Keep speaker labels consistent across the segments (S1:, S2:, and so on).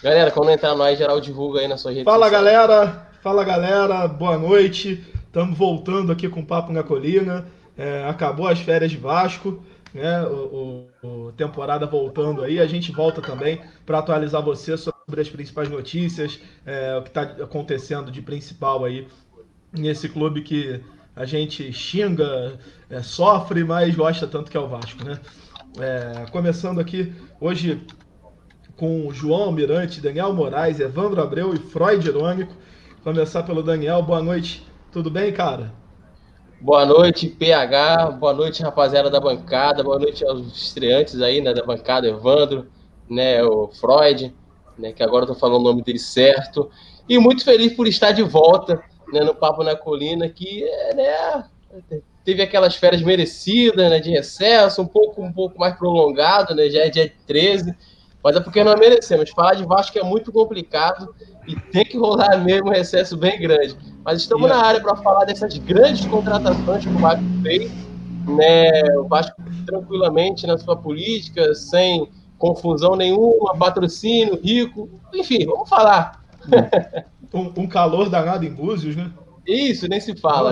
S1: Galera, quando entrar no ar, geral divulga aí na sua rede
S2: Fala,
S1: social.
S2: Fala, galera. Boa noite. Estamos voltando aqui com o Papo na Colina. Acabou as férias de Vasco, né? O temporada voltando aí. A gente volta também para atualizar você sobre as principais notícias, o que está acontecendo de principal aí nesse clube que a gente xinga, sofre, mas gosta tanto, que é o Vasco, né? Começando aqui hoje com João Almirante, Daniel Moraes, Evandro Abreu e Freud Irônico. Começar pelo Daniel. Boa noite. Tudo bem, cara?
S1: Boa noite, PH. Boa noite, rapaziada da bancada. Boa noite aos estreantes aí, né, da bancada, Evandro, né, o Freud, né, que agora eu tô falando o nome dele certo. E muito feliz por estar de volta, né, no Papo na Colina, que né, teve aquelas férias merecidas, né, de recesso, um pouco mais prolongado, né, já é dia 13, mas é porque nós merecemos. Falar de Vasco é muito complicado e tem que rolar mesmo um recesso bem grande. Mas estamos na área para falar dessas grandes contratações que o Vasco fez, né, o Vasco tranquilamente na sua política, sem confusão nenhuma, patrocínio, rico, enfim, vamos falar.
S2: Um calor danado em Búzios, né?
S1: Isso, nem se fala.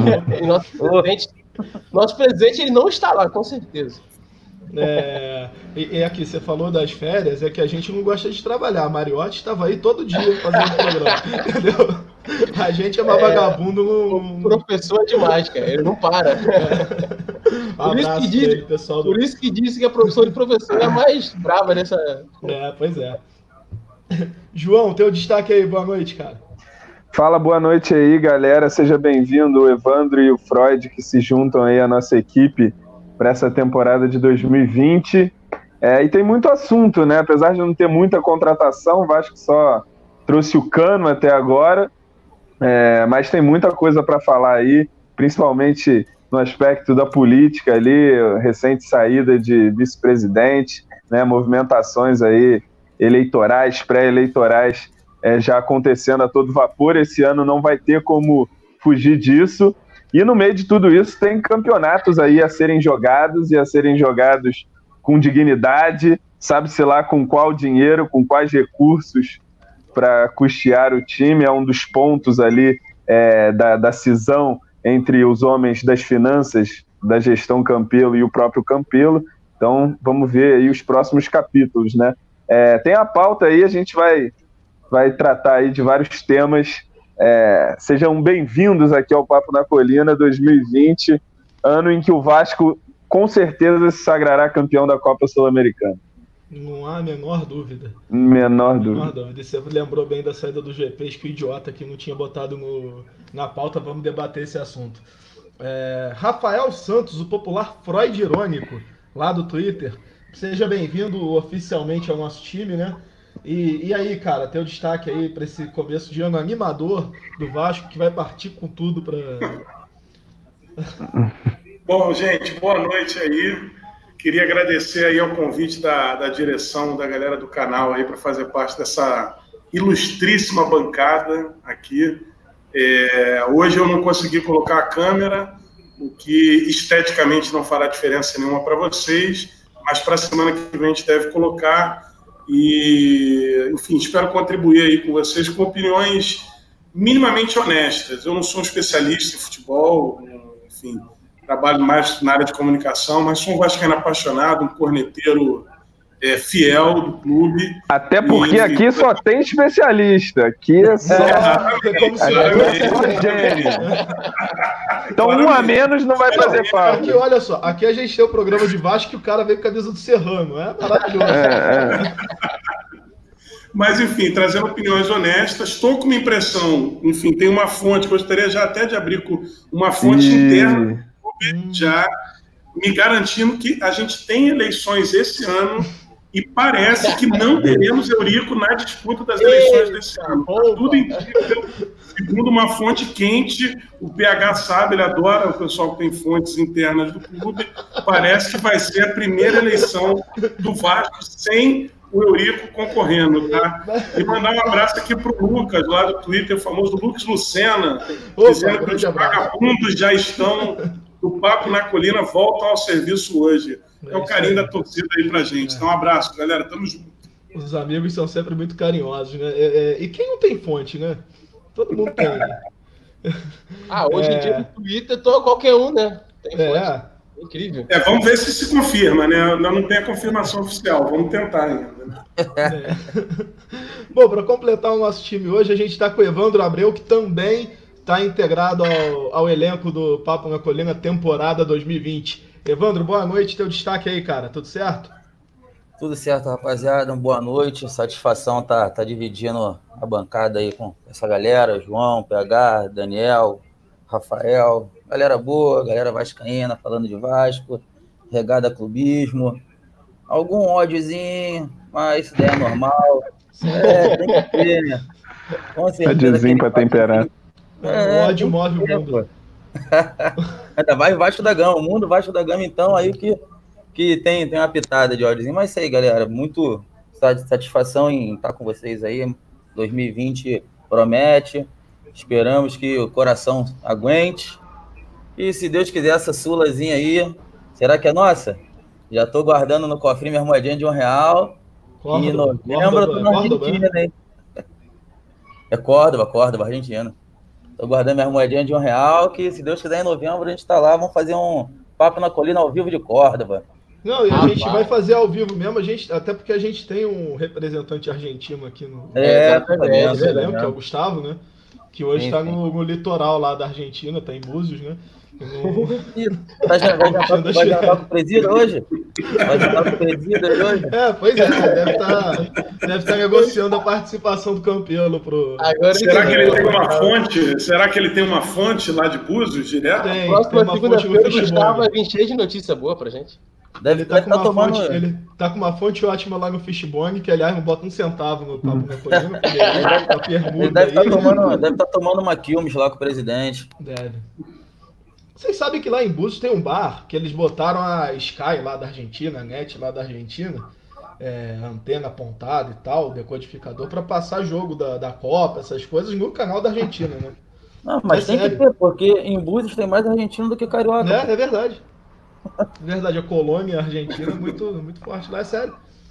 S1: Nosso presidente ele não está lá, com certeza.
S2: E aqui, você falou das férias, é que a gente não gosta de trabalhar. A Mariotti estava aí todo dia fazendo programa, entendeu? A gente é uma vagabundo.
S1: O professor é demais, cara, ele não para. Por isso que disse que a professora de professor é a mais brava nessa.
S2: Pois é. João, teu destaque aí, boa noite, cara.
S3: Fala, boa noite aí, galera. Seja bem-vindo, o Evandro e o Freud, que se juntam aí à nossa equipe para essa temporada de 2020. E tem muito assunto, né? Apesar de não ter muita contratação, o Vasco só trouxe o Cano até agora, mas tem muita coisa para falar aí, principalmente no aspecto da política ali, recente saída de vice-presidente, né? Movimentações aí eleitorais, pré-eleitorais, já acontecendo a todo vapor. Esse ano não vai ter como fugir disso. E no meio de tudo isso tem campeonatos aí a serem jogados e a serem jogados com dignidade, sabe-se lá com qual dinheiro, com quais recursos para custear o time. É um dos pontos ali da cisão entre os homens das finanças, da gestão Campelo e o próprio Campelo. Então vamos ver aí os próximos capítulos, né? Tem a pauta aí, a gente vai tratar aí de vários temas. Sejam bem-vindos aqui ao Papo na Colina 2020, ano em que o Vasco com certeza se sagrará campeão da Copa Sul-Americana.
S2: Não há a menor dúvida.
S3: Menor dúvida.
S2: E você lembrou bem da saída do GP, que o idiota que não tinha botado na pauta. Vamos debater esse assunto. Rafael Santos, o popular Freud Irônico, lá do Twitter. Seja bem-vindo oficialmente ao nosso time, né? E aí, cara, teu destaque aí para esse começo de ano animador do Vasco, que vai partir com tudo para...
S4: Bom, gente, boa noite aí. Queria agradecer aí ao convite da direção, da galera do canal aí para fazer parte dessa ilustríssima bancada aqui. Hoje eu não consegui colocar a câmera, o que esteticamente não fará diferença nenhuma para vocês, mas para a semana que vem a gente deve colocar. E, enfim, espero contribuir aí com vocês com opiniões minimamente honestas. Eu não sou um especialista em futebol, enfim, trabalho mais na área de comunicação, mas sou um vascaíno apaixonado, um corneteiro fiel do clube.
S3: Até porque aqui só tem especialista. Aqui é só... Então um a menos não vai fazer falta.
S2: Aqui, olha só, aqui a gente tem o programa de Vasco que o cara veio com a camisa do Serrano. É maravilhoso.
S4: Mas, enfim, trazendo opiniões honestas, estou com uma impressão, enfim, tem uma fonte, gostaria já até de abrir com uma fonte interna, já me garantindo que a gente tem eleições esse ano e parece que não teremos Eurico na disputa das eleições desse ano. Tudo incrível, segundo uma fonte quente, o PH sabe, ele adora o pessoal que tem fontes internas do clube, parece que vai ser a primeira eleição do Vasco sem o Eurico concorrendo, tá? E mandar um abraço aqui pro Lucas, lá do Twitter, o famoso Lucas Lucena, dizendo que os vagabundos já estão do Papo na Colina, voltam ao serviço hoje. É o carinho da torcida aí pra gente. Então, um abraço, galera. Tamo junto.
S2: Os amigos são sempre muito carinhosos, né? E quem não tem fonte, né? Todo mundo tem.
S1: Hoje em dia no Twitter, qualquer um, né? Tem fonte. Incrível.
S4: Vamos ver se confirma, né? Eu não tenho a confirmação oficial, vamos tentar ainda.
S2: Bom, para completar o nosso time hoje, a gente está com o Evandro Abreu, que também está integrado ao elenco do Papo na Colina temporada 2020. Evandro, boa noite, teu destaque aí, cara, tudo certo?
S5: Tudo certo, rapaziada, boa noite, satisfação tá dividindo a bancada aí com essa galera, João, PH, Daniel, Rafael, galera boa, galera vascaína, falando de Vasco, regada clubismo, algum ódiozinho, mas isso daí é normal, tem que ter, né? Com certeza.
S3: Ódiozinho pra temperar.
S2: O ódio move o mundo.
S5: Ainda vai Vasco da Gama, o mundo Vasco da Gama, então, aí que tem uma pitada de ódiozinho, mas isso aí, galera, muito satisfação em estar com vocês aí, 2020 promete, esperamos que o coração aguente, e se Deus quiser essa sulazinha aí, será que é nossa? Já tô guardando no cofrinho minha moedinha de R$1, e em novembro eu tô na Argentina, hein? É Córdoba, Argentina. Tô guardando minha moedinha de R$1, que se Deus quiser em novembro a gente tá lá, vamos fazer um Papo na Colina ao vivo de Córdoba.
S2: Não, e a gente vai fazer ao vivo mesmo, até porque a gente tem um representante argentino aqui no elenco, que é o Gustavo, né? Que hoje está no litoral lá da Argentina, tá em Búzios, né?
S5: Vai jantar com o presídio hoje? Vai jantar com o presídio hoje?
S2: Pois é, deve estar negociando a participação do Campelo pro...
S4: Será que ele tem uma fonte? Será que ele tem uma fonte lá de Búzios, direto?
S2: Tem uma fonte no Fishbone.
S1: Vai vir cheio de notícia boa pra gente.
S2: Ele tá com uma fonte ótima lá no Fishbone, que aliás não bota $1 no Papo na Colina, porque
S5: ele deve estar tomando uma quilmes lá com o presidente.
S2: Deve. Vocês sabem que lá em Búzios tem um bar que eles botaram a Sky lá da Argentina, a NET lá da Argentina, antena apontada e tal, decodificador, para passar jogo da Copa, essas coisas, no canal da Argentina, né?
S5: Não, mas tem sério que ter, porque em Búzios tem mais argentino do que carioca.
S2: É verdade. É verdade, a colônia argentina é muito, muito forte lá, é sério.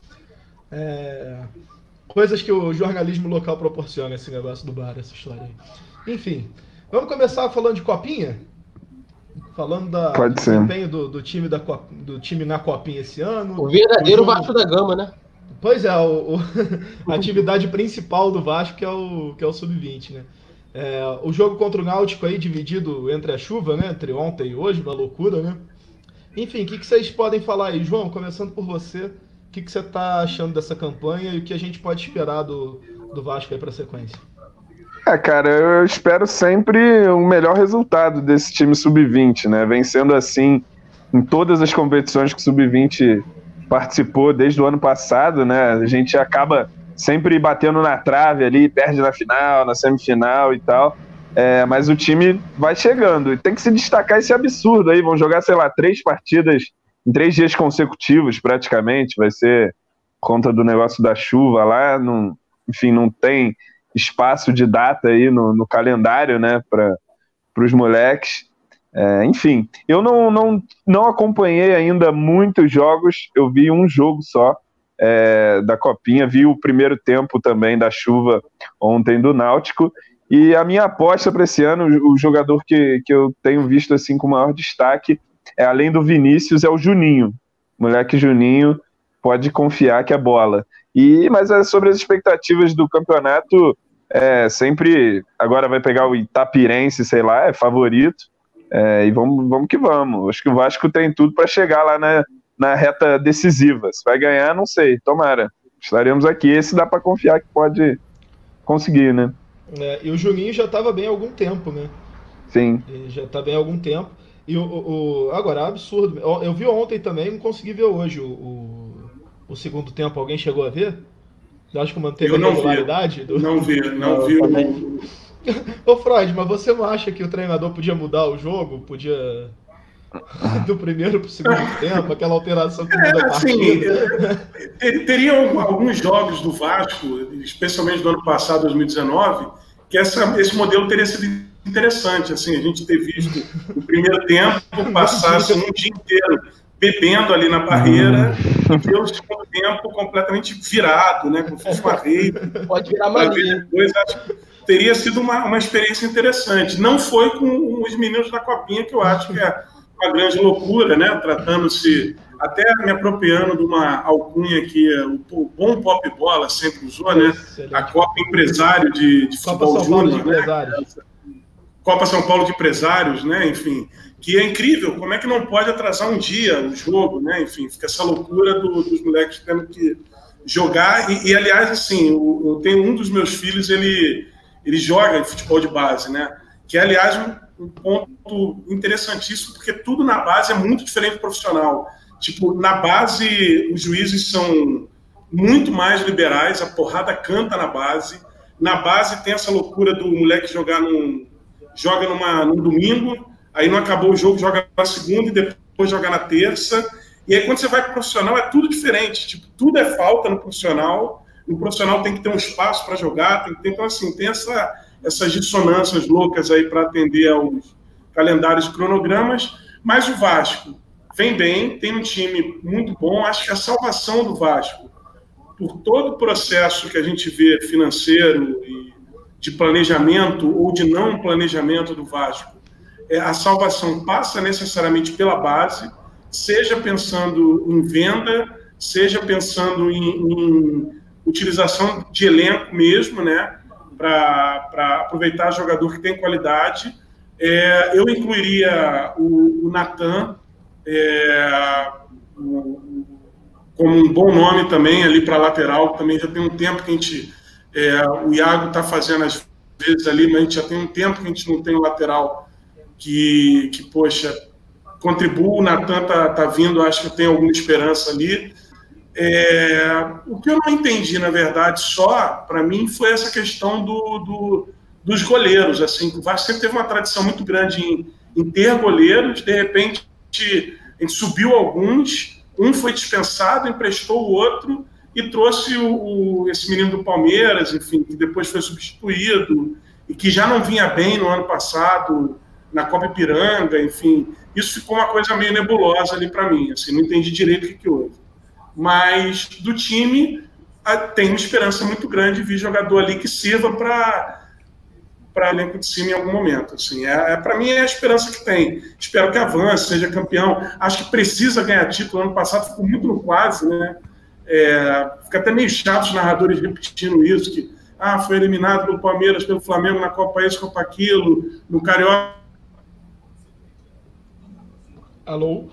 S2: Coisas que o jornalismo local proporciona, esse negócio do bar, essa história aí. Enfim, vamos começar falando de Copinha? Falando do desempenho do time na Copinha esse ano.
S1: O verdadeiro Vasco da Gama, né?
S2: Pois é, a atividade principal do Vasco que é o Sub-20, né? O jogo contra o Náutico aí dividido entre a chuva, né? Entre ontem e hoje, uma loucura, né? Enfim, o que vocês podem falar aí? João, começando por você, o que você está achando dessa campanha e o que a gente pode esperar do Vasco aí para a sequência?
S3: Cara, eu espero sempre o melhor resultado desse time Sub-20, né? Vem sendo assim em todas as competições que o Sub-20 participou desde o ano passado, né? A gente acaba sempre batendo na trave ali, perde na final, na semifinal e tal. Mas o time vai chegando e tem que se destacar esse absurdo aí. Vão jogar, sei lá, 3 partidas em 3 dias consecutivos praticamente. Vai ser conta do negócio da chuva lá. Enfim, não tem espaço de data aí no calendário, né, para os moleques. Enfim, eu não acompanhei ainda muitos jogos. Eu vi um jogo só da Copinha. Vi o primeiro tempo também da chuva ontem do Náutico. E a minha aposta para esse ano, o jogador que eu tenho visto assim com maior destaque, além do Vinícius, é o Juninho. Moleque Juninho, pode confiar que é bola. Mas sobre as expectativas do campeonato, sempre, agora vai pegar o Itapirense, sei lá, é favorito, e vamos que vamos. Acho que o Vasco tem tudo para chegar lá na reta decisiva. Se vai ganhar, não sei, tomara. Estaremos aqui, esse dá para confiar que pode conseguir, né?
S2: E o Juninho já estava bem há algum tempo, né?
S3: Sim.
S2: Ele já está bem há algum tempo. E agora, é absurdo. Eu vi ontem também, não consegui ver hoje o segundo tempo. Alguém chegou a ver? Eu acho que manteve a regularidade?
S4: Não vi.
S2: Ô Freud, mas você não acha que o treinador podia mudar o jogo? Podia... do primeiro para o segundo tempo, aquela alteração que muda a partida.
S4: Teriam alguns jogos do Vasco, especialmente do ano passado, 2019, que esse modelo teria sido interessante, assim, a gente ter visto o primeiro tempo passasse um dia inteiro bebendo ali na barreira, e ver o segundo tempo completamente virado, né? Como se fosse uma rede.
S1: Pode virar marinha.
S4: Depois, acho que teria sido uma experiência interessante. Não foi com os meninos da Copinha, que eu acho que é uma grande loucura, né? Tratando-se, até me apropriando de uma alcunha que o bom Pop Bola sempre usou, né?
S2: Excelente.
S4: A Copa Empresário de Futebol Júnior, né? Copa São Paulo de Empresários, né? Enfim, que é incrível, como é que não pode atrasar um dia o jogo, né? Enfim, fica essa loucura dos moleques tendo que jogar. E aliás, assim, eu tenho um dos meus filhos, ele joga em futebol de base, né? Que é, aliás, um ponto interessantíssimo, porque tudo na base é muito diferente do profissional. Tipo, na base, os juízes são muito mais liberais, a porrada canta na base. Na base tem essa loucura do moleque joga num domingo, aí não acabou o jogo, joga na segunda e depois joga na terça. E aí quando você vai para o profissional é tudo diferente, tipo, tudo é falta no profissional tem que ter um espaço para jogar, então assim, tem essas dissonâncias loucas aí para atender aos calendários e cronogramas, mas o Vasco vem bem, tem um time muito bom, acho que a salvação do Vasco, por todo o processo que a gente vê financeiro e de planejamento ou de não planejamento do Vasco, a salvação passa necessariamente pela base, seja pensando em venda, seja pensando em utilização de elenco mesmo, né, para aproveitar jogador que tem qualidade. Eu incluiria o Natan como um bom nome também ali para lateral, também já tem um tempo que a gente... o Iago está fazendo às vezes ali, mas a gente já tem um tempo que a gente não tem um lateral que poxa, contribua. O Natan tá vindo, acho que tem alguma esperança ali. O que eu não entendi, na verdade, só para mim, foi essa questão dos goleiros. Assim, o Vasco sempre teve uma tradição muito grande em ter goleiros, de repente a gente subiu alguns, um foi dispensado, emprestou o outro, e trouxe esse menino do Palmeiras, enfim, que depois foi substituído, e que já não vinha bem no ano passado, na Copa Ipiranga, enfim. Isso ficou uma coisa meio nebulosa ali para mim, assim, não entendi direito o que houve. Mas do time, tem uma esperança muito grande de vir jogador ali que sirva para elenco de cima em algum momento. Assim, para mim é a esperança que tem. Espero que avance, seja campeão. Acho que precisa ganhar título. Ano passado ficou muito no quase, né? Fica até meio chato os narradores repetindo isso, que foi eliminado pelo Palmeiras, pelo Flamengo na Copa isso, Copa aquilo, no Carioca.
S2: Alô?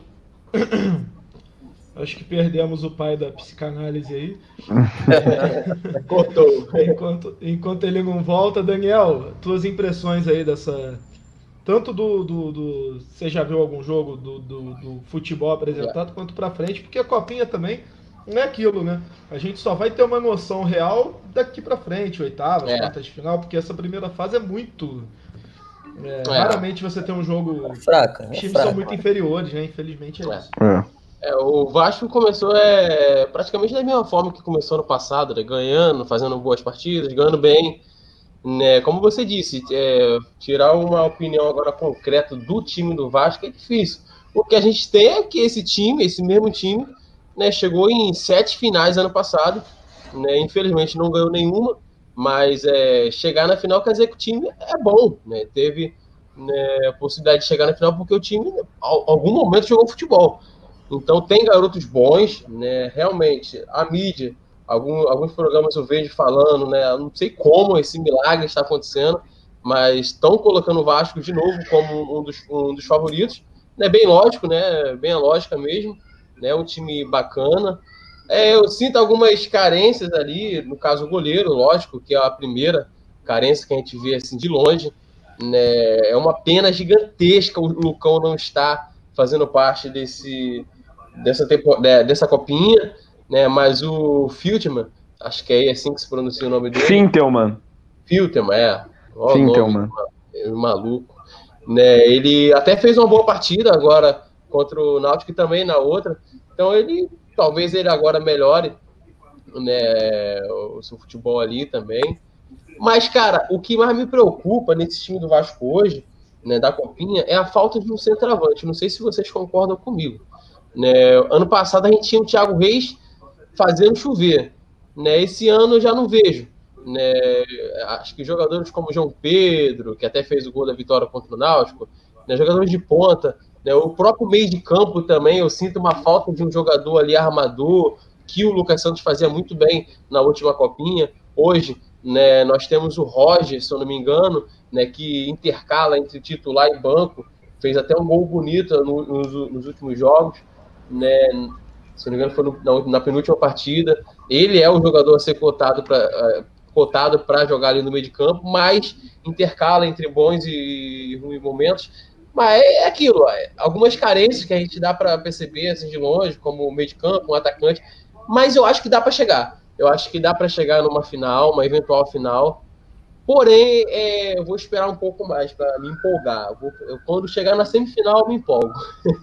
S2: Acho que perdemos o pai da psicanálise aí.
S1: Cortou.
S2: Enquanto ele não volta, Daniel, tuas impressões aí dessa... Tanto você já viu algum jogo do futebol apresentado, quanto pra frente, porque a Copinha também não é aquilo, né? A gente só vai ter uma noção real daqui pra frente, oitavas, quartas de final, porque essa primeira fase é muito... Raramente você tem um jogo... Os times são muito inferiores, né? Infelizmente é isso.
S1: O Vasco começou praticamente da mesma forma que começou no passado, né? Ganhando, fazendo boas partidas, ganhando bem. Né? Como você disse, tirar uma opinião agora concreta do time do Vasco é difícil. O que a gente tem é que esse mesmo time, né, chegou em 7 finais ano passado, né? Infelizmente não ganhou nenhuma, mas chegar na final quer dizer que o time é bom, né? Teve, né, a possibilidade de chegar na final porque o time, em algum momento, jogou futebol. Então tem garotos bons, né? Realmente, a mídia, alguns programas eu vejo falando, né? Eu não sei como esse milagre está acontecendo, mas estão colocando o Vasco de novo como um dos favoritos. É bem lógico, né? Bem a lógica mesmo, né? Um time bacana. Eu sinto algumas carências ali, no caso o goleiro, lógico, que é a primeira carência que a gente vê assim de longe, né? É uma pena gigantesca o Lucão não estar fazendo parte dessa copinha, né? Mas o Filtman, acho que é assim que se pronuncia o nome dele.
S3: Fintelman,
S1: Fintelman. Maluco. Né? Ele até fez uma boa partida agora contra o Náutico e também na outra. Então talvez ele agora melhore, né, o seu futebol ali também. Mas, cara, o que mais me preocupa nesse time do Vasco hoje, né, da Copinha, é a falta de um centroavante. Não sei se vocês concordam comigo. né? Ano passado a gente tinha o Thiago Reis fazendo chover, né? Esse ano eu já não vejo, né? Acho que jogadores como o João Pedro, que até fez o gol da vitória contra o Náutico, né? Jogadores de ponta, né? O próprio meio de campo também, eu sinto uma falta de um jogador ali armador, que o Lucas Santos fazia muito bem na última copinha. Hoje, né, nós temos o Roger, se eu não me engano, né, que intercala entre titular e banco, fez até um gol bonito nos últimos jogos, né, se não me engano foi na penúltima partida. Ele é o jogador a ser cotado para jogar ali no meio de campo, mas intercala entre bons e ruins momentos. Mas é aquilo, algumas carências que a gente dá para perceber assim, de longe, como o meio de campo, um atacante, mas eu acho que dá para chegar. Eu acho que dá para chegar numa final, uma eventual final. Porém, eu vou esperar um pouco mais para me empolgar. Quando chegar na semifinal, eu me empolgo.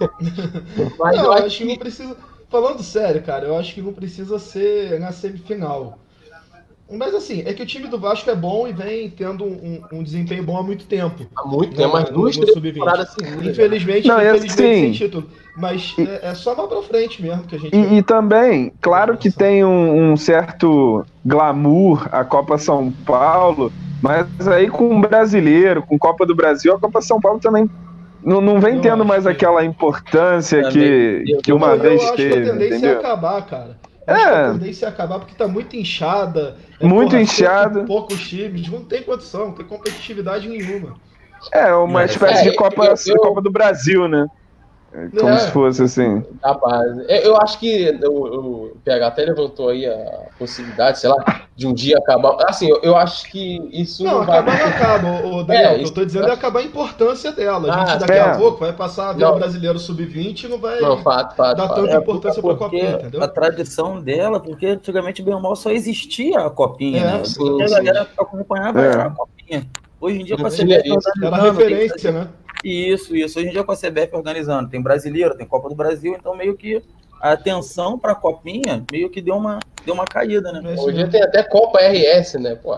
S2: Mas não, eu acho que não precisa. Falando sério, cara, eu acho que não precisa ser na semifinal. Mas assim, é que o time do Vasco é bom e vem tendo um desempenho bom há muito tempo.
S1: Há muito tempo, mas duas temporadas seguidas.
S2: Infelizmente, sem título. Mas é só mais pra frente mesmo que a gente...
S3: E também, claro que tem um certo glamour a Copa São Paulo, mas aí com o brasileiro, com Copa do Brasil, a Copa São Paulo também não vem tendo mais aquela importância que uma vez teve.
S2: Eu acho que a tendência é acabar, cara. A tendência é acabar porque tá muito inchada.
S3: Muito inchada.
S2: Poucos times, não tem condição, não tem competitividade nenhuma.
S3: É uma espécie de Copa do Brasil, né? Como se fosse assim.
S1: Rapaz, eu acho que o PH até levantou aí a possibilidade, sei lá, de um dia acabar. Assim, eu acho que isso
S2: não vai... Não acaba. O Daniel, o que eu tô dizendo é acabar a importância dela. A gente daqui a pouco vai passar a ver o brasileiro sub-20 e não vai dar tanta importância pra Copinha, entendeu?
S5: A tradição dela, porque antigamente, bem ou mal, só existia a Copinha, né?
S1: Sim,
S5: a galera acompanhava a Copinha. Hoje em dia, com a CBF
S2: era referência, né?
S5: Isso. Hoje em dia com a CBF organizando, tem brasileiro, tem Copa do Brasil, então meio que a atenção para a Copinha meio que deu uma caída, né?
S1: Hoje em dia tem até Copa RS, né? Pô,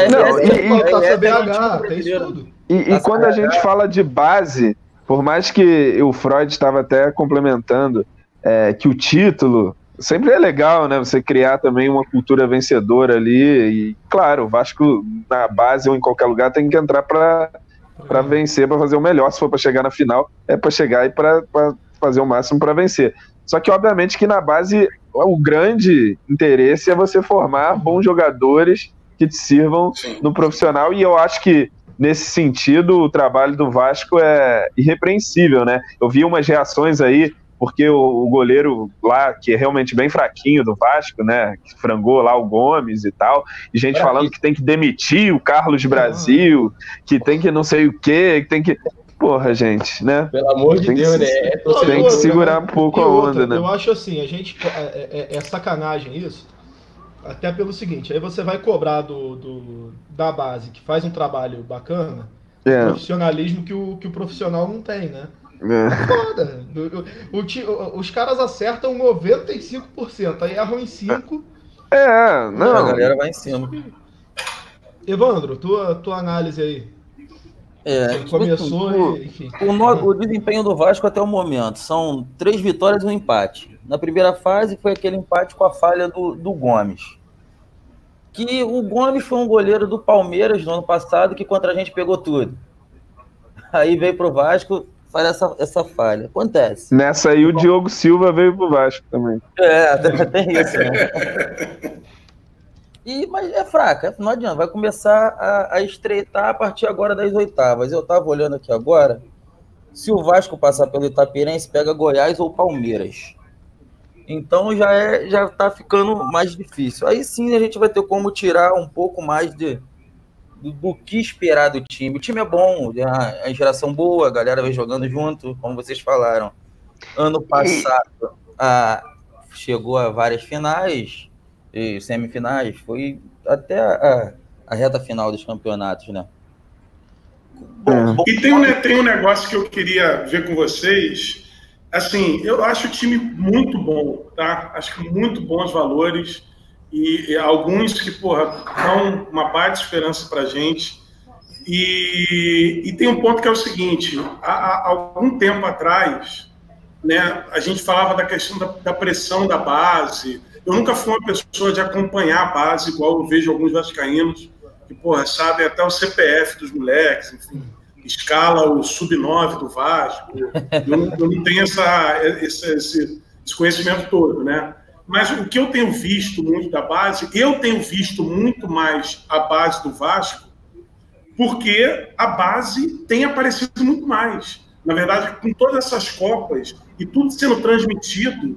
S2: Taça BH, tem isso tudo.
S3: E quando a gente fala de base, por mais que o Freud estava até complementando que o título sempre é legal, né? Você criar também uma cultura vencedora ali. E, claro, o Vasco na base ou em qualquer lugar tem que entrar para vencer, para fazer o melhor. Se for para chegar na final, é para chegar e para fazer o máximo para vencer. Só que, obviamente, que na base o grande interesse é você formar bons jogadores que te sirvam no profissional. E eu acho que, nesse sentido, o trabalho do Vasco é irrepreensível, né? Eu vi umas reações aí, porque o goleiro lá, que é realmente bem fraquinho do Vasco, né, que frangou lá o Gomes e tal, e gente falando que tem que demitir o Carlos Brasil, que tem que não sei o quê, que tem que... Porra, gente, né?
S1: Pelo amor de Deus, né?
S3: Tem que segurar um pouco a onda, né?
S2: Eu acho assim, a gente... É sacanagem isso, até pelo seguinte, aí você vai cobrar da base, que faz um trabalho bacana, profissionalismo que o profissional não tem, né? Foda. Os caras acertam 95%, aí erram em 5%.
S3: Não.
S5: A galera vai em cima.
S2: Evandro, tua análise aí. Começou enfim.
S5: O desempenho do Vasco até o momento são 3 vitórias e 1 empate. Na primeira fase foi aquele empate com a falha do Gomes. Que o Gomes foi um goleiro do Palmeiras no ano passado que contra a gente pegou tudo. Aí veio pro Vasco, faz essa falha. Acontece.
S3: Nessa aí o Diogo Silva veio pro Vasco também.
S5: Tem isso, né? Mas é fraca, não adianta. Vai começar a estreitar a partir agora das oitavas. Eu tava olhando aqui agora. Se o Vasco passar pelo Itapirense, pega Goiás ou Palmeiras. Então já tá ficando mais difícil. Aí sim a gente vai ter como tirar um pouco mais do que esperar do time. O time é bom, a geração boa, a galera vem jogando junto, como vocês falaram. Ano passado chegou a várias finais e semifinais, foi até a reta final dos campeonatos, né?
S4: E tem um negócio que eu queria ver com vocês. Assim, eu acho o time muito bom, tá? Acho que muito bons valores. E alguns que, dão uma baita esperança pra gente. E tem um ponto que é o seguinte, há algum tempo atrás, né, a gente falava da questão da pressão da base. Eu nunca fui uma pessoa de acompanhar a base, igual eu vejo alguns vascaínos, que, porra, sabem até o CPF dos moleques, enfim, escala o sub-9 do Vasco. Eu não tenho esse conhecimento todo, né? Mas o que eu tenho visto muito da base, eu tenho visto muito mais a base do Vasco, porque a base tem aparecido muito mais. Na verdade, com todas essas Copas e tudo sendo transmitido,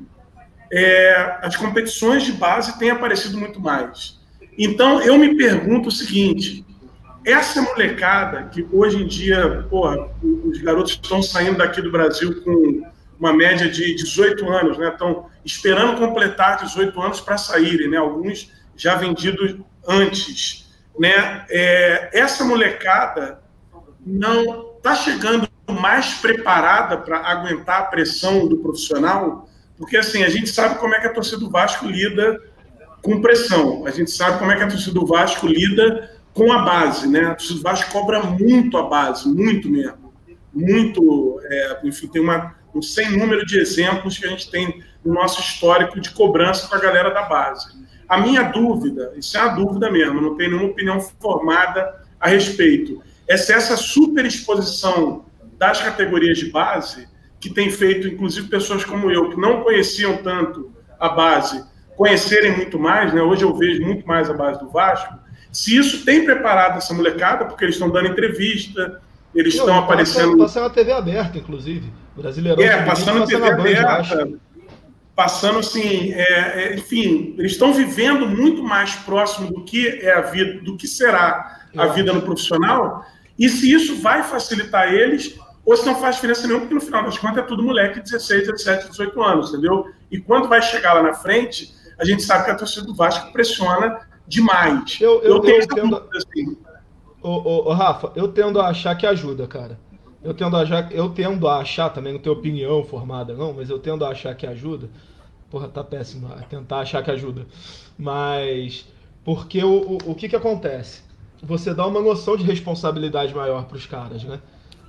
S4: as competições de base têm aparecido muito mais. Então, eu me pergunto o seguinte, essa molecada que hoje em dia, porra, os garotos estão saindo daqui do Brasil com uma média de 18 anos, né? Estão esperando completar 18 anos para saírem, né? Alguns já vendidos antes, né? Essa molecada não está chegando mais preparada para aguentar a pressão do profissional, porque assim, a gente sabe como é que a torcida do Vasco lida com pressão, a gente sabe como é que a torcida do Vasco lida com a base, né? A torcida do Vasco cobra muito a base, muito mesmo, muito, enfim, tem um sem número de exemplos que a gente tem no nosso histórico de cobrança com a galera da base. A minha dúvida, isso é uma dúvida mesmo, não tenho nenhuma opinião formada a respeito, é se essa superexposição das categorias de base, que tem feito, inclusive, pessoas como eu, que não conheciam tanto a base, conhecerem muito mais, né? Hoje eu vejo muito mais a base do Vasco, se isso tem preparado essa molecada, porque eles estão dando entrevista, eles estão aparecendo...
S2: Passando na TV aberta, inclusive. Brasileirão.
S4: Passando na TV aberta, passando assim, enfim, eles estão vivendo muito mais próximo do que é a vida, do que será a vida no profissional, e se isso vai facilitar eles, ou se não faz diferença nenhuma, porque no final das contas é tudo moleque de 16, 17, 18 anos, entendeu? E quando vai chegar lá na frente, a gente sabe que a torcida do Vasco pressiona demais. Eu tenho essa dúvida, assim.
S2: Rafa, eu tendo a achar que ajuda, cara. Eu tendo a achar, também não tenho opinião formada não, mas eu tendo a achar que ajuda. Porra, tá péssimo, tentar achar que ajuda. Mas, porque o que acontece? Você dá uma noção de responsabilidade maior pros caras, né?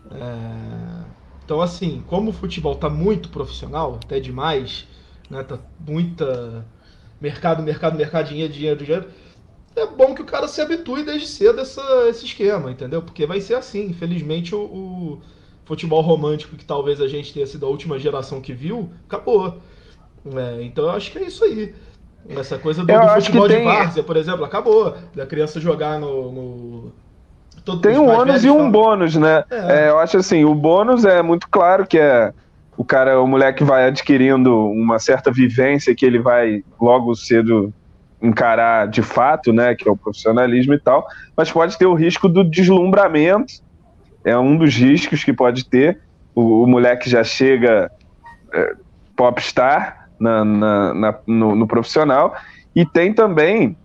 S2: Então, assim, como o futebol tá muito profissional, até demais, né? Tá muita... Mercado, dinheiro. É bom que o cara se habitue desde cedo a esse esquema, entendeu? Porque vai ser assim. Infelizmente, o futebol romântico, que talvez a gente tenha sido a última geração que viu, acabou. Então, eu acho que é isso aí. Essa coisa do futebol de várzea, por exemplo, acabou. Da criança jogar no...
S3: Tem um ônus e um bônus, né? Eu acho assim, o bônus é muito claro que o moleque vai adquirindo uma certa vivência que ele vai logo cedo encarar de fato, né, que é o profissionalismo e tal, mas pode ter o risco do deslumbramento, é um dos riscos que pode ter, o moleque já chega popstar no profissional, e tem também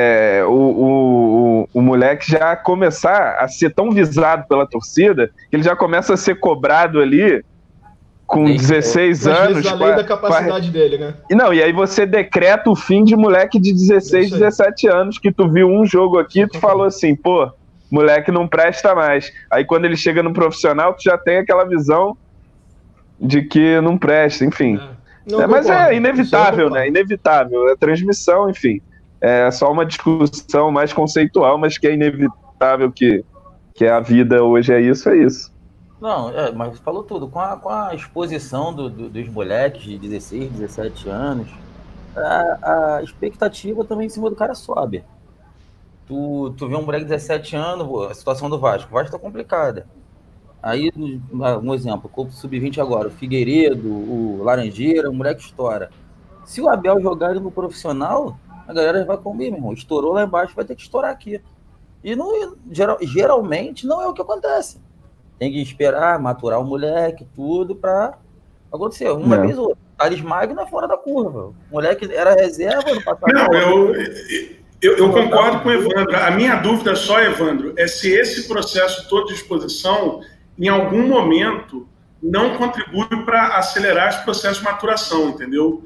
S3: o moleque já começar a ser tão visado pela torcida, que ele já começa a ser cobrado ali com 16 anos.
S2: Além da capacidade dele, né?
S3: E aí você decreta o fim de moleque de 16, 17 anos, que tu viu um jogo aqui e tu falou assim, pô, moleque não presta mais. Aí quando ele chega no profissional, tu já tem aquela visão de que não presta, enfim. Mas é inevitável, né? Inevitável. É transmissão, enfim. É só uma discussão mais conceitual, mas que é inevitável que a vida hoje é isso.
S5: Não, mas falou tudo. Com a exposição dos moleques de 16, 17 anos, a expectativa também em cima do cara sobe. Tu vê um moleque de 17 anos, a situação do Vasco. O Vasco tá complicada. Aí, um exemplo, o Sub-20 agora, o Figueiredo, o Laranjeira, o moleque estoura. Se o Abel jogar ele no profissional, a galera vai comer, meu irmão. Estourou lá embaixo, vai ter que estourar aqui. E geralmente não é o que acontece. Tem que esperar, maturar o moleque, tudo, pra acontecer. Uma vez ou outra. Thales Magno é fora da curva. O moleque era reserva no passado.
S4: Não, eu concordo com o Evandro. A minha dúvida só, Evandro, é se esse processo todo de exposição, em algum momento, não contribui para acelerar esse processo de maturação, entendeu?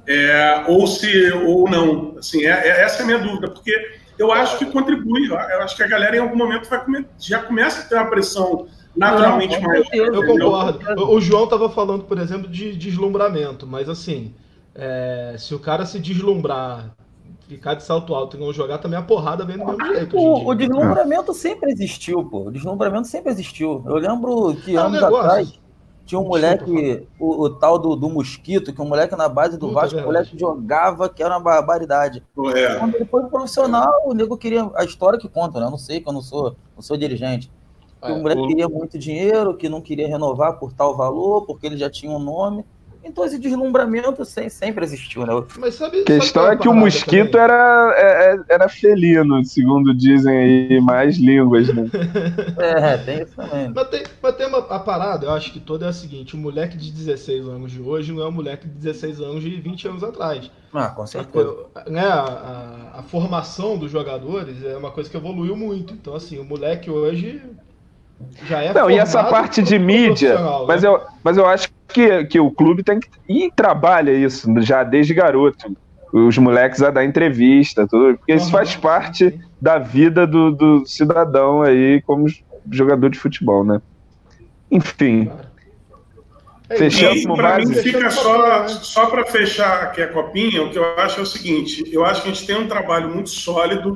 S4: Ou não. Assim, essa é a minha dúvida, porque eu acho que contribui. Eu acho que a galera, em algum momento, já começa a ter uma pressão naturalmente maior.
S2: Eu concordo. O João estava falando, por exemplo, de deslumbramento, mas assim, se o cara se deslumbrar, ficar de salto alto e não jogar, também a porrada vem do mesmo jeito.
S5: O deslumbramento sempre existiu, pô. O deslumbramento sempre existiu. Eu lembro que anos atrás tinha um moleque, o tal do Mosquito, que um moleque na base do Vasco, o moleque jogava, que era uma barbaridade. Quando ele foi profissional, o nego queria a história que conta, né? Eu não sei, que eu não sou dirigente. O moleque queria muito dinheiro, que não queria renovar por tal valor, porque ele já tinha um nome. Então esse deslumbramento sempre existiu, né?
S3: Mas a questão é que o Mosquito era felino, segundo dizem aí mais línguas, né?
S5: Tem isso também.
S2: Mas tem uma parada, eu acho que toda é a seguinte: o moleque de 16 anos de hoje não é o moleque de 16 anos de 20 anos atrás.
S5: Com certeza.
S2: Né, a formação dos jogadores é uma coisa que evoluiu muito. Então, assim, o moleque hoje já é
S3: Não, e essa parte de mídia, mas eu acho que o clube tem que... E trabalha isso já desde garoto. Os moleques a dar entrevista, tudo, porque isso faz parte da vida do cidadão aí como jogador de futebol, né? Enfim. Fechamos
S4: o para mim fica só para fechar aqui a copinha, o que eu acho é o seguinte: eu acho que a gente tem um trabalho muito sólido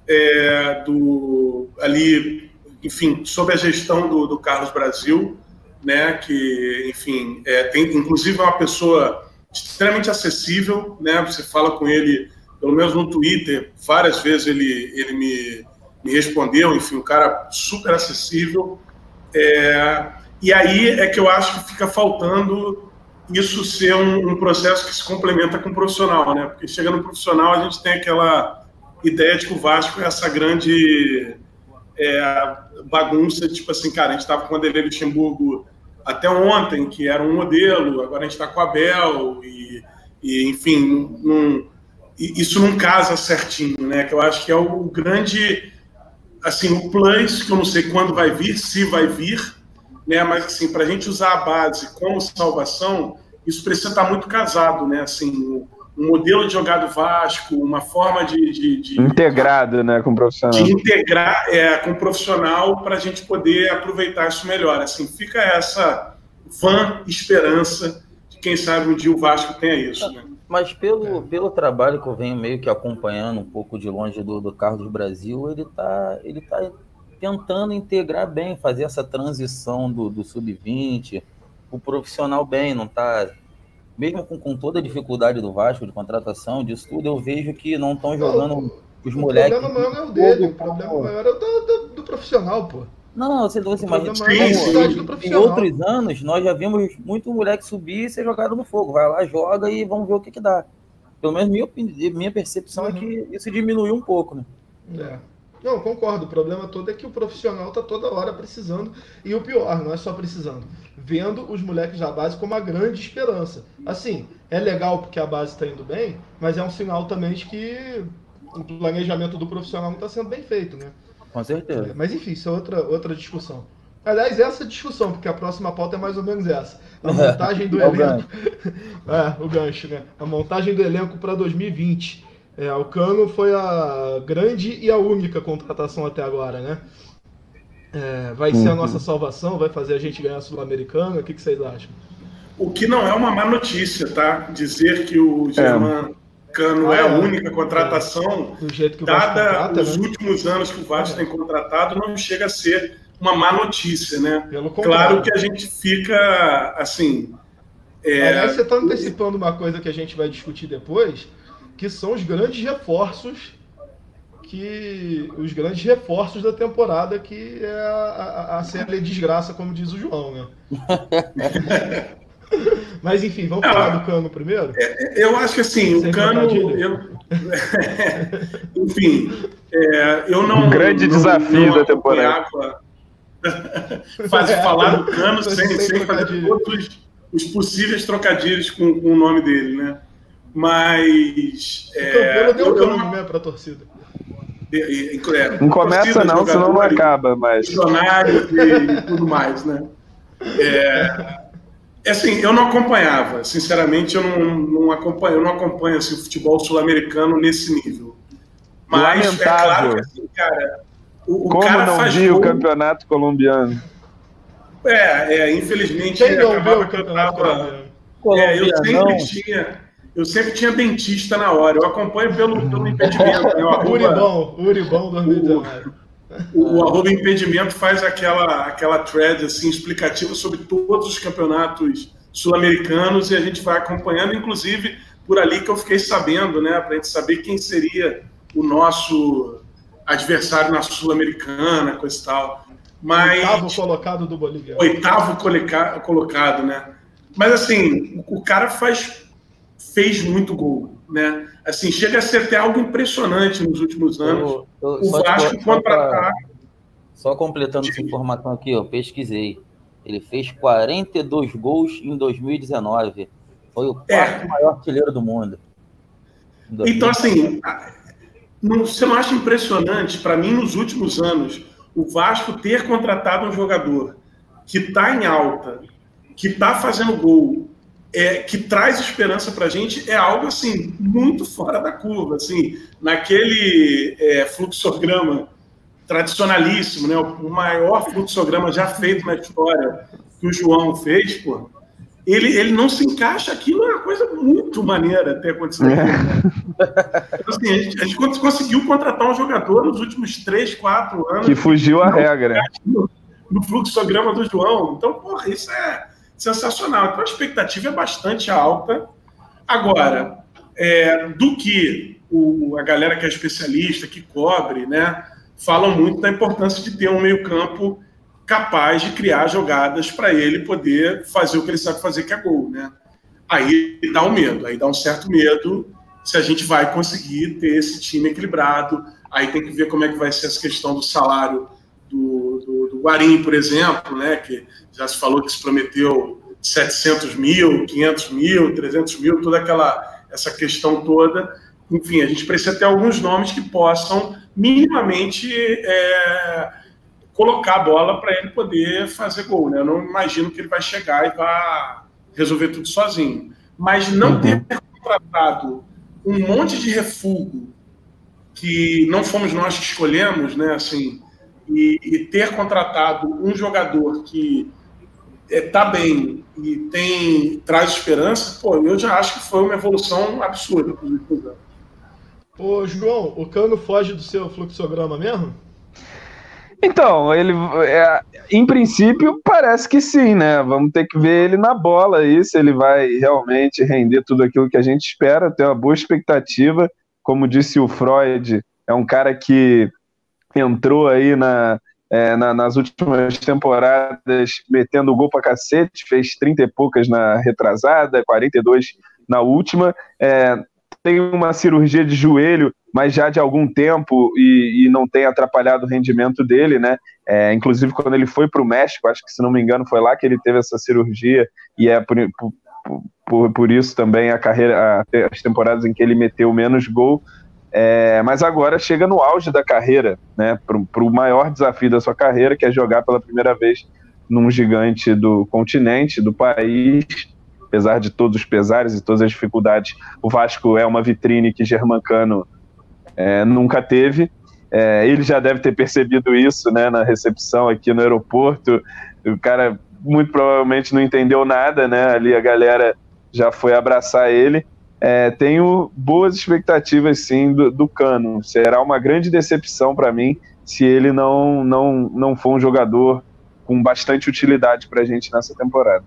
S4: ali, enfim, sob a gestão do Carlos Brasil, né, que, enfim, tem inclusive uma pessoa extremamente acessível, né, você fala com ele, pelo menos no Twitter, várias vezes ele me respondeu, enfim, um cara super acessível, e aí é que eu acho que fica faltando isso ser um processo que se complementa com o profissional, né, porque chega no profissional a gente tem aquela ideia de que o Vasco é essa grande bagunça, tipo assim, cara, a gente estava com o Vanderlei Luxemburgo até ontem, que era um modelo, agora a gente está com o Abel, e enfim, isso não casa certinho, né? Que eu acho que é o grande, assim, o plus, que eu não sei quando vai vir, se vai vir, né? Mas, assim, para a gente usar a base como salvação, isso precisa estar muito casado, né? Assim, um modelo de jogar do Vasco, uma forma de
S3: integrado, né, com o profissional.
S4: De integrar com o profissional para a gente poder aproveitar isso melhor. Assim, fica essa vã esperança de quem sabe um dia o Vasco tenha isso, né?
S5: Mas pelo trabalho que eu venho meio que acompanhando um pouco de longe do Carlos Brasil, ele tá tentando integrar bem, fazer essa transição do sub-20, o profissional bem, não tá... Mesmo com toda a dificuldade do Vasco, de contratação, disso tudo, eu vejo que não estão jogando os moleques...
S2: O problema maior não é o dele, o problema maior é o do profissional, pô.
S5: Não, você assim, mas em outros anos, nós já vimos muito moleque subir e ser jogado no fogo. Vai lá, joga e vamos ver o que dá. Pelo menos minha percepção é que isso diminuiu um pouco, né?
S2: Não, concordo. O problema todo é que o profissional tá toda hora precisando. E o pior, não é só precisando. Vendo os moleques da base como a grande esperança. Assim, é legal porque a base está indo bem, mas é um sinal também de que o planejamento do profissional não está sendo bem feito, né?
S5: Com certeza.
S2: Mas enfim, isso é outra discussão. Aliás, essa discussão, porque a próxima pauta é mais ou menos essa. A montagem do elenco. O gancho, né? A montagem do elenco para 2020. O Cano foi a grande e a única contratação até agora, né? Vai ser a nossa salvação, vai fazer a gente ganhar a Sul-Americana. O que vocês acham?
S4: O que não é uma má notícia, tá? Dizer que o Germán Cano é a única contratação,
S2: do jeito que o
S4: dada os últimos anos que o Vasco tem contratado, não chega a ser uma má notícia, né? Claro que a gente fica, assim...
S2: Aliás, você está antecipando uma coisa que a gente vai discutir depois, que são os grandes reforços da temporada, que é a série desgraça, como diz o João, né? Mas enfim, vamos falar do Cano primeiro?
S4: Eu acho que assim, o Cano... enfim, eu não...
S3: Um grande desafio da temporada.
S4: Falar do Cano sem fazer todos os possíveis trocadilhos com o nome dele, né? Mas...
S2: O Campelo deu Cano, né, pra torcida.
S3: Não começa não, senão não acaba, mas...
S4: Funcionários e tudo mais, né? Assim, eu não acompanhava, sinceramente, eu não acompanho assim, o futebol sul-americano nesse nível. Mas
S3: lamentável.
S4: É claro que, assim, cara, o
S3: como
S4: cara
S3: não
S4: faz
S3: vi
S4: gol...
S3: o campeonato colombiano?
S4: Infelizmente,
S2: Quem não viu
S4: acabava
S2: o
S4: que eu
S2: Campeonato
S4: tava...
S2: Colombiano?
S4: Eu sempre tinha dentista na hora. Eu acompanho pelo impedimento, né?
S2: Uribão 2019.
S4: O arroba impedimento faz aquela thread assim, explicativa sobre todos os campeonatos sul-americanos e a gente vai acompanhando, inclusive por ali que eu fiquei sabendo, né? Para a gente saber quem seria o nosso adversário na Sul-Americana, coisa e tal. Mas,
S2: oitavo colocado do Bolívia.
S4: Oitavo colocado, né? Mas assim, o cara fez muito gol, né? Assim, chega a ser até algo impressionante nos últimos anos. O Vasco contratar...
S5: Só completando essa informação aqui, eu pesquisei. Ele fez 42 gols em 2019. Foi o quarto maior artilheiro do mundo.
S4: Então, assim, você não acha impressionante, para mim, nos últimos anos, o Vasco ter contratado um jogador que está em alta, que está fazendo gol, que traz esperança para a gente, é algo assim muito fora da curva, assim, naquele fluxograma tradicionalíssimo, né, o maior fluxograma já feito na história que o João fez, pô, ele não se encaixa. Aquilo é uma coisa muito maneira ter acontecido aqui, né? Então, assim, a gente conseguiu contratar um jogador nos últimos 3, 4 anos
S3: que fugiu à regra
S4: no fluxograma do João. Então, porra, isso é sensacional. Então a expectativa é bastante alta. Agora, do que a galera que é especialista, que cobre, né, falam muito da importância de ter um meio-campo capaz de criar jogadas para ele poder fazer o que ele sabe fazer, que é gol, né? Aí dá um medo, aí dá um certo medo se a gente vai conseguir ter esse time equilibrado. Aí tem que ver como é que vai ser essa questão do salário do Guarim, por exemplo, né, que já se falou que se prometeu 700 mil, 500 mil, 300 mil, toda essa questão toda. Enfim, a gente precisa ter alguns nomes que possam minimamente colocar a bola para ele poder fazer gol, né? Eu não imagino que ele vai chegar e vai resolver tudo sozinho. Mas não ter contratado um monte de refúgio que não fomos nós que escolhemos, né? Assim, e ter contratado um jogador que está bem e traz esperança, pô, eu já acho que foi uma evolução absurda para os últimos anos.
S2: Ô, João, o Cano foge do seu fluxograma mesmo?
S3: Então, ele, em princípio, parece que sim, né? Vamos ter que ver ele na bola aí, se ele vai realmente render tudo aquilo que a gente espera, tem uma boa expectativa. Como disse o Freud, é um cara que entrou aí nas últimas temporadas metendo gol pra cacete, fez 30 e poucas na retrasada, 42 na última, tem uma cirurgia de joelho, mas já de algum tempo e não tem atrapalhado o rendimento dele, né? Inclusive quando ele foi para o México, acho que se não me engano foi lá que ele teve essa cirurgia, e por isso também as temporadas em que ele meteu menos gol, mas agora chega no auge da carreira, né? Para o maior desafio da sua carreira, que é jogar pela primeira vez num gigante do continente, do país. Apesar de todos os pesares e todas as dificuldades, o Vasco é uma vitrine que Germancano nunca teve. Ele já deve ter percebido isso, né, na recepção aqui no aeroporto. O cara muito provavelmente não entendeu nada, né? Ali a galera já foi abraçar ele. Tenho boas expectativas, sim, do Cano. Será uma grande decepção para mim se ele não for um jogador com bastante utilidade para a gente nessa temporada.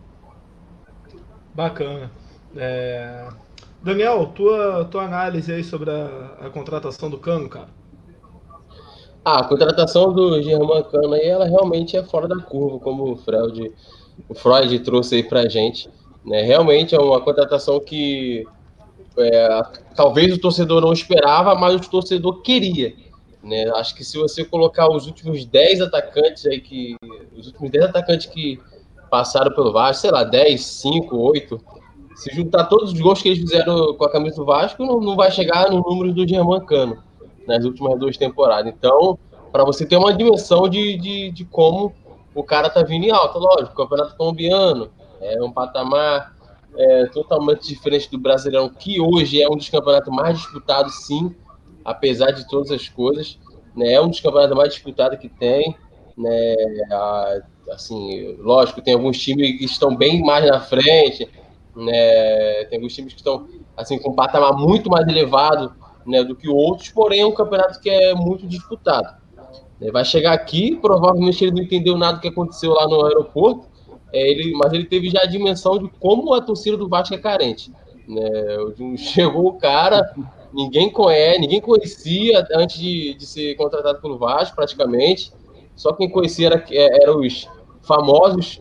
S2: Bacana. Daniel, tua análise aí sobre a contratação do Cano, cara?
S1: A contratação do Germancano aí, ela realmente é fora da curva, como o Freud trouxe aí pra gente, né? Realmente é uma contratação que talvez o torcedor não esperava, mas o torcedor queria, né? Acho que se você colocar os últimos 10 atacantes aí os últimos 10 atacantes que passaram pelo Vasco, sei lá, 10, 5, 8, se juntar todos os gols que eles fizeram com a camisa do Vasco, não vai chegar no número do Germancano nas últimas 2 temporadas. Então, para você ter uma dimensão de como o cara tá vindo em alta, lógico, o Campeonato Colombiano é um patamar totalmente diferente do Brasileirão, que hoje é um dos campeonatos mais disputados, sim, apesar de todas as coisas, né? É um dos campeonatos mais disputados que tem, né? assim, lógico, tem alguns times que estão bem mais na frente, né? Tem alguns times que estão assim, com um patamar muito mais elevado, né, do que outros, porém é um campeonato que é muito disputado. Vai chegar aqui, provavelmente ele não entendeu nada do que aconteceu lá no aeroporto, mas ele teve já a dimensão de como a torcida do Vasco é carente. Né? Chegou o cara, ninguém conhecia antes de ser contratado pelo Vasco, praticamente. Só quem conhecia eram os famosos,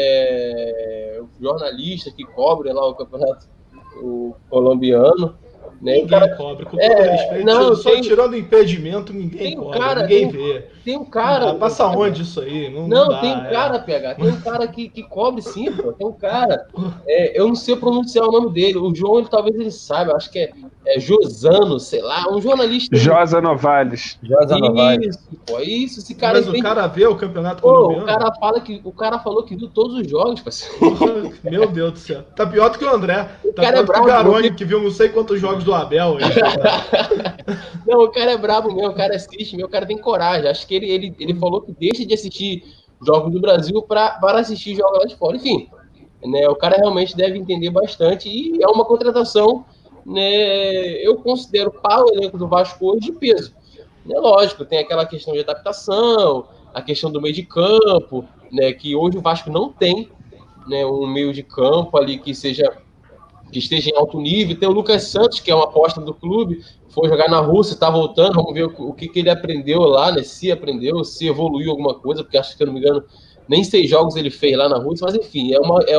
S1: né, jornalistas que cobrem lá o campeonato colombiano. Né?
S2: Ninguém cobra, com todo respeito.
S1: Não,
S2: só tirando impedimento, ninguém cobra, ninguém vê.
S1: Tem um cara...
S2: Passa onde isso aí?
S1: Não dá, tem um cara, PH, tem um cara que cobre sim, pô. Tem um cara, eu não sei pronunciar o nome dele, o João, talvez ele saiba, acho que é Josano, sei lá, um jornalista...
S3: Josa Novales.
S1: Isso, pô, isso, esse cara...
S2: Mas o cara vê o campeonato colombiano?
S1: O cara falou que viu todos os jogos, parceiro.
S2: Meu Deus do céu. Tá pior do que o André. Tá
S1: cara
S2: pior do que o Garoni, que viu não sei quantos jogos do Abel.
S1: Não, o cara é brabo mesmo, o cara assiste mesmo, o cara tem coragem. Acho que ele falou que deixa de assistir jogos do Brasil para assistir jogos lá de fora. Enfim, né, o cara realmente deve entender bastante e é uma contratação, né, eu considero para o elenco do Vasco hoje de peso. Né, lógico, tem aquela questão de adaptação, a questão do meio de campo, né, que hoje o Vasco não tem, né, um meio de campo ali que esteja em alto nível. Tem o Lucas Santos, que é uma aposta do clube, foi jogar na Rússia, está voltando, vamos ver o que ele aprendeu lá, né? Se aprendeu, se evoluiu alguma coisa, porque acho que, se eu não me engano, nem 6 jogos ele fez lá na Rússia, mas enfim,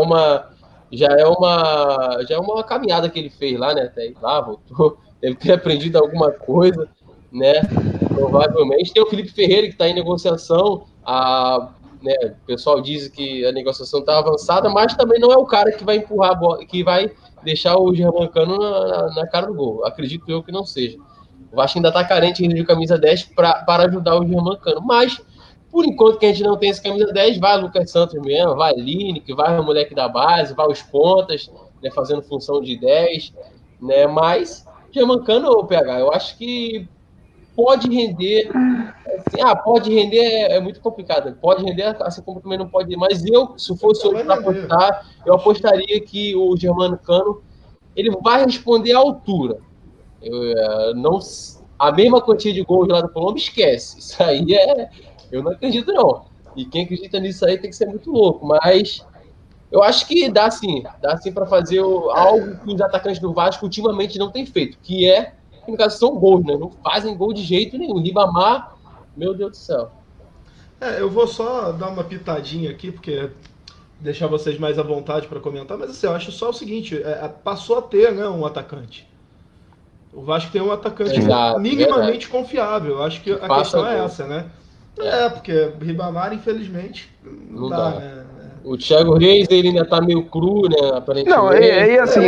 S1: já é uma caminhada que ele fez lá, né? Até lá, voltou, deve ter aprendido alguma coisa, né? Provavelmente. Tem o Felipe Ferreira, que está em negociação, né, o pessoal diz que a negociação está avançada, mas também não é o cara que vai empurrar a bola, que vai deixar o Germancano na cara do gol. Acredito eu que não seja. O Vasco ainda está carente de camisa 10 para ajudar o Germancano. Mas, por enquanto que a gente não tem essa camisa 10, vai Lucas Santos mesmo, vai Lineker, vai o moleque da base, vai os pontas, né, fazendo função de 10. Né, mas, Germancano, PH, eu acho que pode render... Assim, pode render é muito complicado. Pode render, assim como também não pode. Mas se fosse hoje para apostar, eu apostaria que o Germancano ele vai responder à altura. A mesma quantia de gols lá do Colômbia, esquece. Isso aí eu não acredito, não. E quem acredita nisso aí tem que ser muito louco. Mas eu acho que dá sim para fazer algo que os atacantes do Vasco ultimamente não têm feito, que no caso, são gols, né? Não fazem gol de jeito nenhum. Ribamar, meu Deus do céu.
S2: Eu vou só dar uma pitadinha aqui, porque deixar vocês mais à vontade para comentar, mas assim, eu acho só o seguinte, passou a ter, né, um atacante. O Vasco tem um atacante minimamente confiável. Eu acho que a questão é essa, né? Porque Ribamar, infelizmente, não dá, né?
S1: O Thiago Reis, ele ainda tá meio cru, né? Aparentemente.
S3: Não, assim,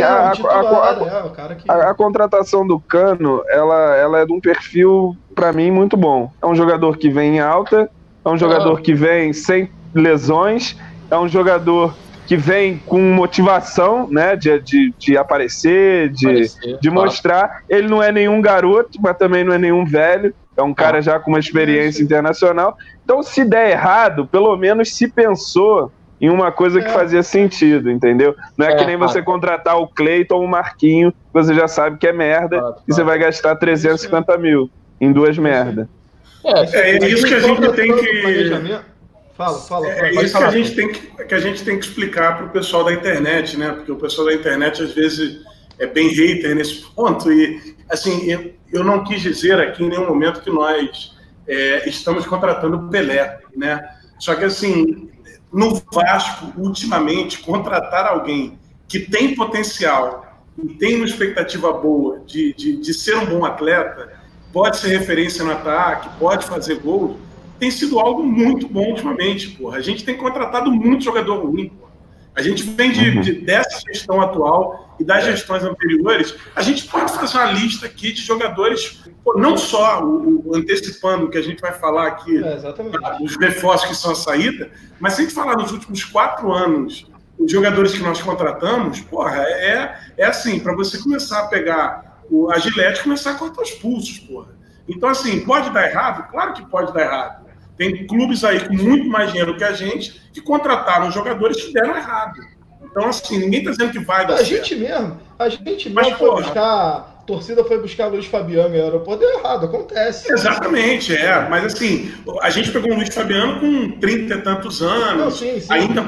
S3: a contratação do Cano, ela é de um perfil, para mim, muito bom. É um jogador que vem em alta, é um jogador que vem sem lesões, é um jogador que vem com motivação, né, de aparecer, de mostrar. Ele não é nenhum garoto, mas também não é nenhum velho. É um cara já com uma experiência internacional. Então, se der errado, pelo menos se pensou em uma coisa que fazia sentido, entendeu? Não é que nem você contratar o Cleiton ou o Marquinho, você já sabe que é merda, e você vai gastar 350 mil em 2 merda.
S4: É isso que a gente tem que...
S2: Fala.
S4: É isso que a gente tem que explicar para o pessoal da internet, né? Porque o pessoal da internet, às vezes, é bem hater nesse ponto. E, assim, eu não quis dizer aqui em nenhum momento que nós estamos contratando o Pelé, né? Só que, assim... No Vasco, ultimamente, contratar alguém que tem potencial e tem uma expectativa boa de ser um bom atleta, pode ser referência no ataque, pode fazer gol, tem sido algo muito bom ultimamente, porra. A gente tem contratado muito jogador ruim, porra. A gente vem dessa gestão atual e das gestões anteriores, a gente pode fazer uma lista aqui de jogadores, não só antecipando o que a gente vai falar aqui, os reforços que são a saída, mas se a gente falar nos últimos 4 anos, os jogadores que nós contratamos, porra, é assim, para você começar a pegar a Gillette e começar a cortar os pulsos, porra. Então, assim, pode dar errado? Claro que pode dar errado. Tem clubes aí com muito mais dinheiro que a gente que contrataram jogadores que deram errado. Então, assim, ninguém está dizendo que vai dar certo.
S2: A gente mesmo foi buscar... A torcida foi buscar Luiz Fabiano no aeroporto, deu errado, acontece.
S4: Exatamente, mas assim, a gente pegou o Luiz Fabiano com 30 e tantos anos.
S2: Não, sim.
S4: Ainda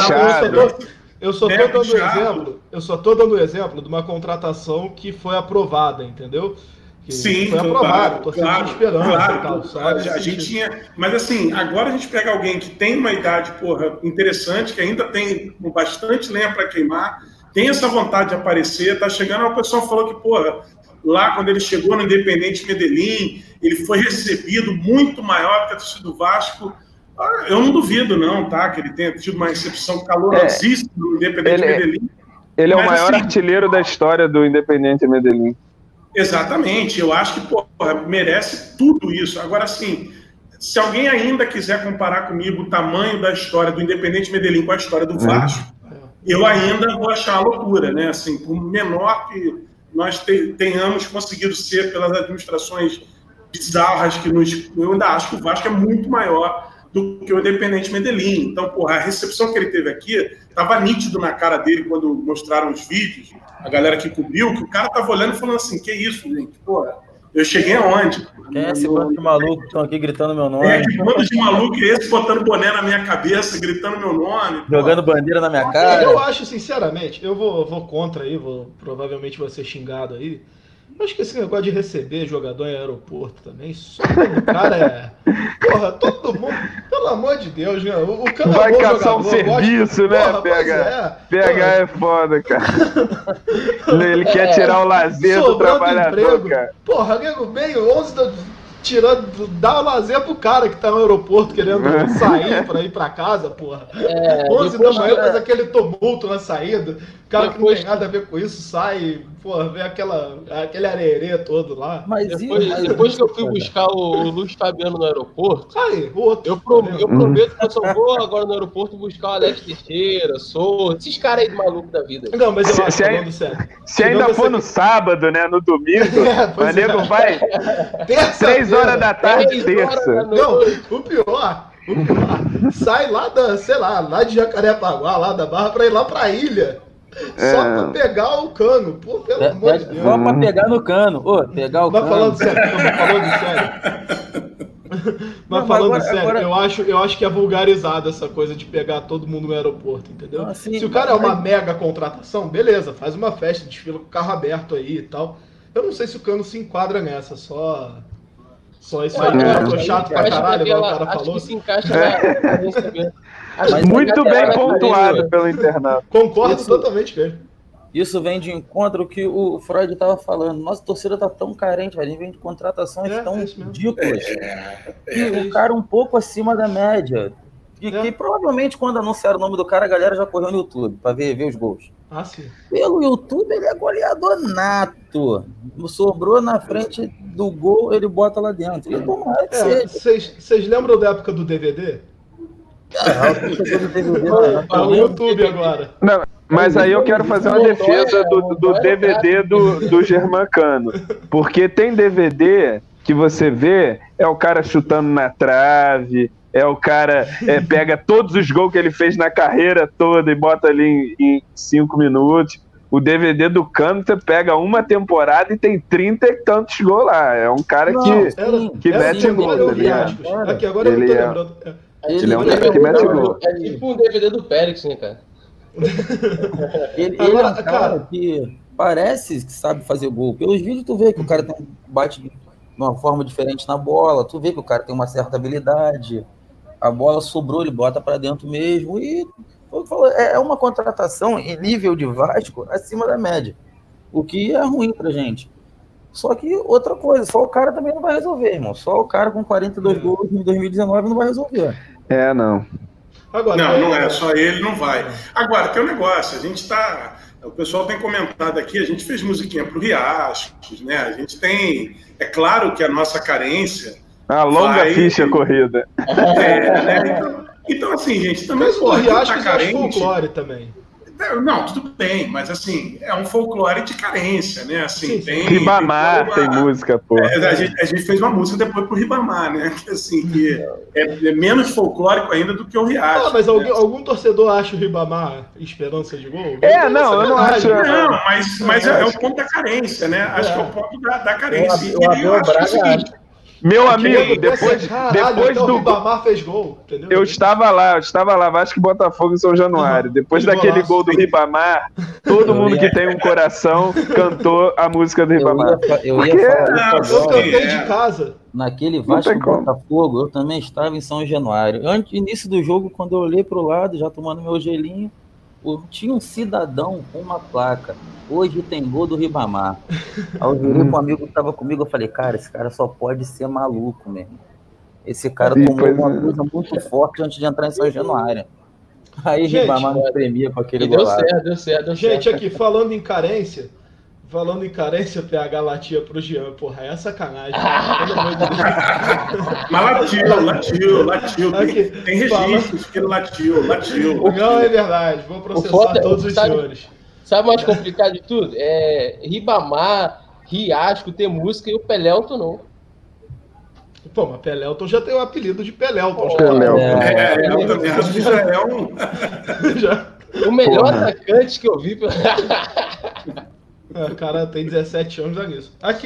S2: eu só tô dando exemplo de uma contratação que foi aprovada, entendeu?
S4: Sim,
S2: foi aprovado, tô sempre esperando e tal, sabe?
S4: A gente tinha, mas assim, agora a gente pega alguém que tem uma idade, interessante, que ainda tem bastante lenha para queimar, tem essa vontade de aparecer, tá chegando, a pessoa falou que, lá quando ele chegou no Independente Medellín, ele foi recebido muito maior que a torcida do Vasco. Eu não duvido, não, tá? Que ele tenha tido uma recepção calorosíssima no Independente Medellín.
S3: Ele é o maior artilheiro da história do Independente Medellín.
S4: Exatamente. Eu acho que, merece tudo isso. Agora, assim, se alguém ainda quiser comparar comigo o tamanho da história do Independente Medellín com a história do Vasco, eu ainda vou achar uma loucura, né? Assim, por menor que nós tenhamos conseguido ser pelas administrações bizarras que eu ainda acho que o Vasco é muito maior do que o Independente Medellín. Então, a recepção que ele teve aqui estava nítido na cara dele quando mostraram os vídeos, a galera que cobriu, que o cara tava olhando e falando assim, que isso, gente? Eu cheguei aonde?
S5: Quem é esse bando de maluco que estão aqui gritando meu nome?
S4: Que bando de maluco é esse botando boné na minha cabeça, gritando meu nome?
S5: Jogando bandeira na minha cara?
S2: Eu acho, sinceramente, eu vou contra aí, provavelmente vou ser xingado aí. Eu acho que esse negócio de receber jogador em aeroporto também, só o cara todo mundo, pelo amor de Deus, né? O cara
S3: vai caçar um serviço, né, PH? PH é foda, cara. Ele quer tirar o lazer do trabalhador, cara.
S2: Nego meio 11 dá o lazer pro cara que tá no aeroporto querendo sair pra ir pra casa, 11 da manhã faz aquele tumulto na saída, o cara que não tem nada a ver com isso sai, vê aquele arerê todo lá.
S1: Mas depois que eu fui buscar o Luiz Fabiano no aeroporto,
S2: o outro,
S1: eu prometo que eu só vou agora no aeroporto buscar o Alex Teixeira, Souza, esses caras aí de maluco da vida.
S2: Não, mas eu acho, falando sério.
S3: Se ainda for no sábado, né, no domingo, o nego vai 3 horas da tarde, terça.
S2: Não, o pior, sai lá lá de Jacarepaguá, lá da Barra, pra ir lá pra ilha. Só pra pegar o cano, pelo amor de Deus.
S5: Só pra pegar no cano. Pegar o cano.
S2: Falando sério. Mas falando sério, eu acho que é vulgarizado essa coisa de pegar todo mundo no aeroporto, entendeu?
S5: Assim,
S2: se o cara é uma mega contratação, beleza, faz uma festa, desfila com o carro aberto aí e tal. Eu não sei se o cano se enquadra nessa, só isso aí, eu tô chato pra caralho, igual o cara falou.
S1: Acho que se encaixa na...
S3: Muito bem pontuado pelo internato.
S2: Concordo totalmente com ele.
S5: Isso vem de encontro ao que o Freud estava falando. Nossa torcida tá tão carente, velho. Vem de contratações tão ridículas. E o cara um pouco acima da média. Que provavelmente quando anunciaram o nome do cara, a galera já correu no YouTube para ver os gols.
S2: Sim.
S5: Pelo YouTube, ele é goleador nato. Sobrou na frente do gol, ele bota lá dentro.
S2: Vocês lembram da época do DVD? No YouTube agora.
S3: Não, mas aí eu quero fazer uma defesa do DVD do Germancano. Porque tem DVD que você vê, é o cara chutando na trave, é o cara pega todos os gols que ele fez na carreira toda e bota ali em 5 minutos. O DVD do Cano, você pega uma temporada e tem 30 e tantos gols lá. É um cara que mete gol.
S2: Aqui, agora eu não tô lembrando.
S3: Ele é um cara que mete gol.
S1: É tipo um DVD do Périx, né, cara?
S5: Ele é um cara que parece que sabe fazer gol. Pelos vídeos tu vê que o cara bate de uma forma diferente na bola, tu vê que o cara tem uma certa habilidade, a bola sobrou, ele bota pra dentro mesmo, e é uma contratação em nível de Vasco acima da média, o que é ruim pra gente. Só que outra coisa, só o cara também não vai resolver, irmão. Só o cara com 42 gols em 2019 não vai resolver.
S3: Não.
S4: Agora, não é, só ele não vai. Agora, tem um negócio, a gente tá... O pessoal tem comentado aqui, a gente fez musiquinha pro Riachos, né? A gente tem... É claro que a nossa carência...
S3: A longa ficha corrida.
S4: Né? Então, assim, gente, também...
S2: Mas o Riachos é folclore também.
S4: Não, tudo bem, mas assim, é um folclore de carência, né? Assim, tem
S3: Ribamar tem música, pô.
S4: A gente fez uma música depois pro Ribamar, né? Que, assim, que é menos folclórico ainda do que o Riacho.
S2: Mas algum torcedor acha o Ribamar esperança de gol?
S3: Eu não acho.
S4: Não, mas é o ponto da carência, né? Acho que é o ponto da carência. Eu acho que é o seguinte.
S3: Meu amigo, depois
S2: então
S3: do
S2: o Ribamar fez gol, entendeu?
S3: Eu estava lá, Vasco e Botafogo em São Januário. Depois daquele gol do Ribamar, todo mundo que tem um coração cantou a música do Ribamar.
S2: Eu cantei de casa.
S5: Naquele Vasco e Botafogo, eu também estava em São Januário. Antes, início do jogo, quando eu olhei para o lado, já tomando meu gelinho, tinha um cidadão com uma placa. Hoje tem gol do Ribamar. Aí eu virei com um amigo que estava comigo, eu falei, cara, esse cara só pode ser maluco mesmo. Esse cara tomou uma coisa muito forte antes de entrar em São Januário. Aí Ribamar me premia com aquele gol.
S1: Deu certo.
S2: Gente, aqui, falando em carência, PH latia pro Jean, porra, é sacanagem. Pelo amor de Deus.
S4: Mas latiu. Tem registros que ele latiu.
S2: Não, é verdade, vou processar todos os senhores.
S1: Sabe o mais complicado de tudo? Ribamar, Riasco, tem música e o Pelelton não.
S2: Pô, mas Pelelton já tem o apelido de Pelelton.
S1: O melhor atacante que eu vi.
S2: O cara tem 17 anos já nisso. Aqui,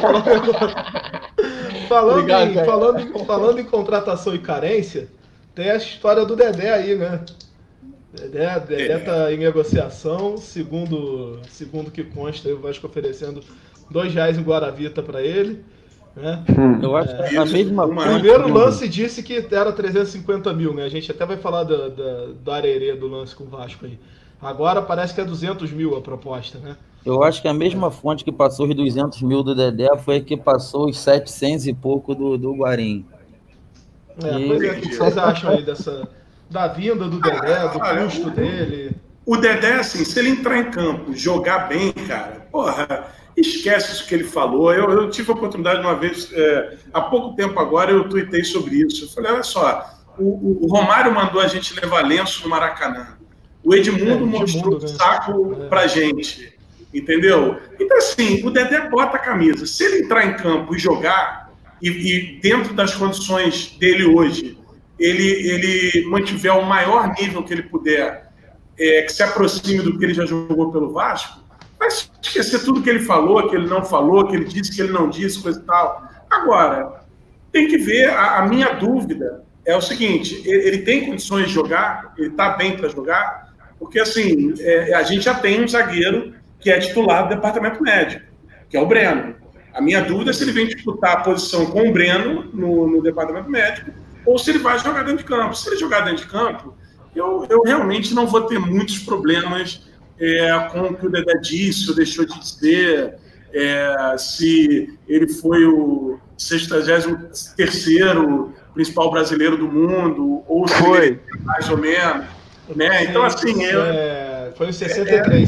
S2: falando em contratação e carência, tem a história do Dedé aí, né? Dedé tá em negociação, segundo que consta, o Vasco oferecendo R$2 em Guaravita para ele. Né?
S5: Eu acho que a mesma
S2: coisa. O primeiro lance disse que era 350 mil, né? A gente até vai falar da arerê do lance com o Vasco aí. Agora parece que é 200 mil a proposta, né?
S5: Eu acho que a mesma fonte que passou os 200 mil do Dedé foi a que passou os 700 e pouco do Guarim.
S2: Pois é, o que vocês acham aí da vinda do Dedé, do custo dele?
S4: O Dedé, assim, se ele entrar em campo, jogar bem, cara, porra, esquece isso que ele falou. Eu tive a oportunidade uma vez, há pouco tempo agora, eu tuitei sobre isso. Eu falei, olha só, o Romário mandou a gente levar lenço no Maracanã. O Edmundo mostrou o saco pra gente, entendeu? Então, assim, o Dedé bota a camisa. Se ele entrar em campo e jogar, e dentro das condições dele hoje, ele mantiver o maior nível que ele puder, que se aproxime do que ele já jogou pelo Vasco, vai esquecer tudo que ele falou, que ele não falou, que ele disse, que ele não disse, coisa e tal. Agora, tem que ver, a minha dúvida é o seguinte, ele tem condições de jogar, ele está bem para jogar, porque assim, a gente já tem um zagueiro que é titular do departamento médico, que é o Breno. A minha dúvida é se ele vem disputar a posição com o Breno no departamento médico, ou se ele vai jogar dentro de campo. Se ele jogar dentro de campo, eu realmente não vou ter muitos problemas com o que o Dedé disse ou deixou de dizer, se ele foi o 63º principal brasileiro do mundo, ou se ele mais ou menos. Né? Então, assim,
S2: foi o 63,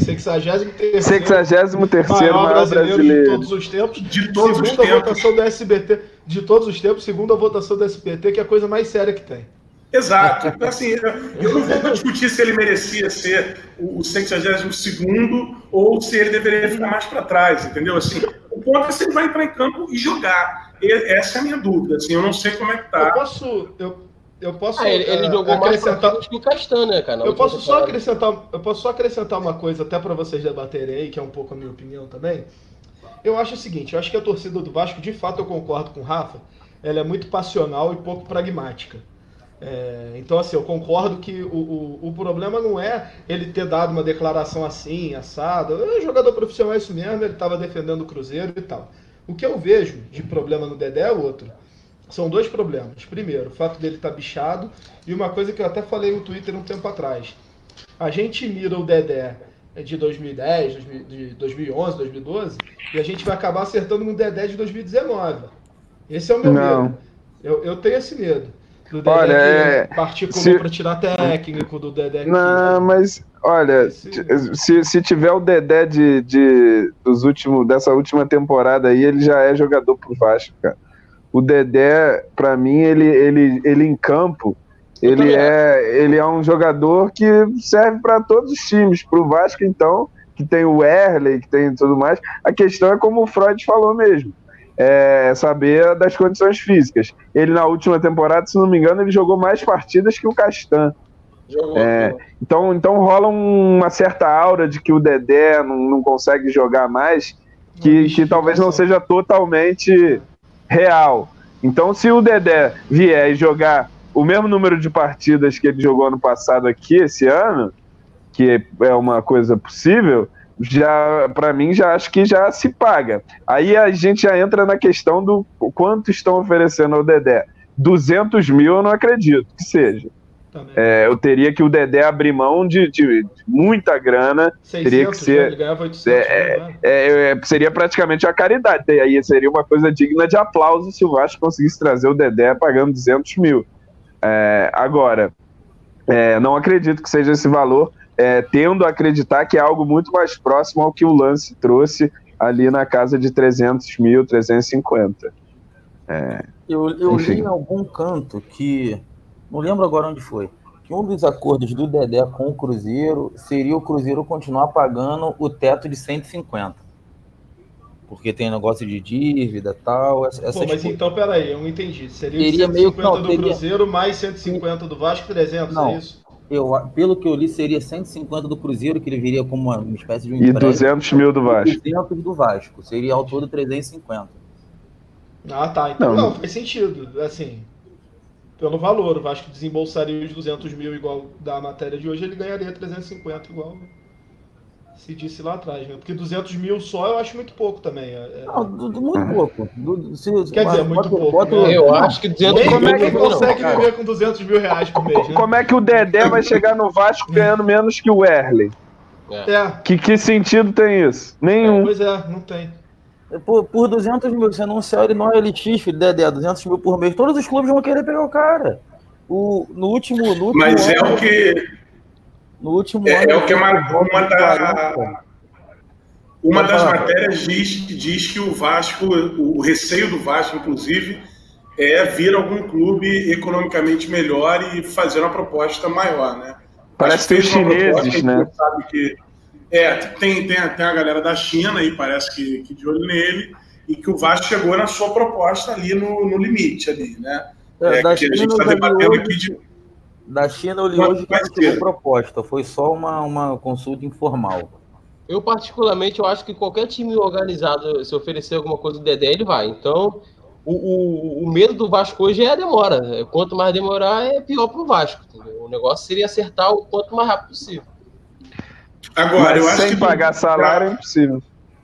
S3: 63º maior brasileiro
S2: de todos os tempos. Segundo a votação do SBT, de todos os tempos, segundo a votação do SBT, que é a coisa mais séria que tem.
S4: Exato. Então, assim, eu não vou discutir se ele merecia ser o 62º ou se ele deveria ficar mais para trás, entendeu? Assim, o ponto é se ele vai entrar em campo e jogar. Essa é a minha dúvida. Assim, eu não sei como é que tá.
S2: Eu posso
S1: ele jogou mais que o Castan, né, cara?
S2: Eu posso só acrescentar uma coisa até para vocês debaterem aí, que é um pouco a minha opinião também. Eu acho o seguinte, eu acho que a torcida do Vasco, de fato, eu concordo com o Rafa, ela é muito passional e pouco pragmática. Então, assim, eu concordo que o problema não é ele ter dado uma declaração assim, assada. É jogador profissional, é isso mesmo, ele estava defendendo o Cruzeiro e tal. O que eu vejo de problema no Dedé é outro. São dois problemas. Primeiro, o fato dele estar bichado, e uma coisa que eu até falei no Twitter um tempo atrás. A gente mira o Dedé de 2010, de 2011, 2012, e a gente vai acabar acertando no Dedé de 2019. Esse é o meu medo. Eu tenho esse medo. Do Dedé que particulou para tirar técnico, do Dedé que...
S3: Não, mas, olha, se tiver o Dedé dessa última temporada aí, ele já é jogador pro Vasco, cara. O Dedé, pra mim, ele em campo, Ele é um jogador que serve para todos os times. Para o Vasco, então, que tem o Wehrle, que tem tudo mais. A questão é como o Freud falou mesmo. Saber das condições físicas. Ele, na última temporada, se não me engano, ele jogou mais partidas que o Castan. Então rola uma certa aura de que o Dedé não consegue jogar mais, que talvez não seja totalmente real. Então, se o Dedé vier e jogar o mesmo número de partidas que ele jogou ano passado aqui, esse ano, que é uma coisa possível, já, para mim, já acho que já se paga. Aí a gente já entra na questão do quanto estão oferecendo ao Dedé. 200 mil eu não acredito que seja. Eu teria que o Dedé abrir mão de muita grana. 600, teria que ser. Ele ganhava 800, seria praticamente a caridade. E aí seria uma coisa digna de aplauso se o Vasco conseguisse trazer o Dedé pagando 200 mil. Agora, não acredito que seja esse valor. Tendo a acreditar que é algo muito mais próximo ao que o Lance trouxe ali na casa de 300 mil, 350.
S5: Eu li em algum canto que, não lembro agora onde foi, que um dos acordos do Dedé com o Cruzeiro seria o Cruzeiro continuar pagando o teto de 150. Porque tem negócio de dívida e tal.
S2: Mas então, peraí, eu não entendi. Seria 150 do Cruzeiro mais 150 do Vasco, 300, não, é isso?
S5: Pelo que eu li, seria 150 do Cruzeiro, que ele viria como uma espécie de um
S3: empréstimo. E 200 mil do Vasco.
S5: 200 do Vasco. Seria ao todo 350.
S2: Ah, tá. Então não faz sentido. Assim, pelo valor, o Vasco desembolsaria os 200 mil igual da matéria de hoje, ele ganharia 350 igual se disse lá atrás, né? Porque 200 mil só eu acho muito pouco também.
S5: Muito pouco.
S2: Quer dizer, muito pouco.
S1: Eu acho que 200 mil...
S2: Como é que consegue viver com 200 mil reais por mês, né?
S3: Como é que o Dedé vai chegar no Vasco ganhando menos que o Wehrle? Que sentido tem isso? Nenhum.
S2: Pois não tem.
S5: Por 200 mil, você anunciar ele não é elitista, Dedé, 200 mil por mês, todos os clubes vão querer pegar o cara. No último
S4: Mas ano, o que...
S5: No último ano...
S4: É o que uma das matérias diz que o Vasco, o receio do Vasco, inclusive, é vir algum clube economicamente melhor e fazer uma proposta maior, né?
S3: Parece que tem chineses, né?
S4: Sabe que tem a galera da China aí, parece que de olho nele, e que o Vasco chegou na sua proposta ali no limite, ali, né? Que a gente está debatendo aqui de...
S5: Da China eu li hoje que não teve proposta, foi só uma consulta informal.
S1: Eu, particularmente, eu acho que qualquer time organizado, se oferecer alguma coisa do Dedé, ele vai. Então, o medo do Vasco hoje é a demora. Quanto mais demorar, é pior para o Vasco. Entendeu? O negócio seria acertar o quanto mais rápido possível.
S4: Agora, eu acho
S3: sem
S4: que
S3: pagar salário é impossível.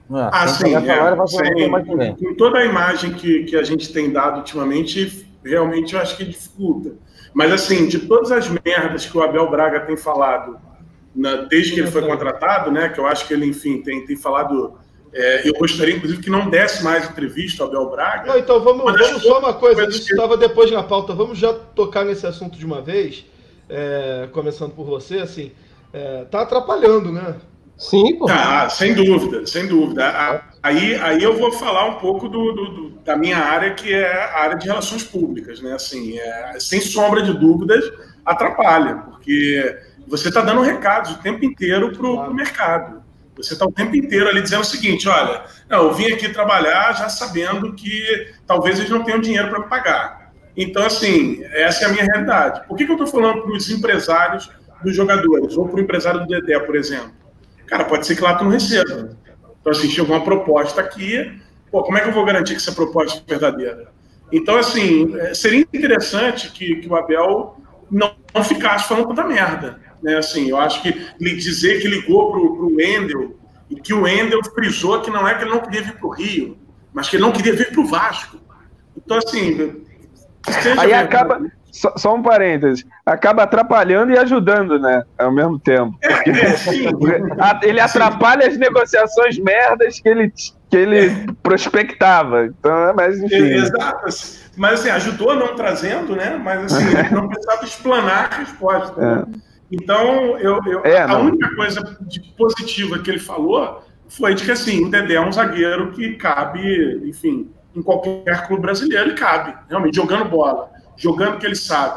S4: Com toda a imagem que a gente tem dado ultimamente, realmente eu acho que dificulta. Mas, assim, de todas as merdas que o Abel Braga tem falado desde que ele foi contratado, né, que eu acho que ele, enfim, tem falado... eu gostaria, inclusive, que não desse mais entrevista ao Abel Braga.
S2: Não, então, vamos só uma coisa, isso estava depois na pauta, vamos já tocar nesse assunto de uma vez, começando por você, assim, tá atrapalhando, né?
S1: Sim, pô.
S4: Sem dúvida, sem dúvida. Aí eu vou falar um pouco da minha área, que é a área de relações públicas, né? Assim, sem sombra de dúvidas, atrapalha, porque você está dando recados o tempo inteiro para o mercado. Você está o tempo inteiro ali dizendo o seguinte, olha, eu vim aqui trabalhar já sabendo que talvez eles não tenham dinheiro para me pagar. Então, assim, essa é a minha realidade. Por que eu estou falando para os empresários dos jogadores, ou para o empresário do Dedé, por exemplo? Cara, pode ser que lá tu não receba. Então, assim, chegou uma proposta aqui, como é que eu vou garantir que essa proposta é verdadeira? Então, assim, seria interessante que o Abel não ficasse falando tanta merda, né? Assim, eu acho que dizer que ligou pro Wendel, e que o Wendel frisou que não é que ele não queria vir pro Rio, mas que ele não queria vir pro Vasco. Então, assim...
S3: Aí acaba... Só um parênteses, acaba atrapalhando e ajudando, né? Ao mesmo tempo. Ele atrapalha as negociações merdas que ele prospectava. Então, mas enfim.
S4: Exato. Mas assim, ajudou não trazendo, né? Mas assim, ele não precisava explanar a resposta. Né? Então, a única coisa positiva que ele falou foi de que assim, o Dedé é um zagueiro que cabe, enfim, em qualquer clube brasileiro, e cabe, realmente, jogando bola. Jogando o que ele sabe,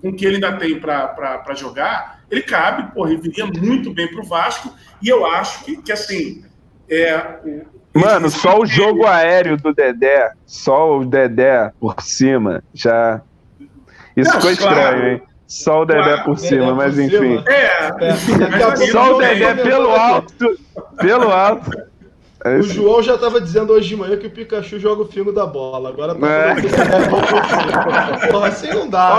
S4: com o que ele ainda tem para jogar, ele cabe, porra, ele viria muito bem para o Vasco, e eu acho que assim...
S3: Mano, só o jogo aéreo do Dedé, só o Dedé por cima, já... Isso ficou estranho, hein? Só o Dedé por cima, mas enfim. Só o Dedé pelo alto. Pelo alto.
S2: O João já estava dizendo hoje de manhã que o Pikachu joga o filme da bola. Agora tá porra, assim não dá.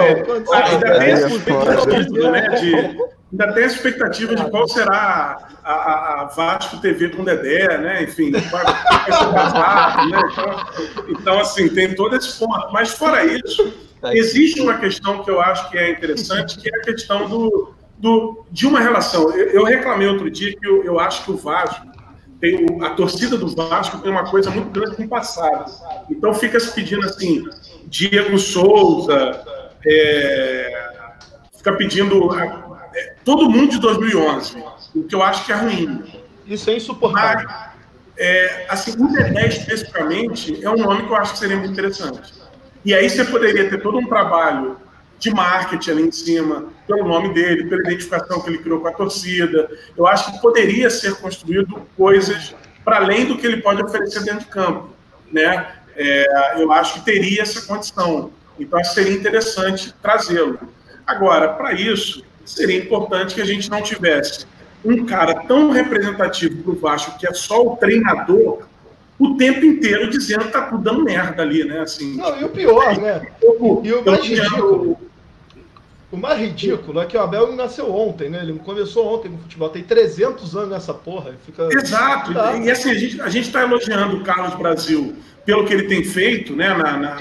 S4: Ainda tem a expectativa de qual será a Vasco TV com o Dedé, né? Enfim, vai ser vazado, né? Então, assim, tem todo esse ponto. Mas, fora isso, existe uma questão que eu acho que é interessante, que é a questão de uma relação. Eu reclamei outro dia que eu acho que o Vasco, a torcida do Vasco tem uma coisa muito grande com o passado. Então, fica se pedindo, assim, Diego Souza, fica pedindo... todo mundo de 2011, o que eu acho que é ruim.
S2: Isso é insuportável.
S4: Mas, assim, o Dedé especificamente é um nome que eu acho que seria muito interessante. E aí você poderia ter todo um trabalho de marketing ali em cima, pelo nome dele, pela identificação que ele criou com a torcida. Eu acho que poderia ser construído coisas para além do que ele pode oferecer dentro de campo, né? Eu acho que teria essa condição. Então, acho que seria interessante trazê-lo. Agora, para isso... seria importante que a gente não tivesse um cara tão representativo para o Vasco, que é só o treinador, o tempo inteiro dizendo que tá tudo dando merda ali, né? Assim,
S2: não, e o pior, né? O mais ridículo é que o Abel nasceu ontem, né? Ele começou ontem no futebol, tem 300 anos nessa porra.
S4: Exato, e assim, a gente está elogiando o Carlos Brasil pelo que ele tem feito, né?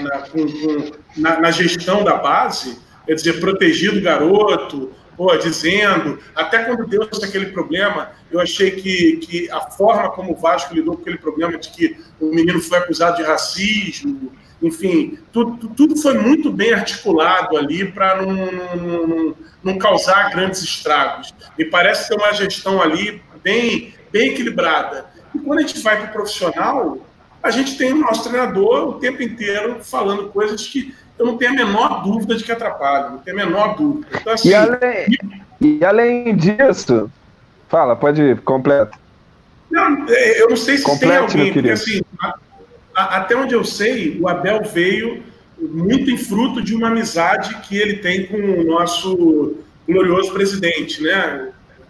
S4: Na gestão da base, quer dizer, protegido o garoto, dizendo, até quando deu-se aquele problema, eu achei que a forma como o Vasco lidou com aquele problema de que o menino foi acusado de racismo, enfim, tudo foi muito bem articulado ali para não causar grandes estragos. Me parece ter uma gestão ali bem equilibrada. E quando a gente vai para o profissional, a gente tem o nosso treinador o tempo inteiro falando coisas que eu não tenho a menor dúvida de que atrapalha, não tenho a menor dúvida. Então, assim,
S3: e além disso, fala, pode ir, completa.
S4: Não, eu não sei se tem alguém, porque assim, até onde eu sei, o Abel veio muito em fruto de uma amizade que ele tem com o nosso glorioso presidente, né?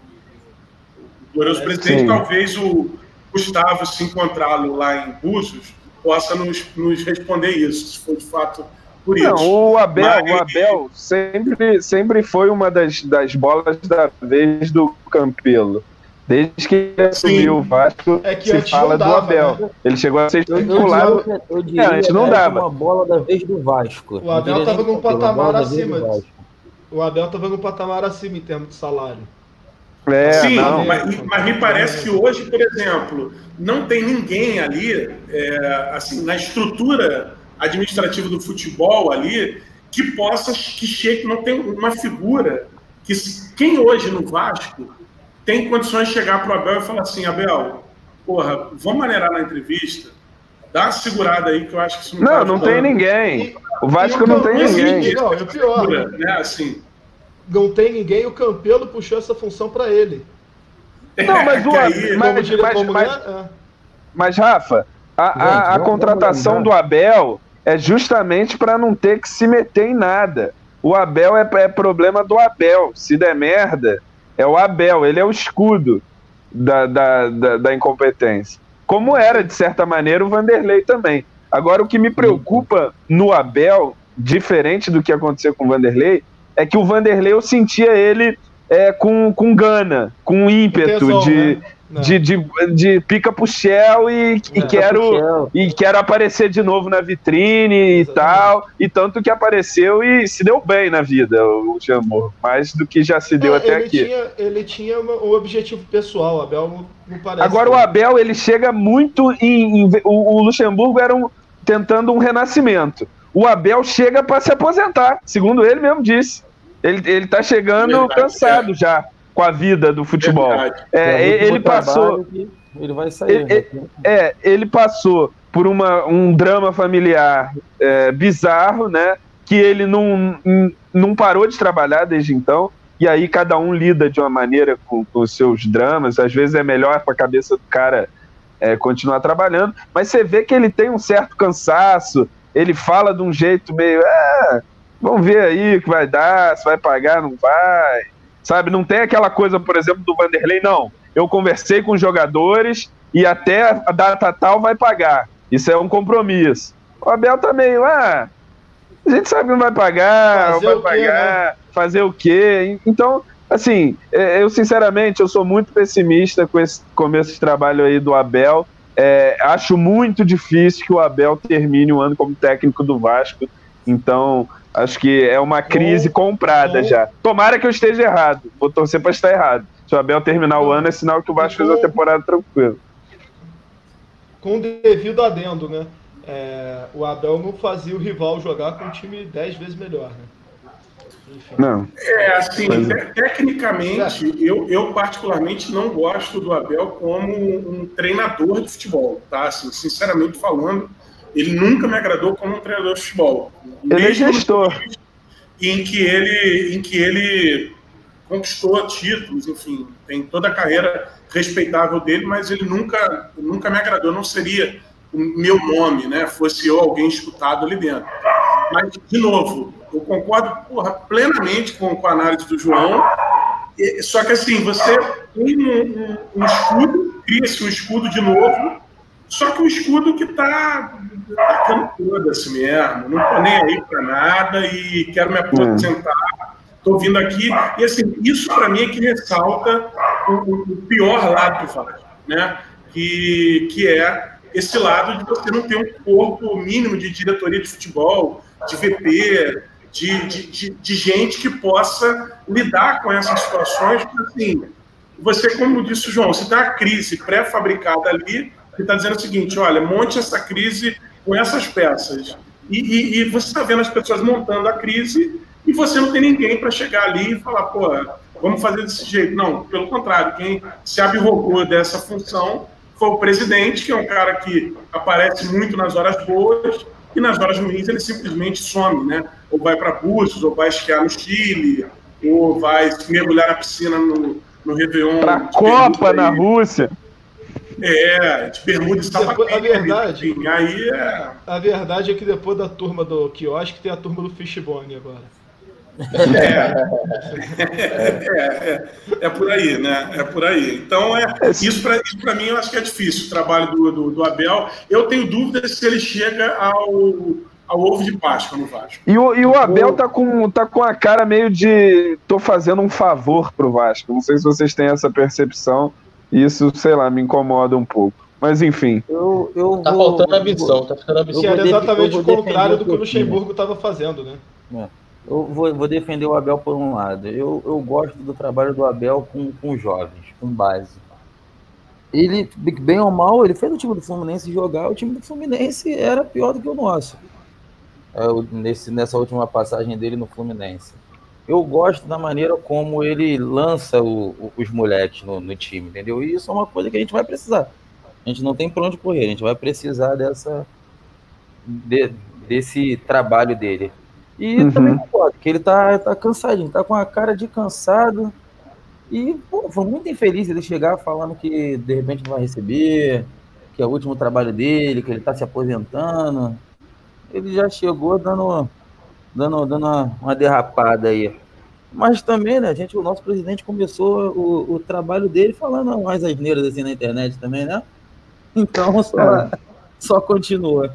S4: O glorioso presidente, sim. Talvez o Gustavo, se encontrá-lo lá em Búzios, possa nos responder isso, se for de fato... por isso.
S3: Não, o Abel sempre foi uma das bolas da vez do Campelo. Desde que ele assumiu o Vasco, se fala do Abel. Né? Ele chegou a ser titular.
S5: Eu diria
S3: antes não dava.
S5: Uma bola da vez do Vasco.
S2: O Abel estava num patamar acima. O Abel estava num patamar acima em termos de salário.
S4: Sim, mas me parece que hoje, por exemplo, não tem ninguém ali, assim, na estrutura administrativa do futebol ali, que chegue, não tem uma figura que quem hoje no Vasco tem condições de chegar para o Abel e falar assim, Abel, porra, vamos maneirar na entrevista, dá uma segurada aí que eu acho que isso
S3: não tem ninguém. O Vasco não tem ninguém.
S2: Não, é pior.
S4: Né? Assim,
S2: não tem ninguém e o Campelo puxou essa função para ele.
S3: Não, mas Rafa, a contratação do Abel é justamente para não ter que se meter em nada. O Abel é problema do Abel. Se der merda, é o Abel. Ele é o escudo da incompetência. Como era, de certa maneira, o Vanderlei também. Agora, o que me preocupa no Abel, diferente do que aconteceu com o Vanderlei, é que o Vanderlei eu sentia ele com gana, com ímpeto, de pica pro Shell e quero aparecer de novo na vitrine e tal, e tanto que apareceu e se deu bem na vida, o Jamor, mais do que já se deu até aqui.
S2: Ele tinha um objetivo pessoal, o Abel não parece.
S3: Agora o Abel, ele chega muito o Luxemburgo era tentando um renascimento. O Abel chega para se aposentar, segundo ele mesmo disse. Ele tá chegando cansado já com a vida do futebol. Ele passou.
S5: Ele vai sair.
S3: Ele passou por um drama familiar bizarro, né? que ele não parou de trabalhar desde então, e aí cada um lida de uma maneira com os seus dramas. Às vezes é melhor para a cabeça do cara continuar trabalhando, mas você vê que ele tem um certo cansaço, ele fala de um jeito meio, vamos ver aí o que vai dar, se vai pagar, não vai, sabe? Não tem aquela coisa, por exemplo, do Vanderlei, não, eu conversei com os jogadores e até a data tal vai pagar, isso é um compromisso. O Abel tá meio, a gente sabe que não vai pagar, fazer o quê? Então, assim, eu sinceramente, eu sou muito pessimista com esse começo de trabalho aí do Abel. Acho muito difícil que o Abel termine o ano como técnico do Vasco. Então, acho que é uma crise comprada já. Tomara que eu esteja errado. Vou torcer para estar errado. Se o Abel terminar o ano, é sinal que o Vasco fez a temporada tranquila.
S2: Com devido adendo, né? O Abel não fazia o rival jogar com um time 10 vezes melhor, né? Enfim.
S3: Não.
S4: Assim, tecnicamente, eu particularmente não gosto do Abel como um treinador de futebol, tá? Assim, sinceramente falando, ele nunca me agradou como um treinador de futebol.
S3: Ele é gestor.
S4: Em que ele conquistou títulos, enfim, tem toda a carreira respeitável dele, mas ele nunca me agradou, não seria o meu nome, né? Fosse eu alguém escutado ali dentro. Mas, de novo, eu concordo plenamente com a análise do João, só que assim, você tem um escudo, cria-se um escudo de novo, só que um escudo que está tacando foda-se mesmo, não estou nem aí para nada e quero me aposentar, estou vindo aqui, e assim, isso para mim é que ressalta o pior lado do Vasco, né? Que é esse lado de você não ter um corpo mínimo de diretoria de futebol, de VP, de gente que possa lidar com essas situações, porque assim, você, como disse o João, você tem uma crise pré-fabricada ali, que está dizendo o seguinte, olha, monte essa crise com essas peças. E você está vendo as pessoas montando a crise e você não tem ninguém para chegar ali e falar, vamos fazer desse jeito. Não, pelo contrário, quem se abrogou dessa função foi o presidente, que é um cara que aparece muito nas horas boas e nas horas ruins ele simplesmente some, né? Ou vai para Búzios, ou vai esquiar no Chile, ou vai mergulhar na piscina no Réveillon.
S3: Para a Copa na Rússia.
S4: De bermuda e sapatilha.
S2: A verdade é que depois da turma do quiosque tem a turma do Fishbone agora.
S4: É por aí, né? É por aí. Então, isso para mim eu acho que é difícil, o trabalho do Abel. Eu tenho dúvidas se ele chega ao ovo de Páscoa no Vasco.
S3: E o Abel tá com a cara meio de tô fazendo um favor pro Vasco. Não sei se vocês têm essa percepção. Isso, sei lá, me incomoda um pouco. Mas enfim.
S1: Tá faltando ambição, tá ficando ambição.
S2: Que era exatamente o contrário do que o Luxemburgo estava fazendo, né?
S5: Eu vou defender o Abel por um lado. Eu gosto do trabalho do Abel com jovens, com base. Ele, bem ou mal, ele fez o time do Fluminense jogar. O time do Fluminense era pior do que o nosso. Nessa última passagem dele no Fluminense. Eu gosto da maneira como ele lança os moleques no time, entendeu? E isso é uma coisa que a gente vai precisar. A gente não tem pra onde correr, a gente vai precisar desse trabalho dele. E também concordo que ele tá cansadinho, tá com a cara de cansado. E, foi muito infeliz ele chegar falando que de repente não vai receber, que é o último trabalho dele, que ele tá se aposentando. Ele já chegou dando uma derrapada aí. Mas também, né, o nosso presidente começou o trabalho dele falando umas asneiras assim na internet também, né? Então só continua.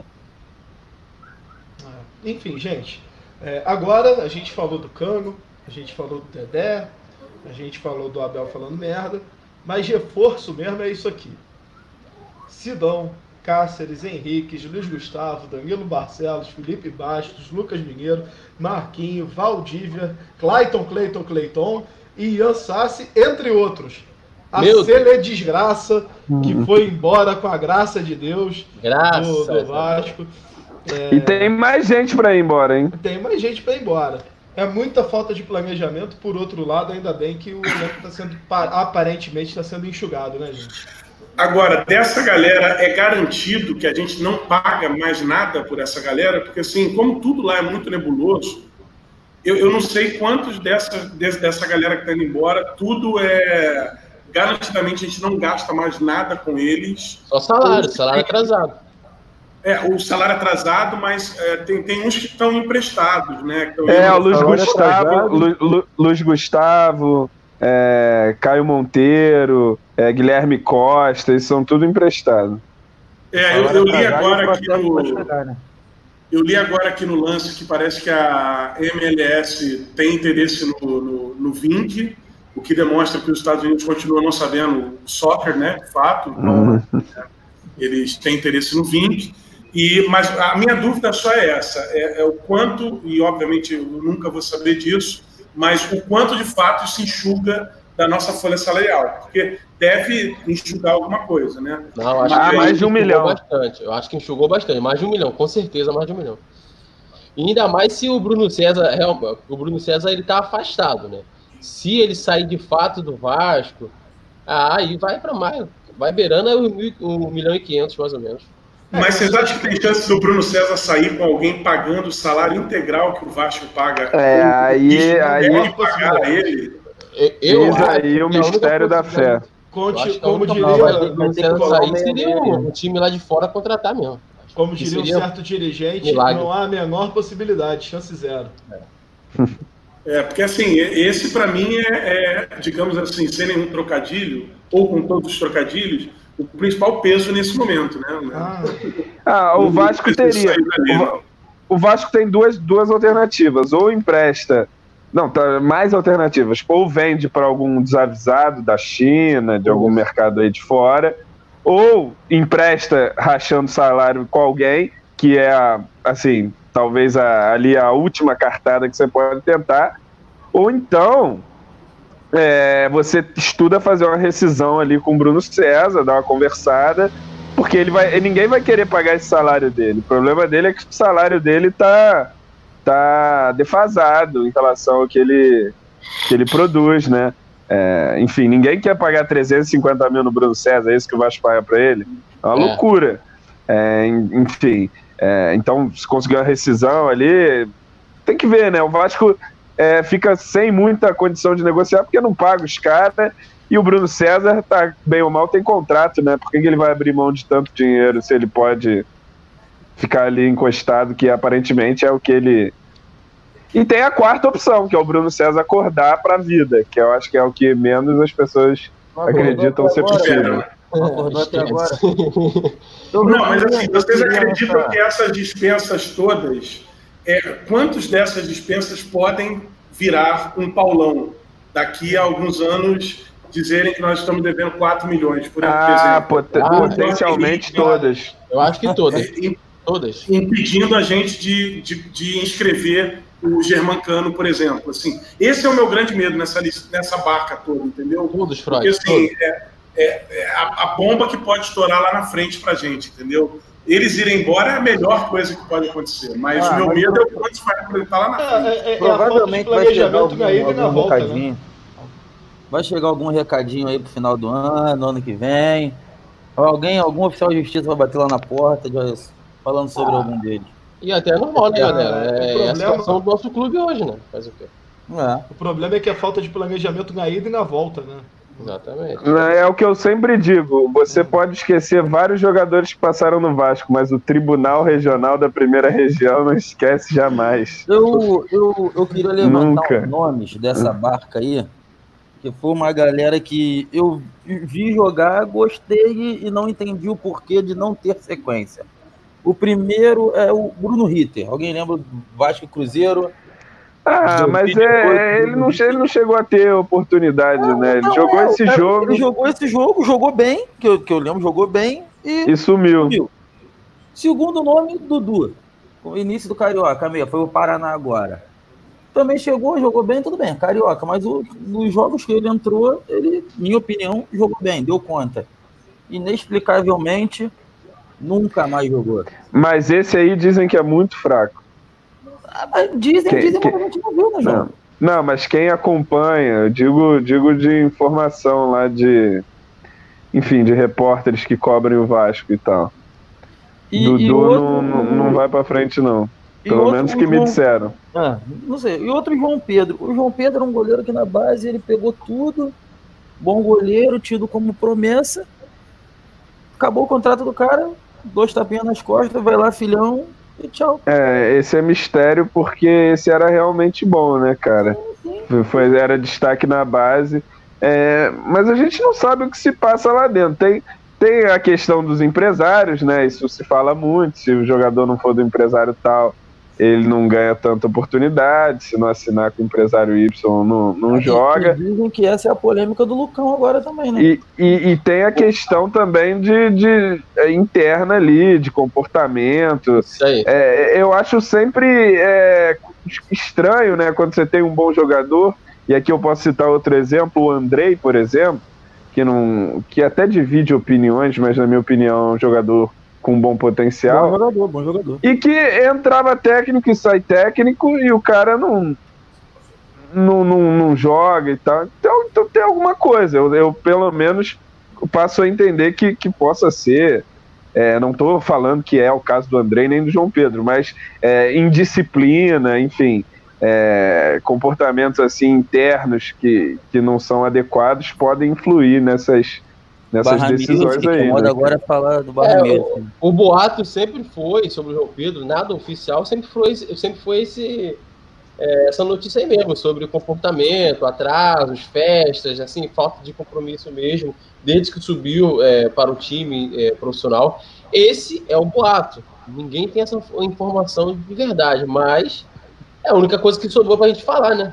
S2: Enfim, gente, agora a gente falou do Cano, a gente falou do Dedé, a gente falou do Abel falando merda, mas reforço mesmo é isso aqui. Sidão, Cáceres, Henriques, Luiz Gustavo, Danilo Barcelos, Felipe Bastos, Lucas Mineiro, Marquinho, Valdívia, Clayton e Ian Sassi, entre outros. A Desgraça, que foi embora com a graça de Deus do Vasco.
S3: E tem mais gente para ir embora, hein?
S2: Tem mais gente para ir embora. É muita falta de planejamento. Por outro lado, ainda bem que o elenco aparentemente está sendo enxugado, né, gente?
S4: Agora, dessa galera, é garantido que a gente não paga mais nada por essa galera? Porque, assim, como tudo lá é muito nebuloso, eu não sei quantos dessa galera que está indo embora, tudo é... Garantidamente, a gente não gasta mais nada com eles.
S1: Só salário atrasado.
S4: O salário atrasado, mas tem uns que estão emprestados, né?
S3: O Luiz Gustavo, Caio Monteiro, Guilherme Costa, eles são tudo emprestados.
S4: Eu li agora aqui eu li agora aqui no lance que parece que a MLS tem interesse no Vink, o que demonstra que os Estados Unidos continuam não sabendo soccer, né? Fato. Então, eles têm interesse no Vink. Mas a minha dúvida só é essa, é o quanto, e obviamente eu nunca vou saber disso, mas o quanto de fato se enxuga da nossa folha salarial, porque deve enxugar alguma coisa, né?
S1: Não, acho que mais de 1 milhão. Bastante. Eu acho que enxugou bastante, mais de 1 milhão, com certeza mais de 1 milhão. E ainda mais se o Bruno César ele tá afastado, né? Se ele sair de fato do Vasco, aí vai para mais, vai beirando 1,5 milhão mais ou menos.
S4: Mas vocês acham que tem chance do Bruno César sair com alguém pagando o salário integral que o Vasco paga?
S3: Aí
S4: pagar ele?
S3: Aí o mistério da fé.
S2: Como diria
S1: o time lá de fora contratar mesmo.
S2: Como diria um certo dirigente, não há a menor possibilidade, chance zero.
S4: Porque assim, esse para mim digamos assim, sem nenhum trocadilho, ou com todos os trocadilhos, o principal peso nesse momento, né?
S3: O Vasco teria. O Vasco tem duas alternativas. Ou empresta. Não, mais alternativas. Ou vende para algum desavisado da China, de algum mercado aí de fora. Ou empresta rachando salário com alguém, que é, assim, talvez ali a última cartada que você pode tentar. Ou então... você estuda fazer uma rescisão ali com o Bruno César, dar uma conversada, porque ninguém vai querer pagar esse salário dele. O problema dele é que o salário dele tá defasado em relação ao que ele produz, né? Enfim, ninguém quer pagar 350 mil no Bruno César, é isso que o Vasco paga para ele? É uma loucura. Enfim, então se conseguir uma rescisão ali, tem que ver, né? O Vasco... fica sem muita condição de negociar porque não paga os caras, e o Bruno César, tá bem ou mal, tem contrato, né? Por que ele vai abrir mão de tanto dinheiro se ele pode ficar ali encostado, que aparentemente é o que ele... E tem a quarta opção, que é o Bruno César acordar para a vida, que eu acho que é o que menos as pessoas acreditam ser possível.
S5: Acordou até agora.
S4: Não, mas assim, vocês acreditam que essas dispensas todas... quantos dessas dispensas podem virar um Paulão daqui a alguns anos, dizerem que nós estamos devendo 4 milhões, por exemplo?
S3: Potencialmente todas.
S1: Eu acho que todas.
S4: Impedindo a gente de inscrever o Germancano, por exemplo. Assim, esse é o meu grande medo nessa barca toda, entendeu?
S1: Todos, Freud.
S4: Porque assim, a bomba que pode estourar lá na frente pra gente, entendeu? Eles irem embora é a melhor coisa que pode acontecer, mas o meu medo é o quanto vai apresentar lá na frente.
S5: Provavelmente vai chegar algum
S2: recadinho.
S5: Né? Vai chegar algum recadinho aí pro final do ano que vem. Algum oficial de justiça vai bater lá na porta, falando sobre algum deles.
S1: E até é normal, né, galera? É a situação do nosso clube hoje, né? Faz o quê?
S2: O problema é que é falta de planejamento na ida e na volta, né?
S1: Exatamente.
S3: É o que eu sempre digo. Você pode esquecer vários jogadores que passaram no Vasco, mas o Tribunal Regional da Primeira Região não esquece jamais.
S5: Eu queria levantar os nomes dessa barca aí, que foi uma galera que eu vi jogar, gostei e não entendi o porquê de não ter sequência. O primeiro é o Bruno Ritter. Alguém lembra do Vasco e Cruzeiro?
S3: Mas ele não chegou a ter oportunidade, né? Ele jogou esse jogo.
S5: Ele jogou esse jogo, jogou bem, que eu lembro, jogou bem
S3: e sumiu.
S5: Segundo nome, Dudu. O início do Carioca, foi o Paraná agora. Também chegou, jogou bem, tudo bem, Carioca, mas nos jogos que ele entrou, ele, minha opinião, jogou bem, deu conta. Inexplicavelmente, nunca mais jogou.
S3: Mas esse aí dizem que é muito fraco.
S5: Dizem, mas a gente não viu, né, João?
S3: Não, mas quem acompanha, eu digo de informação lá de enfim, de repórteres que cobrem o Vasco e tal. Dudu não vai pra frente, não. Pelo menos que me disseram.
S5: Não sei. E outro João Pedro. O João Pedro era um goleiro que na base ele pegou tudo. Bom goleiro, tido como promessa. Acabou o contrato do cara, 2 tapinhas nas costas, vai lá, filhão, e tchau.
S3: Esse é mistério porque esse era realmente bom, né, cara? Sim. Era destaque na base. Mas a gente não sabe o que se passa lá dentro. Tem a questão dos empresários, né? Isso se fala muito. Se o jogador não for do empresário tal, ele não ganha tanta oportunidade. Se não assinar com o empresário Y, não joga.
S5: Dizem que essa é a polêmica do Lucão agora também, né?
S3: E tem a questão também de interna ali, de comportamento.
S1: Isso aí.
S3: Eu acho sempre estranho, né? Quando você tem um bom jogador, e aqui eu posso citar outro exemplo, o Andrei, por exemplo, que até divide opiniões, mas na minha opinião é um jogador com bom potencial.
S5: Bom jogador.
S3: E que entrava técnico e sai técnico e o cara não joga e tal. Então tem alguma coisa. Eu pelo menos passo a entender que possa ser. Não estou falando que é o caso do Andrei nem do João Pedro, mas indisciplina, enfim. Comportamentos assim internos que não são adequados podem influir nessas decisões aí.
S5: Né? Agora falar do Barramiro.
S1: O boato sempre foi sobre o João Pedro, nada oficial, sempre foi essa notícia aí mesmo, sobre o comportamento, atrasos, festas, assim, falta de compromisso mesmo, desde que subiu para o time profissional. Esse é o boato. Ninguém tem essa informação de verdade, mas é a única coisa que sobrou pra gente falar, né?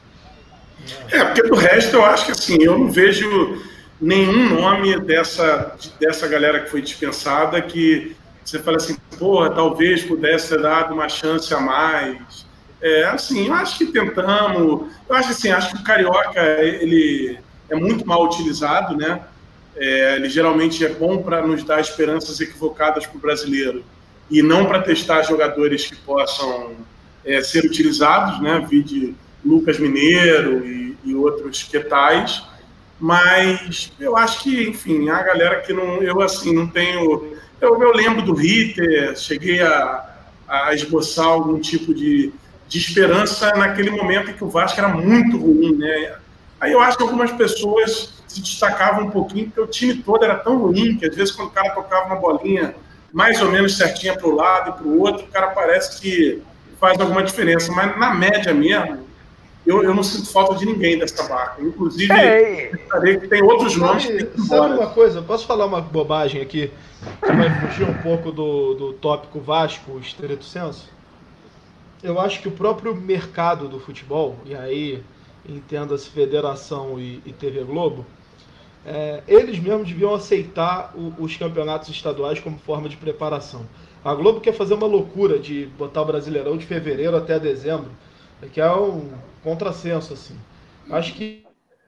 S4: Porque do resto eu acho que assim, eu não vejo nenhum nome dessa galera que foi dispensada que você fala assim, porra, talvez pudesse ter dado uma chance a mais. Assim, eu acho que tentamos. Eu acho assim, acho que o Carioca ele é muito mal utilizado, né? Ele geralmente é bom para nos dar esperanças equivocadas para o brasileiro e não para testar jogadores que possam ser utilizados, né? Vide Lucas Mineiro e outros que tais. Mas eu acho que, enfim, a galera que não tenho. Eu lembro do Ritter, cheguei a esboçar algum tipo de esperança naquele momento em que o Vasco era muito ruim, né? Aí eu acho que algumas pessoas se destacavam um pouquinho, porque o time todo era tão ruim que às vezes quando o cara tocava uma bolinha mais ou menos certinha para o lado e para o outro, o cara parece que faz alguma diferença. Mas na média mesmo, eu não sinto falta de ninguém dessa barca. Inclusive, que tem outros nomes que tem que ir embora.
S2: Sabe uma coisa? Posso falar uma bobagem aqui que vai fugir um pouco do tópico Vasco, estrito senso? Eu acho que o próprio mercado do futebol, e aí entenda-se Federação e TV Globo, eles mesmos deviam aceitar os campeonatos estaduais como forma de preparação. A Globo quer fazer uma loucura de botar o Brasileirão de fevereiro até dezembro, que é um contrassenso, assim. Acho que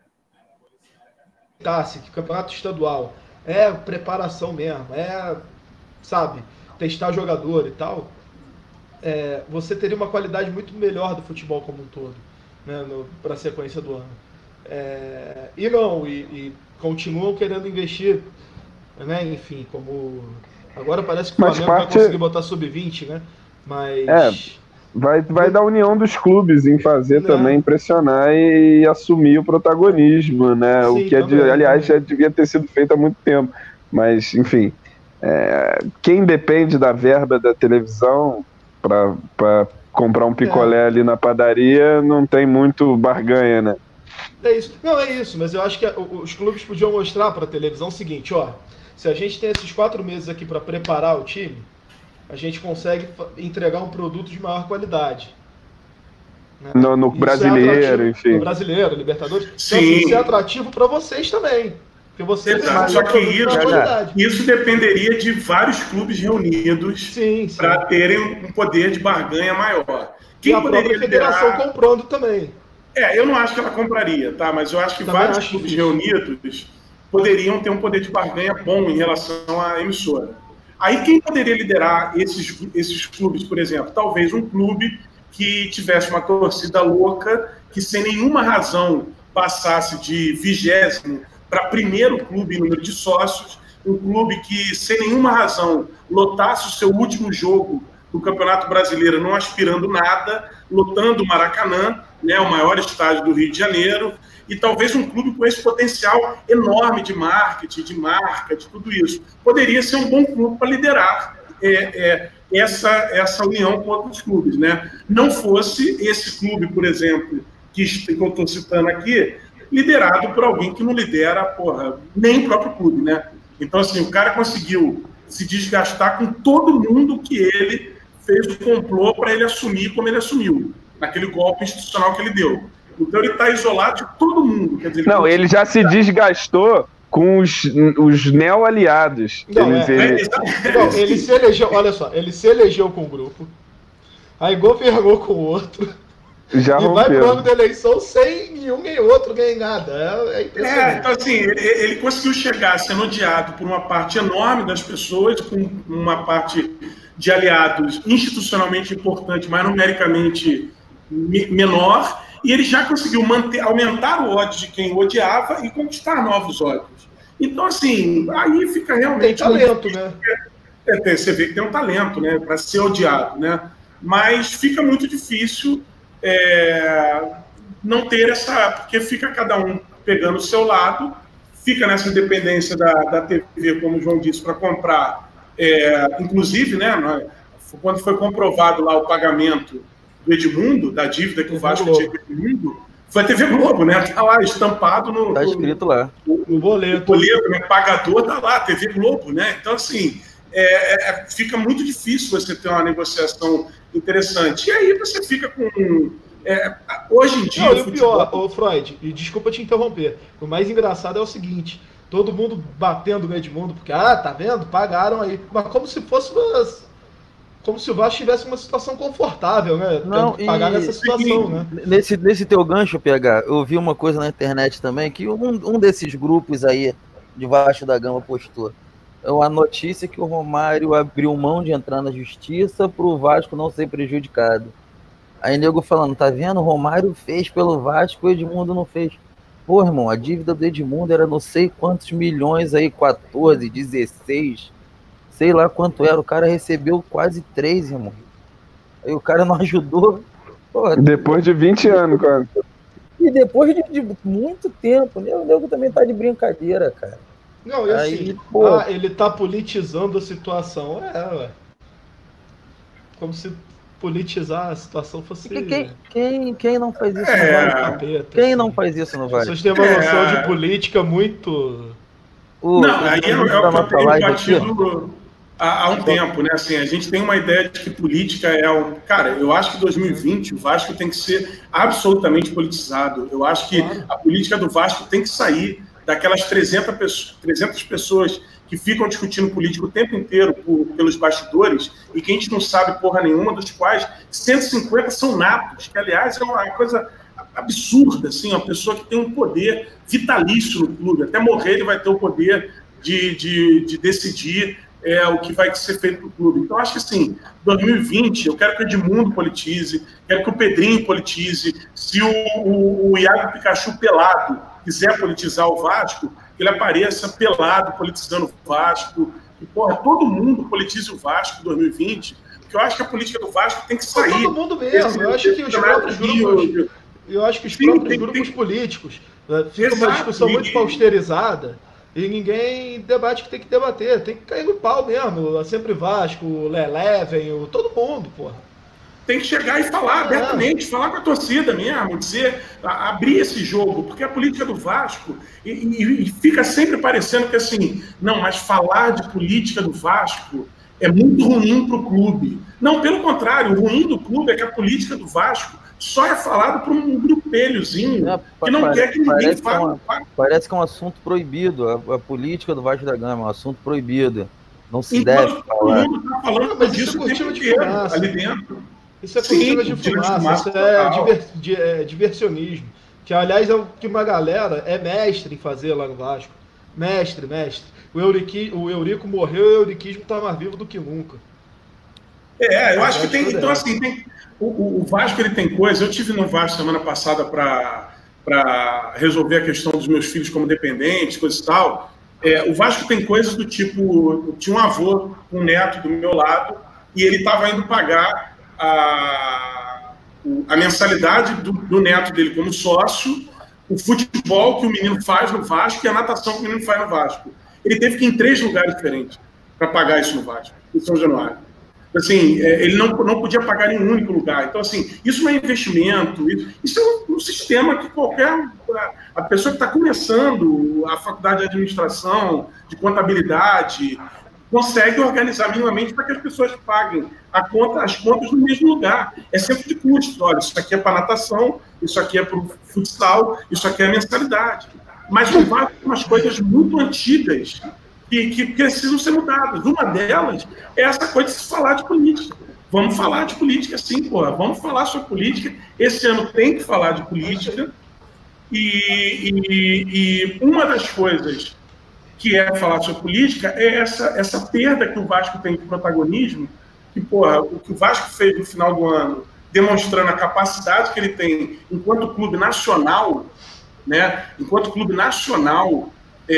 S2: que campeonato estadual é preparação mesmo, sabe, testar jogador e tal, você teria uma qualidade muito melhor do futebol como um todo, né, para a sequência do ano. E continuam querendo investir, né, enfim, como... Agora parece que o Flamengo vai conseguir botar sub-20, né, mas...
S3: Vai dar união dos clubes em fazer também, pressionar e assumir o protagonismo, né? Sim, o que, aliás, já devia ter sido feito há muito tempo. Mas, enfim, quem depende da verba da televisão para comprar um picolé ali na padaria não tem muito barganha, né?
S2: É isso. Não, é isso, mas eu acho que os clubes podiam mostrar para a televisão o seguinte, se a gente tem esses 4 meses aqui para preparar o time, a gente consegue entregar um produto de maior qualidade. Né?
S3: No brasileiro, enfim.
S2: No brasileiro, Libertadores.
S4: Sim.
S2: Então, isso é atrativo para vocês também. Porque vocês
S4: só que isso dependeria de vários clubes reunidos para terem um poder de barganha maior.
S2: Quem e a própria federação comprando também.
S4: Eu não acho que ela compraria, tá? Mas eu acho que também vários clubes reunidos poderiam ter um poder de barganha bom em relação à emissora. Aí quem poderia liderar esses clubes, por exemplo? Talvez um clube que tivesse uma torcida louca, que sem nenhuma razão passasse de 20º para primeiro clube em número de sócios, um clube que, sem nenhuma razão, lotasse o seu último jogo do Campeonato Brasileiro, não aspirando nada, lotando o Maracanã, né, o maior estádio do Rio de Janeiro, e talvez um clube com esse potencial enorme de marketing, de marca, de tudo isso. Poderia ser um bom clube para liderar essa união com outros clubes, né? Não fosse esse clube, por exemplo, que eu estou citando aqui, liderado por alguém que não lidera, nem o próprio clube, né? Então, assim, o cara conseguiu se desgastar com todo mundo que ele fez o complô para ele assumir como ele assumiu, naquele golpe institucional que ele deu. Então ele está isolado de todo mundo. Quer dizer,
S3: não, ele já se desgastou com os neo-aliados.
S2: Ele se elegeu, olha só, ele se elegeu com um grupo, aí governou com o outro, já rompeu. Vai pro ano da eleição sem nenhum nem outro ganhar nada. É impressionante.
S4: Então assim, ele conseguiu chegar sendo odiado por uma parte enorme das pessoas, com uma parte de aliados institucionalmente importante, mas numericamente menor, e ele já conseguiu aumentar o ódio de quem o odiava e conquistar novos ódios. Então, assim, aí fica realmente...
S2: Tem talento, né?
S4: Você vê que tem um talento, né, para ser odiado, né? Mas fica muito difícil não ter essa... Porque fica cada um pegando o seu lado, fica nessa dependência da TV, como o João disse, para comprar. Inclusive, né, quando foi comprovado lá o pagamento do Edmundo, da dívida que o Vasco tinha com o Edmundo, foi a TV Globo, né? Está lá estampado no...
S5: Está escrito lá.
S2: No boleto.
S4: O boleto, né? Pagador está lá, TV Globo, né? Então, assim, fica muito difícil você ter uma negociação interessante. E aí você fica com... hoje em dia...
S2: Não, e o pior, ô Freud, e desculpa te interromper, o mais engraçado é o seguinte, todo mundo batendo no Edmundo, porque, tá vendo? pagaram aí. Mas como se fosse como se o Vasco tivesse uma situação confortável, né?
S5: Não,
S2: tendo que pagar nessa situação, né?
S5: Nesse teu gancho, PH, eu vi uma coisa na internet também, que um desses grupos aí de Vasco da Gama postou. A notícia que o Romário abriu mão de entrar na justiça para o Vasco não ser prejudicado. Aí nego falando, tá vendo? O Romário fez pelo Vasco, o Edmundo não fez. Pô, irmão, a dívida do Edmundo era não sei quantos milhões aí, 14, 16... sei lá quanto era, o cara recebeu quase 3, irmão. Aí o cara não ajudou. Porra,
S3: depois de 20 anos, cara.
S5: E depois de muito tempo, né? O nego também tá de brincadeira, cara.
S2: Não, e assim, ele tá politizando a situação. Ué. Como se politizar a situação fosse...
S5: Quem não faz isso no Vale? Quem não faz isso no Vale?
S2: Vocês têm uma noção de política muito...
S4: aí é o que eu tenho batido há um tempo, né? Assim, a gente tem uma ideia de que política Cara, eu acho que 2020 o Vasco tem que ser absolutamente politizado. Eu acho que a política do Vasco tem que sair daquelas 300 pessoas que ficam discutindo política o tempo inteiro pelos bastidores e que a gente não sabe porra nenhuma, dos quais 150 são natos, que, aliás, é uma coisa absurda, assim, uma pessoa que tem um poder vitalício no clube. Até morrer ele vai ter o poder de decidir o que vai ser feito no clube. Então, acho que, assim, 2020, eu quero que o Edmundo politize, quero que o Pedrinho politize. Se o Iago Pikachu pelado quiser politizar o Vasco, que ele apareça pelado politizando o Vasco. E, porra, todo mundo politize o Vasco em 2020, porque eu acho que a política do Vasco tem que sair.
S2: Todo mundo mesmo. Eu acho que os próprios grupos... Eu acho que os próprios grupos políticos fica uma discussão muito pausterizada e ninguém debate o que tem que debater. Tem que cair no pau mesmo. Sempre Vasco, o Leleven, todo mundo, porra.
S4: Tem que chegar e falar abertamente, falar com a torcida mesmo, dizer, abrir esse jogo, porque a política do Vasco, e fica sempre parecendo que assim, não, mas falar de política do Vasco é muito ruim para o clube. Não, pelo contrário, o ruim do clube é que a política do Vasco só é falado por um grupelhozinho que não quer que ninguém fale.
S5: Parece que é um assunto proibido. A política do Vasco da Gama é um assunto proibido. Não se deve falar.
S4: Todo mundo está falando disso o tempo inteiro ali dentro.
S2: Isso é cortina de fumaça, isso é diversionismo. Que, aliás, é o que uma galera é mestre em fazer lá no Vasco. Mestre. O Eurico morreu e o euriquismo está mais vivo do que nunca.
S4: Eu acho que tem... Então, assim, o Vasco ele tem coisa... Eu tive no Vasco semana passada para para resolver a questão dos meus filhos como dependentes, coisa e tal. O Vasco tem coisas do tipo, eu tinha um avô, um neto do meu lado, e ele estava indo pagar a mensalidade do neto dele como sócio, o futebol que o menino faz no Vasco e a natação que o menino faz no Vasco. Ele teve que ir em 3 lugares diferentes para pagar isso no Vasco, em São Januário. Assim, ele não podia pagar em um único lugar. Então, assim, isso não é investimento, isso é um sistema que a pessoa que está começando a faculdade de administração, de contabilidade, consegue organizar minimamente para que as pessoas paguem as contas no mesmo lugar. É sempre de custo. Olha, isso aqui é para natação, isso aqui é para o futsal, isso aqui é a mensalidade. Mas o Vasco tem umas coisas muito antigas que precisam ser mudadas. Uma delas é essa coisa de se falar de política. Vamos falar de política, sim, porra. Vamos falar sobre política. Esse ano tem que falar de política. E uma das coisas que é falar sobre política é essa perda que o Vasco tem de protagonismo, que, porra, o que o Vasco fez no final do ano, demonstrando a capacidade que ele tem enquanto clube nacional, né? Enquanto clube nacional,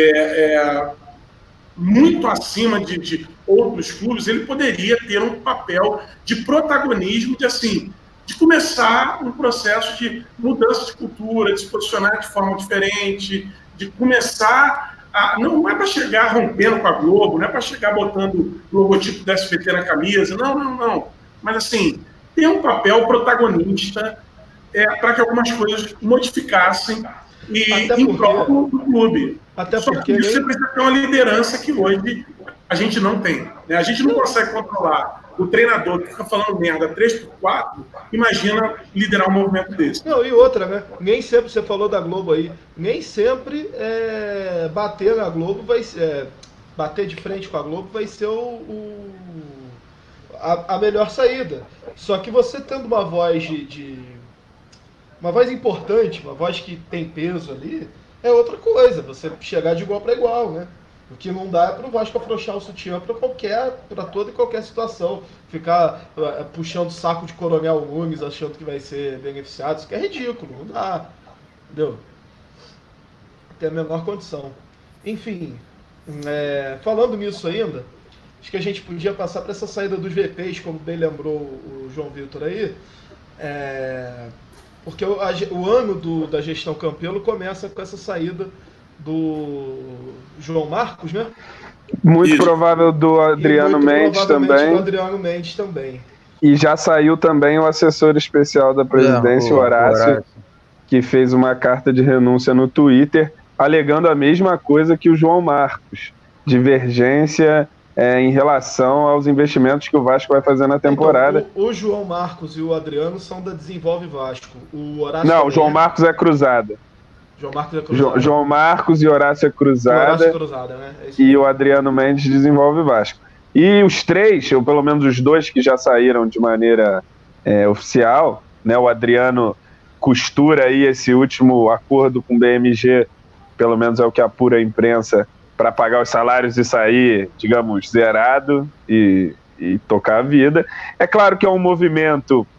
S4: muito acima de outros clubes, ele poderia ter um papel de protagonismo, de começar um processo de mudança de cultura, de se posicionar de forma diferente, de começar não é para chegar rompendo com a Globo, não é para chegar botando o logotipo do SBT na camisa, não. Mas, assim, ter um papel protagonista para que algumas coisas modificassem em prol do clube.
S2: Até
S4: Só
S2: porque
S4: que isso precisa ter uma liderança que hoje a gente não tem. Né? A gente não consegue controlar o treinador que fica falando merda 3x4, imagina liderar um movimento desse.
S2: Não, e outra, né? Nem sempre, você falou da Globo aí, nem sempre bater na Globo vai ser... bater de frente com a Globo vai ser a melhor saída. Só que você tendo uma voz uma voz importante, uma voz que tem peso ali, é outra coisa. Você chegar de igual para igual, né? O que não dá é para o Vasco afrouxar o sutiã para toda e qualquer situação. Ficar puxando o saco de Coronel Nunes, achando que vai ser beneficiado, isso que é ridículo, não dá. Entendeu? Tem a menor condição. Enfim, falando nisso ainda, acho que a gente podia passar para essa saída dos VPs, como bem lembrou o João Vitor aí, porque o ano da gestão Campelo começa com essa saída do João Marcos, né?
S3: Muito provável do Adriano Mendes também.
S2: Do Adriano Mendes também.
S3: E já saiu também o assessor especial da presidência, o Horácio, que fez uma carta de renúncia no Twitter, alegando a mesma coisa que o João Marcos, divergência em relação aos investimentos que o Vasco vai fazer na temporada.
S2: Então, o João Marcos e o Adriano são da Desenvolve Vasco. O Horácio
S3: não, o João Marcos é Cruzada. João Marcos e Horácio Cruzada,
S2: né?
S3: E o Adriano Mendes desenvolve Vasco. E os três, ou pelo menos os dois que já saíram de maneira oficial, né? O Adriano costura aí esse último acordo com o BMG, pelo menos é o que apura a imprensa, para pagar os salários e sair, digamos, zerado e tocar a vida. É claro que é um movimento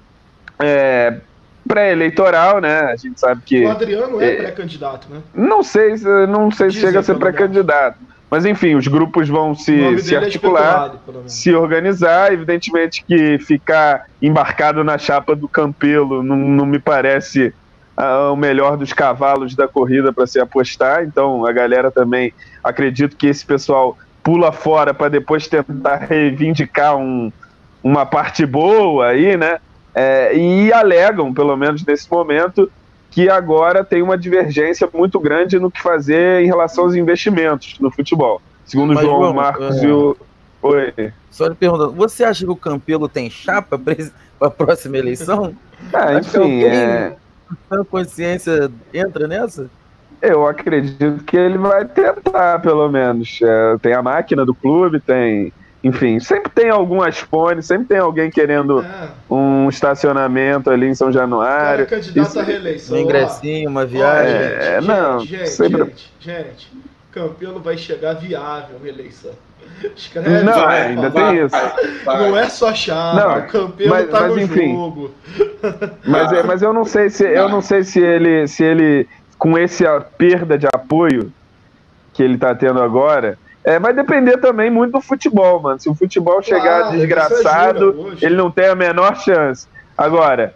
S3: pré-eleitoral, né? A gente sabe que...
S2: O Adriano é pré-candidato, né?
S3: Não sei se chega a ser pré-candidato. Mas, enfim, os grupos vão se articular, se organizar. Evidentemente que ficar embarcado na chapa do Campelo não me parece o melhor dos cavalos da corrida para se apostar. Então, a galera também, acredito que esse pessoal pula fora para depois tentar reivindicar uma parte boa aí, né? E alegam, pelo menos nesse momento, que agora tem uma divergência muito grande no que fazer em relação aos investimentos no futebol. Segundo o João Marcos e o... Oi.
S5: Só lhe perguntando, você acha que o Campelo tem chapa para a próxima eleição?
S3: Enfim...
S5: A consciência entra nessa?
S3: Eu acredito que ele vai tentar, pelo menos. Tem a máquina do clube, tem... Enfim, sempre tem algum Aspone, sempre tem alguém querendo um estacionamento ali em São Januário.
S2: Candidato à reeleição.
S5: Um ingressinho, uma viagem.
S2: Gente, Campelo vai chegar viável a eleição. Escreve,
S3: não, ainda tem isso.
S2: Não é só chave, o Campelo tá no jogo.
S3: Mas eu não sei se ele com essa perda de apoio que ele tá tendo agora, vai depender também muito do futebol, mano. Se o futebol chegar desgraçado, ele não tem a menor chance. Agora,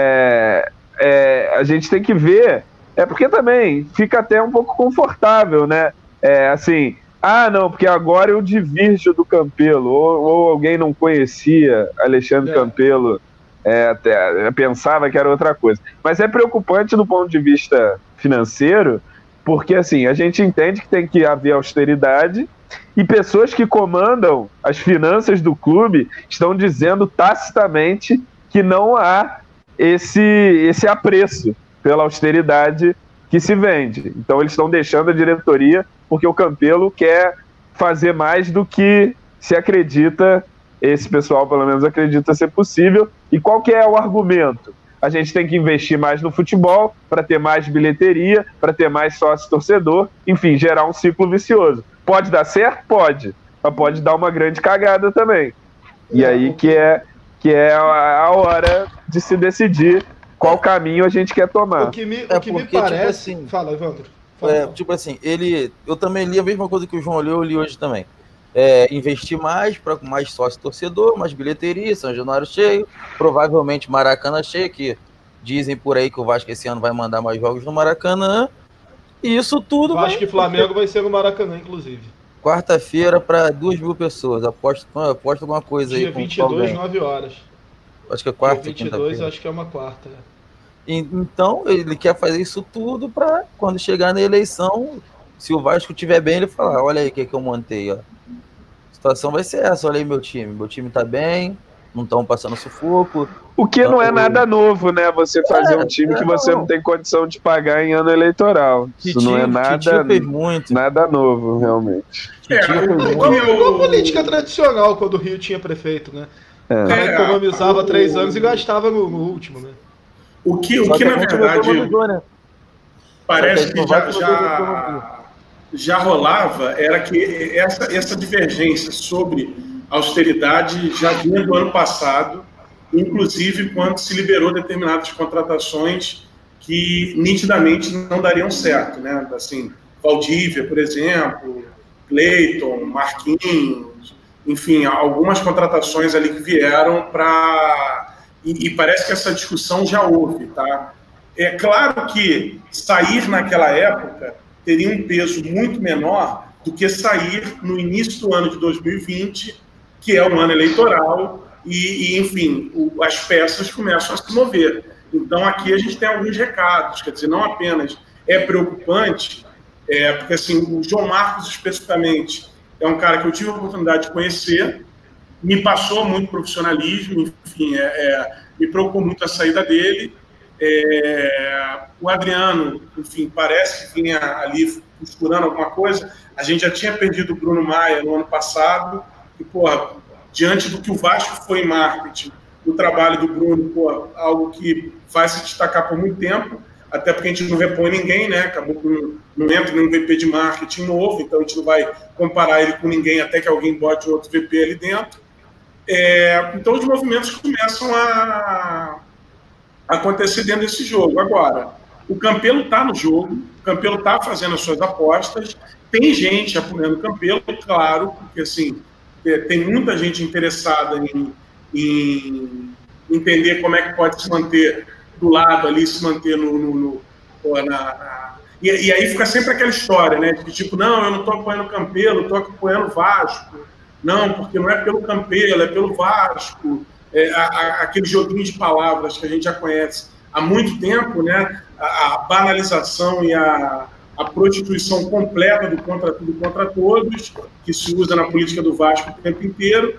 S3: a gente tem que ver, porque também fica até um pouco confortável, né? Assim, não, porque agora eu divirjo do Campelo, ou alguém não conhecia Alexandre Campelo, até pensava que era outra coisa. Mas é preocupante do ponto de vista financeiro, porque assim, a gente entende que tem que haver austeridade e pessoas que comandam as finanças do clube estão dizendo tacitamente que não há esse apreço pela austeridade que se vende. Então eles estão deixando a diretoria porque o Campelo quer fazer mais do que se acredita, esse pessoal pelo menos acredita ser possível. E qual que é o argumento? A gente tem que investir mais no futebol para ter mais bilheteria, para ter mais sócio-torcedor, enfim, gerar um ciclo vicioso. Pode dar certo? Pode. Mas pode dar uma grande cagada também. E aí que é a hora de se decidir qual caminho a gente quer tomar.
S2: O que me parece...
S5: Tipo assim,
S2: fala, Evandro.
S5: Tipo assim, eu também li a mesma coisa que o João leu, eu li hoje também. Investir mais para mais sócio-torcedor, mais bilheteria, São Januário cheio, provavelmente Maracanã cheio, que dizem por aí que o Vasco esse ano vai mandar mais jogos no Maracanã, e isso tudo...
S2: Vasco e Flamengo vai ser no Maracanã, inclusive.
S5: Quarta-feira para 2.000 pessoas, aposto alguma coisa
S2: Dia
S5: aí.
S2: Dia 22, 9 horas.
S5: Acho que é quarta.
S2: Dia 22, acho que é uma quarta.
S5: Então, ele quer fazer isso tudo para, quando chegar na eleição, se o Vasco estiver bem, ele falar, olha aí o que eu montei, ó. A situação vai ser essa, olha aí meu time tá bem, não estão passando sufoco.
S3: O que não é nada novo, né? Você fazer um time que você não tem condição de pagar em ano eleitoral. Isso não é nada novo, realmente.
S2: Uma política tradicional quando o Rio tinha prefeito, né? O cara economizava 3 anos e gastava no último, né?
S4: O que na verdade, parece que já rolava, era que essa divergência sobre austeridade já vinha do ano passado, inclusive quando se liberou determinadas contratações que nitidamente não dariam certo, né? Assim, Valdívia, por exemplo, Cleiton, Marquinhos, enfim, algumas contratações ali que vieram para... E parece que essa discussão já houve, tá? É claro que sair naquela época teria um peso muito menor do que sair no início do ano de 2020, que é um ano eleitoral, enfim, as peças começam a se mover. Então, aqui a gente tem alguns recados, quer dizer, não apenas é preocupante, porque, assim, o João Marcos, especificamente, é um cara que eu tive a oportunidade de conhecer, me passou muito profissionalismo, enfim, me preocupou muito a saída dele. O Adriano, enfim, parece que vinha ali costurando alguma coisa. A gente já tinha perdido o Bruno Maia no ano passado, e, porra, diante do que o Vasco foi em marketing, o trabalho do Bruno, algo que vai se destacar por muito tempo, até porque a gente não repõe ninguém, né? Acabou que não entra nenhum VP de marketing novo, então a gente não vai comparar ele com ninguém até que alguém bote outro VP ali dentro. Então os movimentos começam a acontecer dentro desse jogo. Agora, o Campelo está no jogo, o Campelo está fazendo as suas apostas, tem gente apoiando o Campelo, claro, porque assim, tem muita gente interessada em entender como é que pode se manter do lado ali, se manter e aí fica sempre aquela história, né, de tipo, não, eu não estou apoiando o Campelo, estou apoiando o Vasco, não, porque não é pelo Campelo, é pelo Vasco, aquele joguinho de palavras que a gente já conhece há muito tempo, né, a banalização e a prostituição completa do contra tudo contra todos, que se usa na política do Vasco o tempo inteiro,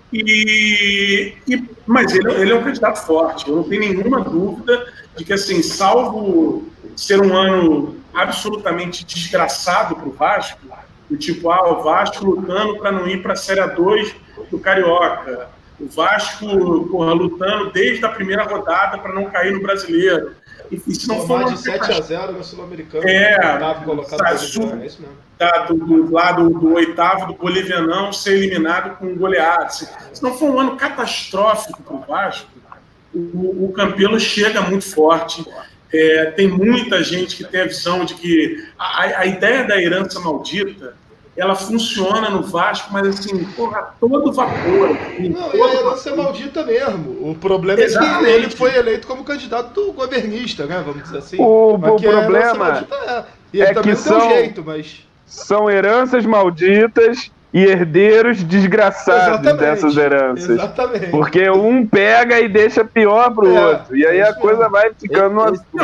S4: mas ele é um candidato forte, eu não tenho nenhuma dúvida de que, assim, salvo ser um ano absolutamente desgraçado para o Vasco, do tipo, o Vasco lutando para não ir para a Série A2 do Carioca, o Vasco lutando desde a primeira rodada para não cair no Brasileiro. Enfim, se não for
S2: de 7-0 no Sul-Americano, colocado
S4: tá,
S2: é isso mesmo.
S4: do lado do oitavo do Bolivianão ser eliminado com goleada. Se não for um ano catastrófico para o Vasco, o Campelo chega muito forte. Tem muita gente que tem a visão de que a ideia da herança maldita ela funciona no Vasco, mas assim, porra, todo vapor.
S2: Não, e a herança maldita mesmo. O problema é que ele foi eleito como candidato governista, né? Vamos dizer assim.
S3: O problema
S2: E ele também não deu jeito, mas...
S3: São heranças malditas e herdeiros desgraçados dessas heranças.
S2: Exatamente.
S3: Porque um pega e deixa pior pro outro. E aí a coisa vai ficando...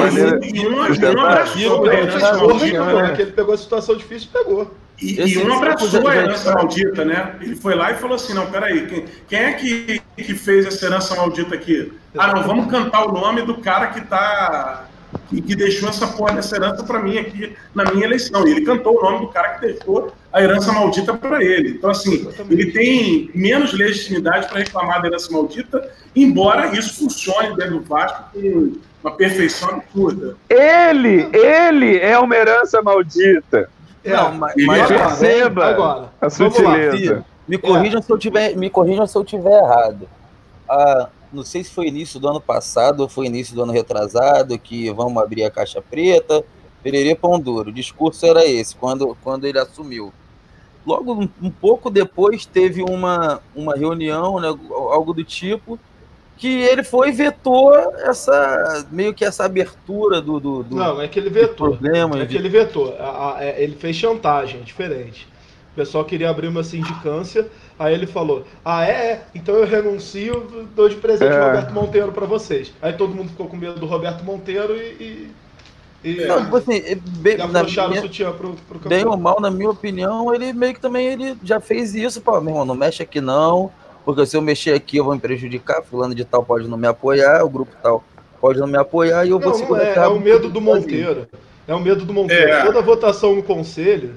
S2: Ele pegou a situação difícil e pegou.
S4: E um abraçou a herança maldita, né? Ele foi lá e falou assim, não, peraí, quem é que fez essa herança maldita aqui? Ah, não, vamos cantar o nome do cara que deixou essa porra dessa herança para mim aqui na minha eleição. E ele cantou o nome do cara que deixou a herança maldita para ele. Então, assim, ele tem menos legitimidade para reclamar da herança maldita, embora isso funcione dentro do Vasco com uma perfeição absurda.
S3: Ele é uma herança maldita.
S5: Não, mas
S3: perceba
S2: agora,
S3: a sutileza.
S5: Me corrijam se eu tiver errado. Não sei se foi início do ano passado ou foi início do ano retrasado, que vamos abrir a caixa preta, pererê pão duro. O discurso era esse, quando ele assumiu. Logo, um pouco depois, teve uma reunião, né, algo do tipo, que ele foi e vetou meio que essa abertura do
S2: Não, é que ele vetou.
S5: Problema,
S2: é que ele vetou. Ele fez chantagem, é diferente. O pessoal queria abrir uma sindicância, aí ele falou, então eu renuncio, dou de presente o Roberto Monteiro para vocês. Aí todo mundo ficou com medo do Roberto Monteiro
S5: não, tipo assim,
S2: afrouxaram o sutiã pro campeão.
S5: Bem ou mal, na minha opinião, ele meio que também ele já fez isso, meu irmão, não mexe aqui não, porque se eu mexer aqui eu vou me prejudicar, fulano de tal pode não me apoiar, o grupo tal pode não me apoiar e eu vou segurar.
S2: É o medo do Monteiro. É o medo do Monteiro. Toda votação no conselho,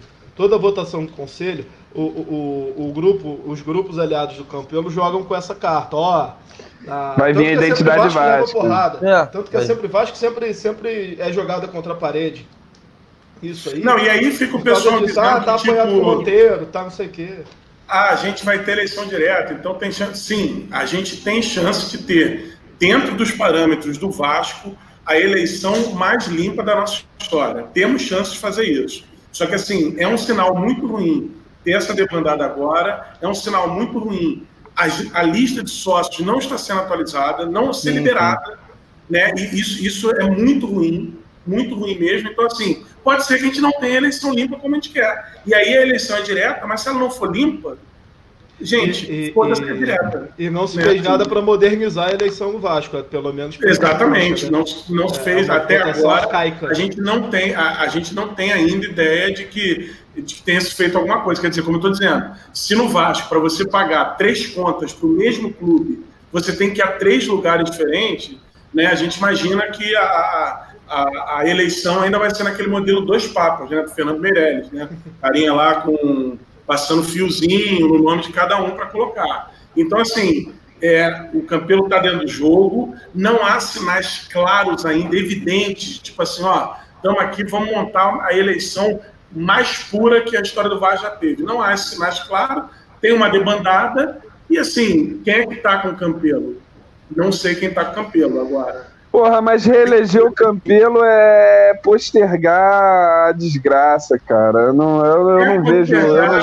S2: os grupos aliados do Campelo jogam com essa carta,
S3: vai vir a identidade Vasco.
S2: Tanto que é sempre Vasco, sempre é jogada contra a parede. Isso aí.
S4: Não, e aí fica o pessoal
S2: dizendo tá apoiado pro Monteiro, tá não sei o quê.
S4: A gente vai ter eleição direta, então tem chance. Sim, a gente tem chance de ter, dentro dos parâmetros do Vasco, a eleição mais limpa da nossa história. Temos chance de fazer isso. Só que, assim, é um sinal muito ruim ter essa debandada agora, é um sinal muito ruim a lista de sócios não está sendo atualizada, não ser liberada, né? E isso é muito ruim mesmo. Então, assim, pode ser que a gente não tenha eleição limpa como a gente quer. E aí a eleição é direta, mas se ela não for limpa, gente, foda-se é direta.
S2: E não se fez nada para modernizar a eleição no Vasco, pelo menos.
S4: Exatamente, não se fez até agora. Arcaica. A gente não tem ainda ideia de que tenha se feito alguma coisa. Quer dizer, como eu estou dizendo, se no Vasco, para você pagar 3 contas para o mesmo clube, você tem que ir a 3 lugares diferentes, né? A gente imagina que a eleição ainda vai ser naquele modelo 2 papas, né? Do Fernando Meirelles, né? Carinha lá passando fiozinho no nome de cada um para colocar. Então, assim, o Campelo está dentro do jogo, não há sinais claros ainda, evidentes, tipo assim, estamos aqui, vamos montar a eleição mais pura que a história do Vasco já teve. Não há esses sinais claros, tem uma debandada, e assim, quem é que está com o Campelo? Não sei quem está com o Campelo agora.
S3: Porra, mas reeleger o Campelo é postergar a desgraça, cara. Eu não vejo.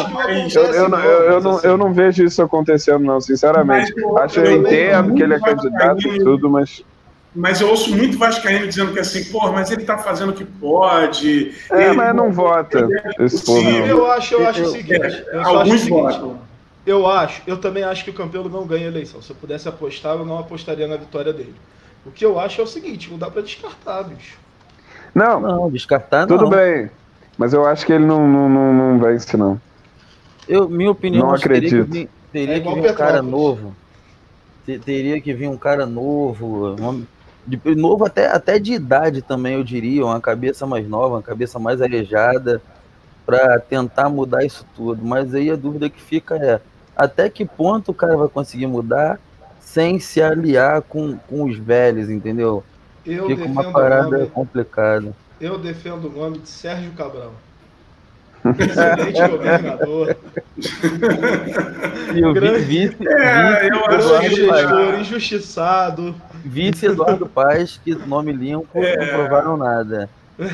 S3: Eu não vejo isso acontecendo, não, sinceramente. Eu entendo que ele é candidato e tudo, mas.
S4: Mas eu ouço muito vascaíno dizendo que assim, porra, mas ele tá fazendo o que pode.
S3: Mas não vota.
S2: Eu acho o seguinte.
S4: Alguns votam.
S2: Eu também acho que o Campelo não ganha a eleição. Se eu pudesse apostar, eu não apostaria na vitória dele. O que eu acho é o seguinte, não dá pra descartar, bicho.
S3: Não,
S5: descartar não.
S3: Tudo bem, mas eu acho que ele não vence, não.
S5: Minha opinião,
S3: não acredito.
S5: Teria que vir um cara novo. Teria que vir um cara novo, novo até de idade também, eu diria, uma cabeça mais nova, uma cabeça mais arejada, para tentar mudar isso tudo. Mas aí a dúvida que fica é, até que ponto o cara vai conseguir mudar sem se aliar com os velhos, entendeu? Fica uma parada complicada.
S2: Eu defendo o nome de Sérgio Cabral. Excelente governador.
S5: E o
S2: grande gestor, injustiçado.
S5: Vice Eduardo Paes, que nome limpo, não provaram nada.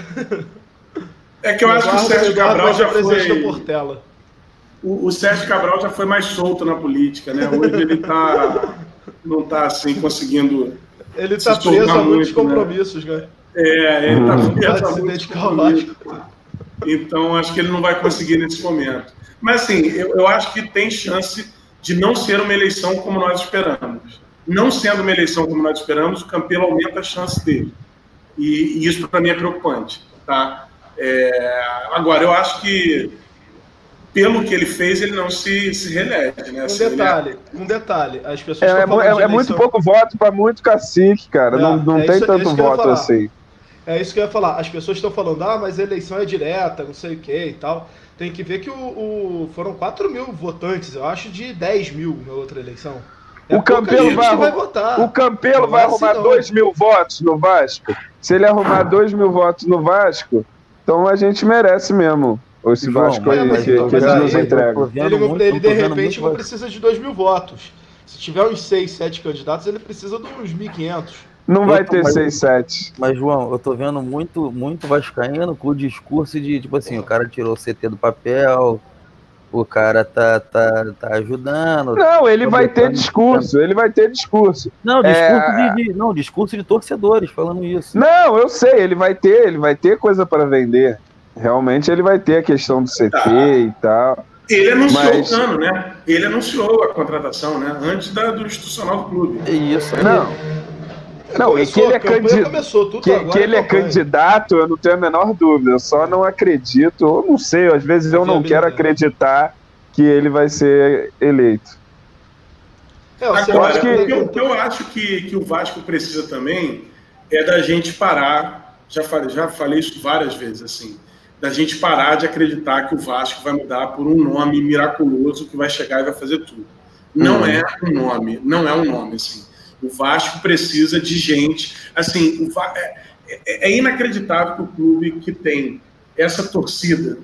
S4: É que eu acho que o Sérgio Cabral já
S2: foi da Portela.
S4: O Sérgio Cabral já foi mais solto na política, né? Hoje ele não está assim conseguindo.
S2: Ele está preso a muitos compromissos, né?
S4: Ele está preso a
S2: se
S4: muitos
S2: dedicar ao Vasco.
S4: Então acho que ele não vai conseguir nesse momento. Mas assim, eu acho que tem chance de não ser uma eleição como nós esperamos. Não sendo uma eleição como nós esperamos, o Campelo aumenta a chance dele. E isso para mim é preocupante, tá? Agora, eu acho que pelo que ele fez, ele não se reelege, né?
S2: Um detalhe, as pessoas estão falando de eleição...
S3: muito pouco voto para muito cacique, cara. Não tem tanto voto assim.
S2: É isso que eu ia falar. As pessoas estão falando, mas a eleição é direta, não sei o que e tal. Tem que ver que foram 4 mil votantes, eu acho, de 10 mil na outra eleição.
S3: O Campelo vai arrumar 2 mil votos no Vasco. Se ele arrumar 2 mil votos no Vasco, então a gente merece mesmo. Esse Vasco aí que eles nos entregam.
S2: Ele de repente não precisa de 2 mil votos. Se tiver uns 6, 7 candidatos, ele precisa de uns 1.500.
S3: Não vai ter 6, 7.
S5: Mas, João, eu tô vendo muito vascaíno com o discurso de, tipo assim, o cara tirou o CT do papel, o cara tá ajudando.
S3: Não, ele vai ter discurso,
S5: Não, discurso de torcedores falando isso.
S3: Não, eu sei, ele vai ter coisa para vender. Realmente ele vai ter a questão do CT e tal.
S4: Ele anunciou o Cano, né? Ele anunciou a contratação, né? Antes do institucional do clube.
S5: É isso.
S3: Não, e que ele é candidato, eu não tenho a menor dúvida. Eu só não acredito, ou não sei, às vezes eu não quero acreditar que ele vai ser eleito.
S4: Agora, o que eu acho que o Vasco precisa também é da gente parar, já falei isso várias vezes, assim, da gente parar de acreditar que o Vasco vai mudar por um nome miraculoso que vai chegar e vai fazer tudo. Não é um nome, assim. O Vasco precisa de gente, assim, é inacreditável que o clube que tem essa torcida,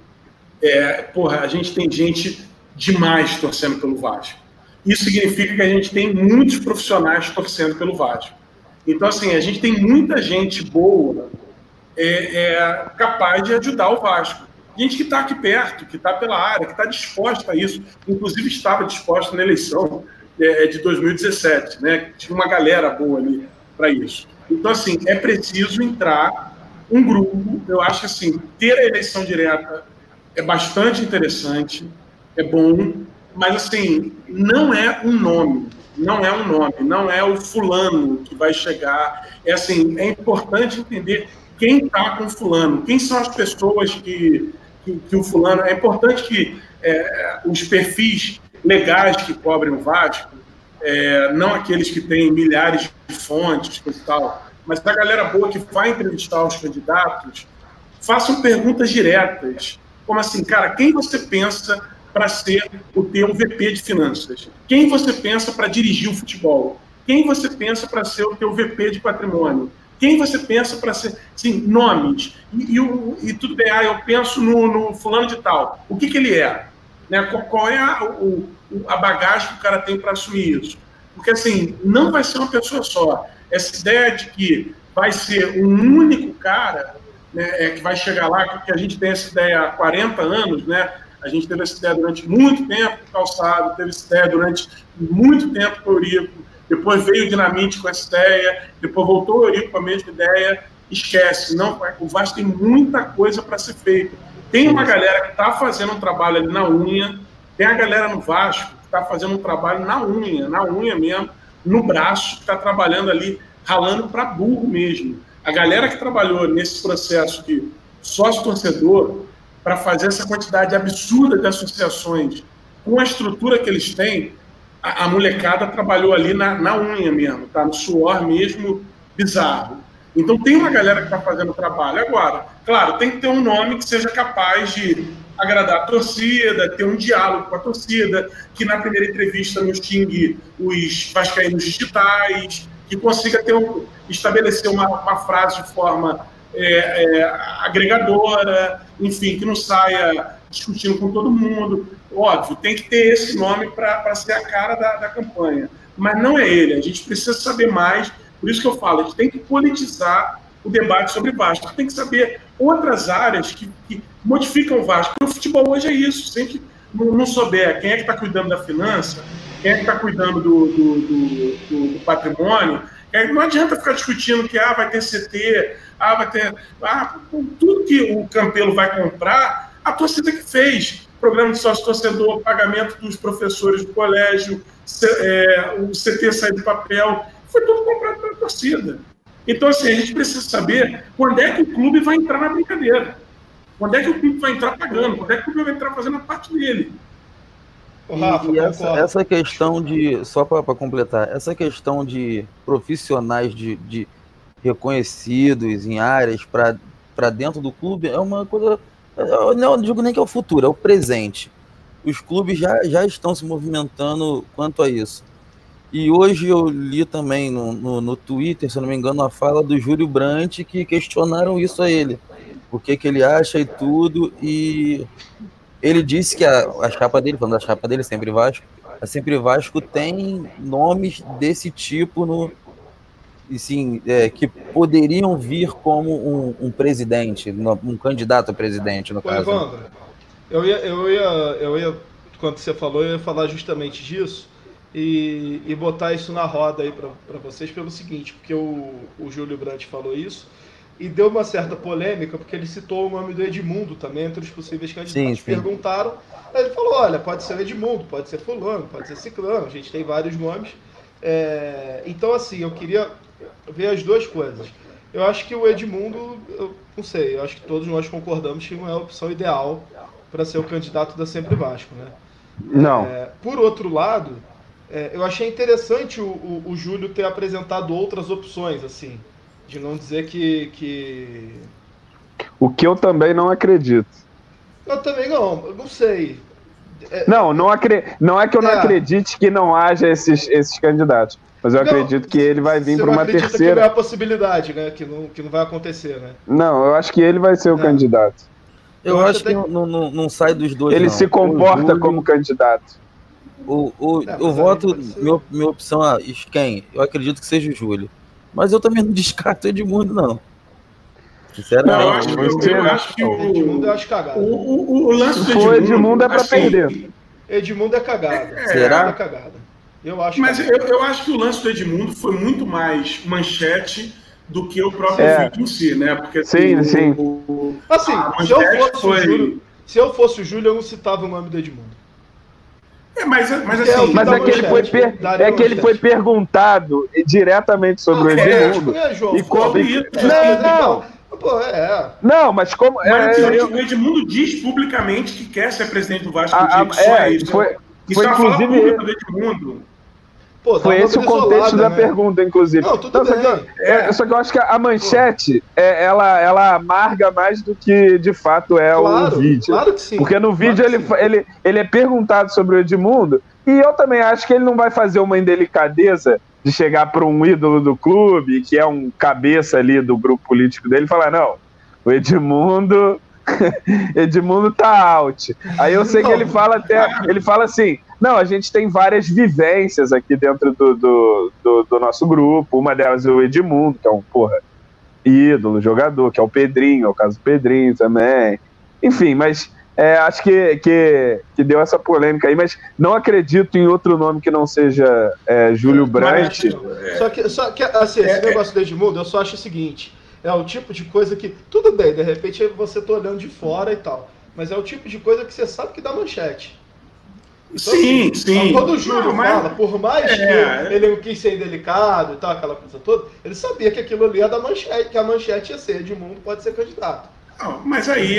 S4: a gente tem gente demais torcendo pelo Vasco. Isso significa que a gente tem muitos profissionais torcendo pelo Vasco. Então, assim, a gente tem muita gente boa capaz de ajudar o Vasco. Gente que está aqui perto, que está pela área, que está disposta a isso. Inclusive estava disposta na eleição de 2017, né? Tinha uma galera boa ali para isso. Então, assim, é preciso entrar um grupo. Eu acho que, assim, ter a eleição direta é bastante interessante, é bom, mas, assim, não é um nome, não é o fulano que vai chegar. Assim, é importante entender quem está com o fulano, quem são as pessoas que o fulano... É importante que os perfis legais que cobrem o Vasco, não aqueles que têm milhares de fontes e tal, mas a galera boa que vai entrevistar os candidatos, façam perguntas diretas, como assim, cara, quem você pensa para ser o teu VP de finanças? Quem você pensa para dirigir o futebol? Quem você pensa para ser o teu VP de patrimônio? Quem você pensa para ser... Sim, nomes. E tudo bem, eu penso no fulano de tal. O que ele é? Né? Qual é a bagagem que o cara tem para assumir isso? Porque, assim, não vai ser uma pessoa só. Essa ideia de que vai ser um único cara, né, que vai chegar lá, porque a gente tem essa ideia há 40 anos, né? A gente teve essa ideia durante muito tempo com o Calçado, teve essa ideia durante muito tempo com o Eurico, depois veio o Dinamite com essa ideia, depois voltou o Eurico com a mesma ideia. Esquece, não, o Vasco tem muita coisa para ser feita. Tem uma galera que está fazendo um trabalho ali na unha, tem a galera no Vasco que está fazendo um trabalho na unha mesmo, no braço, que está trabalhando ali, ralando para burro mesmo. A galera que trabalhou nesse processo de sócio-torcedor para fazer essa quantidade absurda de associações com a estrutura que eles têm, a molecada trabalhou ali na unha mesmo, tá? No suor mesmo bizarro. Então tem uma galera que está fazendo o trabalho. Agora, claro, tem que ter um nome que seja capaz de agradar a torcida, ter um diálogo com a torcida, que na primeira entrevista não xingue os vascaínos digitais, que consiga estabelecer uma frase de forma agregadora, enfim, que não saia discutindo com todo mundo. Óbvio, tem que ter esse nome para ser a cara da campanha. Mas não é ele, a gente precisa saber mais, por isso que eu falo, a gente tem que politizar o debate sobre Vasco, tem que saber outras áreas que modificam o Vasco, porque o futebol hoje é isso, se a gente não souber quem é que está cuidando da finança, quem é que está cuidando do patrimônio, não adianta ficar discutindo que vai ter CT, vai ter... tudo que o Campelo vai comprar, a torcida que fez. Programa de sócio-torcedor, pagamento dos professores do colégio, o CT sair do papel, foi tudo comprado pela torcida. Então, assim, a gente precisa saber quando é que o clube vai entrar na brincadeira. Quando é que o clube vai entrar pagando, quando é que o clube vai entrar fazendo a parte dele.
S5: Rafa, e essa questão de, só para completar, essa questão de profissionais de reconhecidos em áreas para dentro do clube é uma coisa, eu não digo nem que é o futuro, é o presente. Os clubes já estão se movimentando quanto a isso. E hoje eu li também no Twitter, se eu não me engano, a fala do Júlio Brandt, que questionaram isso a ele, o que ele acha e tudo, e ele disse que a chapa dele, falando da chapa dele, Sempre Vasco, a Sempre Vasco tem nomes desse tipo assim, que poderiam vir como um presidente, um candidato a presidente, no caso.
S2: Evandro, eu ia, quando você falou, eu ia falar justamente disso e botar isso na roda aí para vocês pelo seguinte, porque o Júlio Brandt falou isso, e deu uma certa polêmica, porque ele citou o nome do Edmundo também, entre os possíveis candidatos. Sim. Perguntaram, aí ele falou, olha, pode ser o Edmundo, pode ser fulano, pode ser ciclano, a gente tem vários nomes. Então, assim, eu queria ver as duas coisas. Eu acho que o Edmundo, eu não sei, eu acho que todos nós concordamos que não é a opção ideal para ser o candidato da Sempre Vasco, né?
S3: Não.
S2: Por outro lado, eu achei interessante o Júlio ter apresentado outras opções, assim, de não dizer que...
S3: O que eu também não acredito.
S2: Eu também não sei.
S3: Não é que eu não acredite que não haja esses candidatos, mas eu acredito que ele vai vir para uma terceira... Você acredita que
S2: não é a possibilidade, né? Que não vai acontecer, né?
S3: Não, eu acho que ele vai ser o candidato.
S5: Eu acho que não sai dos dois,
S3: ele se comporta como candidato.
S5: O voto, minha opção quem? Eu acredito que seja o Júlio. Mas eu também não descarto o Edmundo, não. Sinceramente.
S2: Eu acho que o Edmundo eu acho cagado.
S4: O lance do
S3: Edmundo é pra perder.
S2: Edmundo é cagado.
S5: Será?
S2: É cagado. Eu acho.
S4: Mas eu acho que o lance do Edmundo foi muito mais manchete do que o próprio vídeo em si, né? Porque
S3: sim.
S2: Assim, se eu fosse o Júlio, eu não citava o nome do Edmundo.
S3: Mas ele foi perguntado diretamente sobre o Edmundo.
S2: E como...
S3: Não, mas como...
S4: o Edmundo diz publicamente que quer ser presidente do Vasco.
S3: Foi inclusive ele.
S4: Do Edmundo.
S3: Foi esse o contexto da pergunta, inclusive.
S2: Não, tudo bem.
S3: Só que eu acho que a manchete, ela amarga mais do que de fato o vídeo.
S2: Claro que sim.
S3: Porque no vídeo ele é perguntado sobre o Edmundo, e eu também acho que ele não vai fazer uma indelicadeza de chegar para um ídolo do clube, que é um cabeça ali do grupo político dele, e falar, não, o Edmundo tá out. Aí eu sei que ele fala assim, não, a gente tem várias vivências aqui dentro do nosso grupo, uma delas é o Edmundo, que é um, ídolo, jogador, que é o Pedrinho, é o caso do Pedrinho também, enfim, mas acho que deu essa polêmica aí, mas não acredito em outro nome que não seja Júlio Brandt.
S2: Só que assim, esse negócio do Edmundo, eu só acho o seguinte, é o tipo de coisa que, tudo bem, de repente você tá olhando de fora e tal, mas é o tipo de coisa que você sabe que dá manchete. Então,
S4: sim.
S2: Quando o Júlio fala, por mais que ele não quis ser indelicado e tal, aquela coisa toda, ele sabia que aquilo ali ia dar manchete, que a manchete ia ser Edmundo pode ser candidato.
S4: Não, mas aí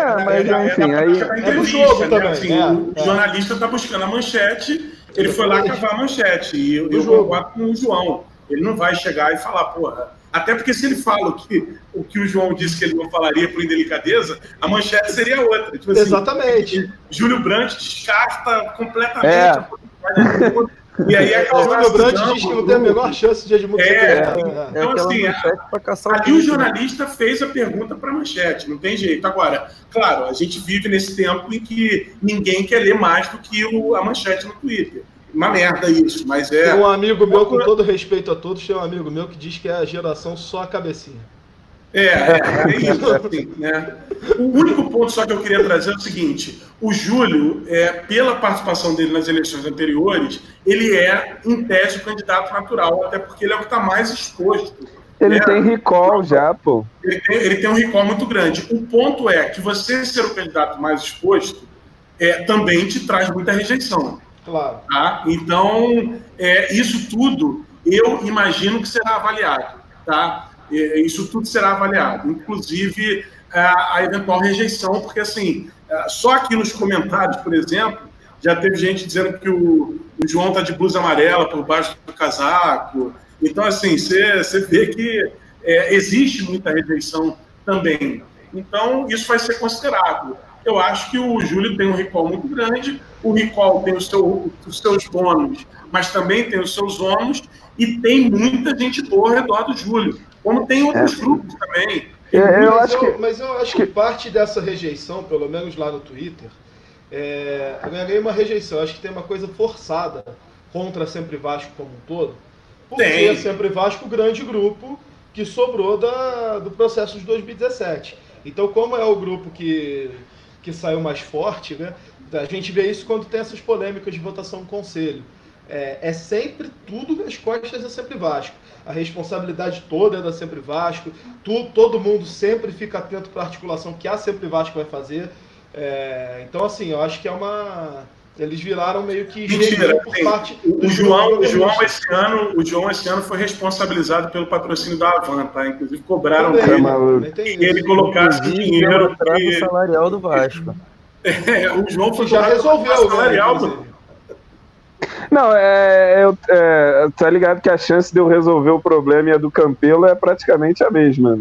S2: é do jogo também.
S4: Assim, o jornalista está buscando a manchete, ele foi lá cavar a manchete, e eu concordo com o João. Ele não vai chegar e falar, até porque se ele fala o que o João disse que ele não falaria por indelicadeza, a manchete seria outra. Tipo assim,
S2: exatamente.
S4: Júlio Brandt descarta completamente a possibilidade. E aí é
S2: O Júlio Brandt diz que não tem a menor chance de Edmundo ser campeão.
S4: Então, assim, ali o jornalista fez a pergunta para a Manchete, não tem jeito. Agora, claro, a gente vive nesse tempo em que ninguém quer ler mais do que a Manchete no Twitter. Uma merda isso, mas é...
S2: Tem um amigo meu, com todo respeito a todos, tem um amigo meu que diz que é a geração só a cabecinha.
S4: É isso, assim, né? O único ponto só que eu queria trazer é o seguinte: o Júlio, pela participação dele nas eleições anteriores, ele é, em tese, o candidato natural, até porque ele é o que está mais exposto.
S3: Ele tem recall já, pô.
S4: Ele tem um recall muito grande. O ponto é que você ser o candidato mais exposto também te traz muita rejeição.
S2: Claro.
S4: Tá? Então, isso tudo, eu imagino que será avaliado, tá? Isso tudo será avaliado, inclusive a eventual rejeição, porque, assim, só aqui nos comentários, por exemplo, já teve gente dizendo que o João está de blusa amarela por baixo do casaco. Então, assim, você vê que existe muita rejeição também. Então, isso vai ser considerado. Eu acho que o Júlio tem um recall muito grande, o recall tem os seus bônus, mas também tem os seus ônus, e tem muita gente boa ao redor do Júlio, como tem outros grupos também.
S2: Mas eu acho que parte dessa rejeição, pelo menos lá no Twitter, eu ganhei uma rejeição. Eu acho que tem uma coisa forçada contra a Sempre Vasco como um todo, porque a Sempre Vasco, o grande grupo que sobrou do processo de 2017. Então, como é o grupo que saiu mais forte, né? A gente vê isso quando tem essas polêmicas de votação no Conselho. É sempre tudo nas costas da Sempre Vasco. A responsabilidade toda é da Sempre Vasco. Todo mundo sempre fica atento para a articulação que a Sempre Vasco vai fazer. Então, assim, eu acho que eles viraram meio que...
S4: Mentira, por parte o João esse ano foi responsabilizado pelo patrocínio da Avan, tá? Inclusive cobraram dele que ele colocasse o dinheiro
S5: no salarial do Vasco.
S4: O João foi
S2: já resolveu o salarial,
S3: Não, tá ligado que a chance de eu resolver o problema e a do Campelo é praticamente a mesma.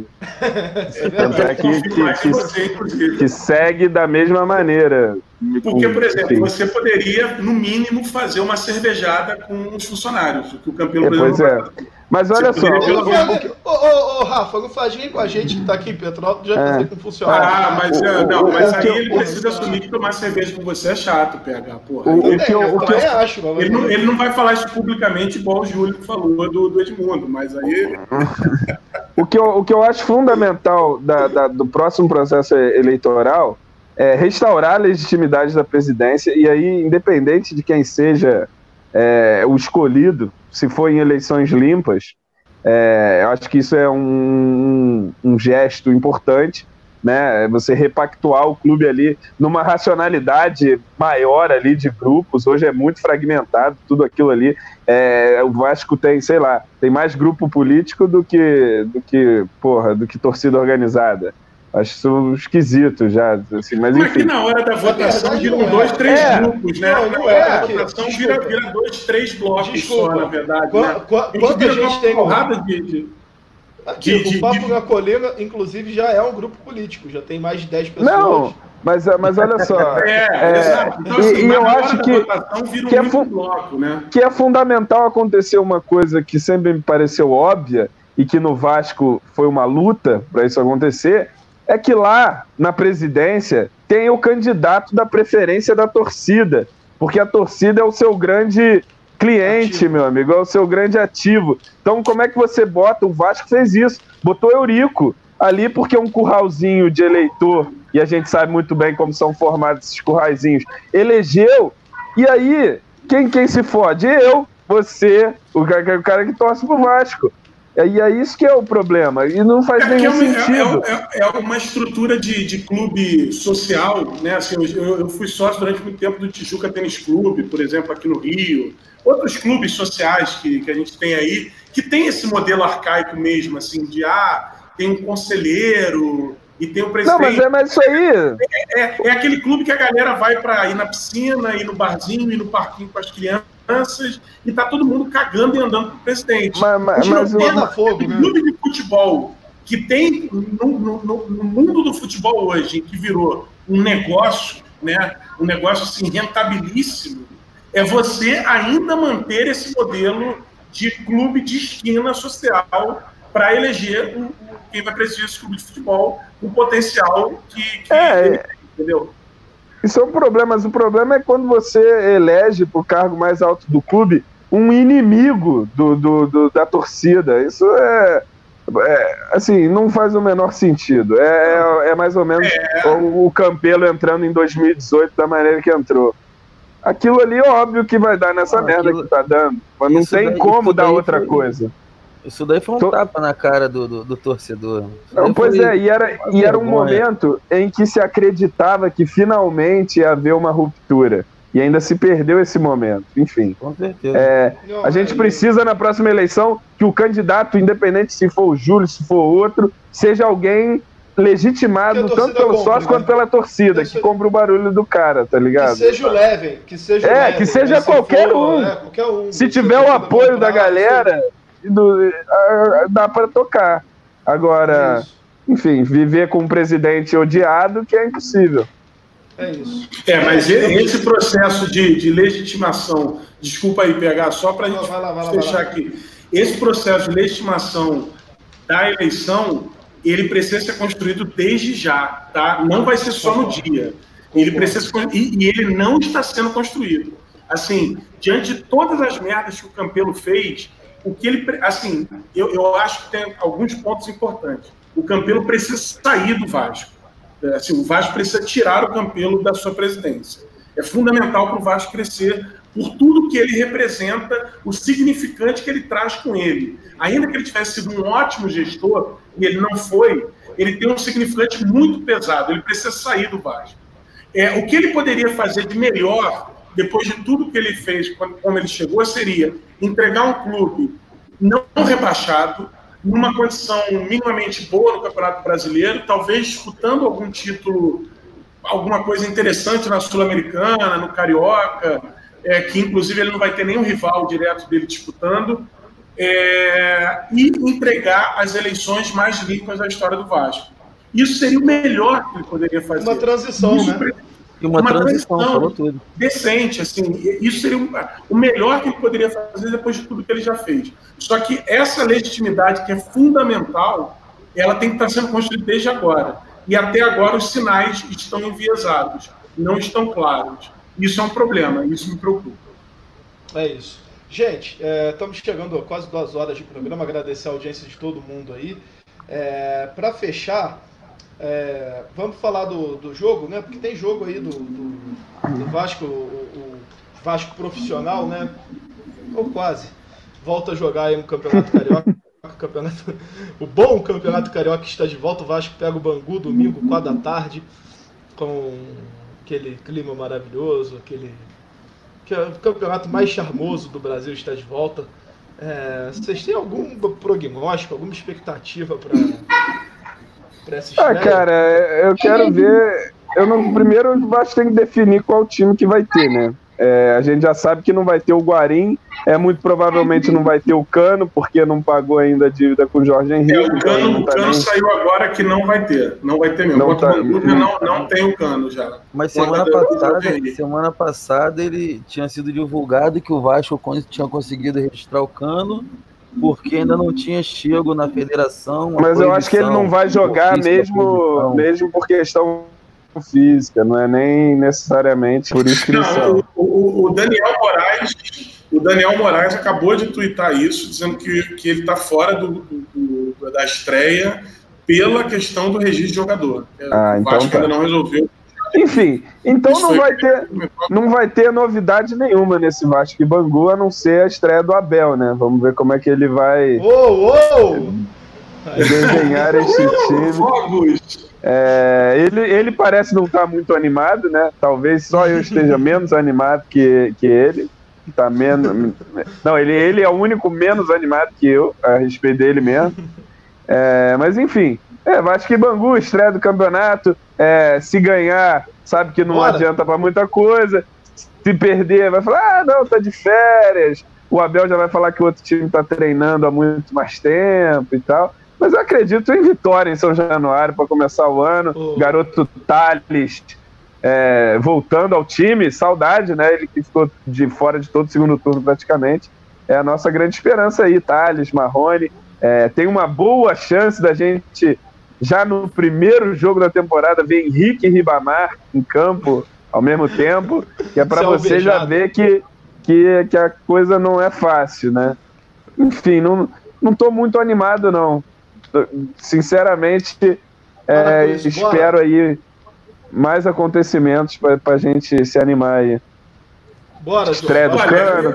S3: Que segue da mesma maneira.
S4: Porque, por exemplo, você poderia, no mínimo, fazer uma cervejada com os funcionários, que o Campelo, por exemplo,
S3: Mas olha só...
S2: Rafa, não faz nem com a gente que tá aqui em Petrópolis, já fazer com funcionário.
S4: Mas aí ele precisa assumir que tomar cerveja com você é chato, PH, porra. Ele não vai falar isso publicamente igual o Júlio falou do Edmundo, mas aí...
S3: O que eu acho fundamental do próximo processo eleitoral é restaurar a legitimidade da presidência, e aí, independente de quem seja o escolhido, se for em eleições limpas, eu acho que isso é um gesto importante, né? Você repactuar o clube ali numa racionalidade maior ali de grupos. Hoje é muito fragmentado tudo aquilo ali. O Vasco tem, sei lá, tem mais grupo político do que torcida organizada. Acho isso esquisito já, assim, mas enfim.
S4: Mas que na hora da votação viram 2, 3 grupos, né? Na hora da votação vira 2, 3 blocos só, na verdade.
S2: Quanta gente tem porrada o Papo na Colina, inclusive, já é um grupo político, já tem mais de 10 pessoas.
S3: Não, mas olha só.
S4: Exato. Então, assim,
S3: e eu acho que é fundamental acontecer uma coisa que sempre me pareceu óbvia e que no Vasco foi uma luta para isso acontecer, é que lá na presidência tem o candidato da preferência da torcida, porque a torcida é o seu grande cliente, meu amigo, é o seu grande ativo. Então, como é que você bota? O Vasco fez isso, botou Eurico ali porque é um curralzinho de eleitor, e a gente sabe muito bem como são formados esses curraizinhos, elegeu, e aí, quem se fode? Eu, você, o cara que torce pro Vasco. E é isso que é o problema, e não faz nenhum sentido.
S4: É uma estrutura de clube social, né? Assim, eu fui sócio durante muito tempo do Tijuca Tênis Clube, por exemplo, aqui no Rio. Outros clubes sociais que a gente tem aí, que tem esse modelo arcaico mesmo, assim, de tem um conselheiro e tem um presidente.
S3: Não, mas isso aí...
S4: É aquele clube que a galera vai para ir na piscina, ir no barzinho, ir no parquinho com as crianças, e tá todo mundo cagando e andando pro presidente.
S3: Mas
S4: o clube de futebol que tem no mundo do futebol hoje, que virou um negócio, né? Um negócio assim, rentabilíssimo, é você ainda manter esse modelo de clube de esquina social para eleger quem vai presidir esse clube de futebol, o potencial que ele tem, entendeu?
S3: Isso é um problema, mas o problema é quando você elege para o cargo mais alto do clube um inimigo da torcida. Isso assim, não faz o menor sentido. É mais ou menos o Campelo entrando em 2018 da maneira que entrou. Aquilo ali é óbvio que vai dar nessa merda que tá dando, mas não tem como dar outra coisa.
S5: Isso daí foi um tapa na cara do torcedor.
S3: Não, pois e era um momento em que se acreditava que finalmente ia haver uma ruptura. E ainda se perdeu esse momento. Enfim.
S5: Com certeza.
S3: A gente precisa, na próxima eleição, que o candidato, independente se for o Júlio, se for outro, seja alguém legitimado tanto pelo sócio quanto pela torcida, que compra o barulho do cara, tá ligado?
S2: Que seja o Levin, que
S3: seja qualquer um. Se tiver o apoio da galera, dá para tocar. Agora, enfim, viver com um presidente odiado, que é impossível.
S2: É isso.
S4: Mas esse processo de legitimação, desculpa aí, PH, só para a gente fechar aqui. Esse processo de legitimação da eleição, ele precisa ser construído desde já, tá? Não vai ser só no dia. Ele precisa e ele não está sendo construído. Assim, diante de todas as merdas que o Campelo fez, o que ele, assim, eu acho que tem alguns pontos importantes. O Campelo precisa sair do Vasco. Assim, o Vasco precisa tirar o Campelo da sua presidência. É fundamental para o Vasco crescer por tudo que ele representa, o significante que ele traz com ele. Ainda que ele tivesse sido um ótimo gestor, e ele não foi, ele tem um significante muito pesado. Ele precisa sair do Vasco. O que ele poderia fazer de melhor, depois de tudo que ele fez, como ele chegou, seria entregar um clube não rebaixado, numa condição minimamente boa no Campeonato Brasileiro, talvez disputando algum título, alguma coisa interessante na Sul-Americana, no Carioca, que inclusive ele não vai ter nenhum rival direto dele disputando, e entregar as eleições mais limpas da história do Vasco. Isso seria o melhor que ele poderia fazer.
S2: Uma transição, né?
S5: E uma transição, falou tudo.
S4: Decente, assim, isso seria o melhor que ele poderia fazer depois de tudo que ele já fez. Só que essa legitimidade, que é fundamental, ela tem que estar sendo construída desde agora. E até agora os sinais estão enviesados, não estão claros. Isso é um problema, isso me preocupa.
S2: É isso. Gente, estamos chegando a quase 2 horas de programa, agradecer a audiência de todo mundo aí. Para fechar, vamos falar do jogo, né? Porque tem jogo aí do Vasco, o Vasco profissional, né? Ou quase. Volta a jogar aí um Campeonato Carioca. O bom Campeonato Carioca está de volta. O Vasco pega o Bangu domingo, 4 da tarde, com aquele clima maravilhoso, que é o campeonato mais charmoso do Brasil, está de volta. Vocês têm algum prognóstico, alguma expectativa para essa estreia?
S3: Cara, eu quero ver. Primeiro o Vasco tem que definir qual time que vai ter, né? A gente já sabe que não vai ter o Guarim, muito provavelmente não vai ter o Cano, porque não pagou ainda a dívida com o Jorge Henrique.
S4: O Cano saiu agora que não vai ter. Não vai ter mesmo. Não tem o Cano já.
S5: Mas semana passada ele tinha sido divulgado que o Vasco tinha conseguido registrar o Cano, porque ainda não tinha chego na federação.
S3: Mas eu acho que ele não vai jogar mesmo por questão física, não é nem necessariamente por inscrição.
S4: O Daniel Moraes acabou de tuitar isso, dizendo que ele está fora da estreia pela questão do registro de jogador. O Vasco ainda não resolveu.
S3: Enfim, então não vai ter novidade nenhuma nesse Vasco e Bangu, a não ser a estreia do Abel, né? Vamos ver como é que ele vai desenhar esse time. Ele parece não estar muito animado, né? Talvez só eu esteja menos animado que ele. Tá menos... Não, ele é o único menos animado que eu, a respeito dele mesmo. Mas enfim, Vasco e Bangu, estreia do campeonato. Se ganhar, sabe que não adianta pra muita coisa. Se perder, vai falar, não, tá de férias. O Abel já vai falar que o outro time tá treinando há muito mais tempo e tal. Mas eu acredito em vitória em São Januário para começar o ano. Garoto Thales voltando ao time, saudade, né? Ele que ficou de fora de todo o segundo turno praticamente. É a nossa grande esperança aí, Thales, Marrone. Tem uma boa chance da gente, já no primeiro jogo da temporada, ver Henrique e Ribamar em campo ao mesmo tempo, que é para você já ver que a coisa não é fácil, né? Enfim, não estou muito animado, não. Sinceramente, espero aí mais acontecimentos para a gente se animar aí.
S2: Bora,
S3: estreia do Cano,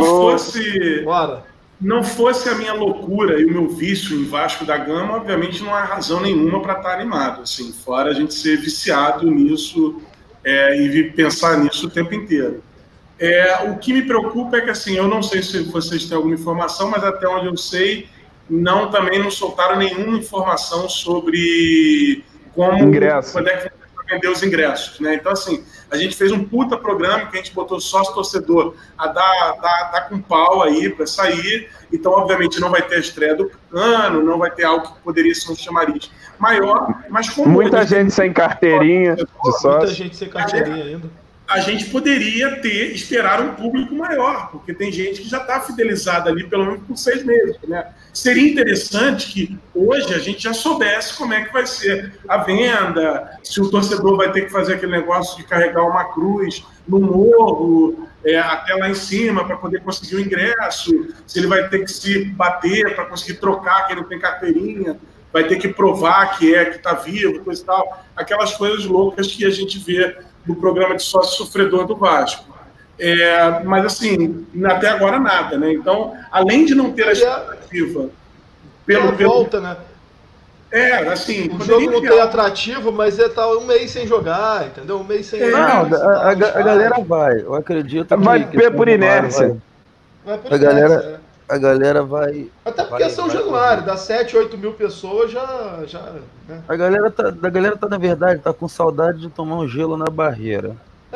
S4: não fosse a minha loucura e o meu vício em Vasco da Gama, obviamente não há razão nenhuma para estar animado. Assim, fora a gente ser viciado nisso e pensar nisso o tempo inteiro. O que me preocupa é que, assim, eu não sei se vocês têm alguma informação, mas até onde eu sei, também não soltaram nenhuma informação sobre como quando é que vai vender os ingressos, né? Então, assim, a gente fez um puta programa que a gente botou sócio-torcedor a dar com pau aí para sair. Então, obviamente, não vai ter a estreia do Cano, não vai ter algo que poderia ser um chamariz maior, mas como
S3: muita gente sem carteirinha de sócio.
S2: Muita gente sem carteirinha ainda.
S4: A gente poderia esperar um público maior, porque tem gente que já está fidelizada ali pelo menos por 6 meses, né? Seria interessante que hoje a gente já soubesse como é que vai ser a venda, se o torcedor vai ter que fazer aquele negócio de carregar uma cruz no morro, até lá em cima para poder conseguir o ingresso, se ele vai ter que se bater para conseguir trocar, que ele não tem carteirinha, vai ter que provar que está vivo, coisa e tal, aquelas coisas loucas que a gente vê do programa de sócio sofredor do Vasco. Mas, assim, até agora nada, né? Então, além de não ter a expectativa
S2: pela volta, né?
S4: Assim...
S2: O jogo não tem atrativo, mas tá um mês sem jogar, entendeu? Um mês sem jogar.
S5: A galera vai, eu acredito.
S3: Vai por inércia.
S2: Vai por inércia,
S5: A galera vai...
S2: Até porque é São Januário, dá 7, 8 mil pessoas, já né?
S5: A galera tá, na verdade, tá com saudade de tomar um gelo na barreira.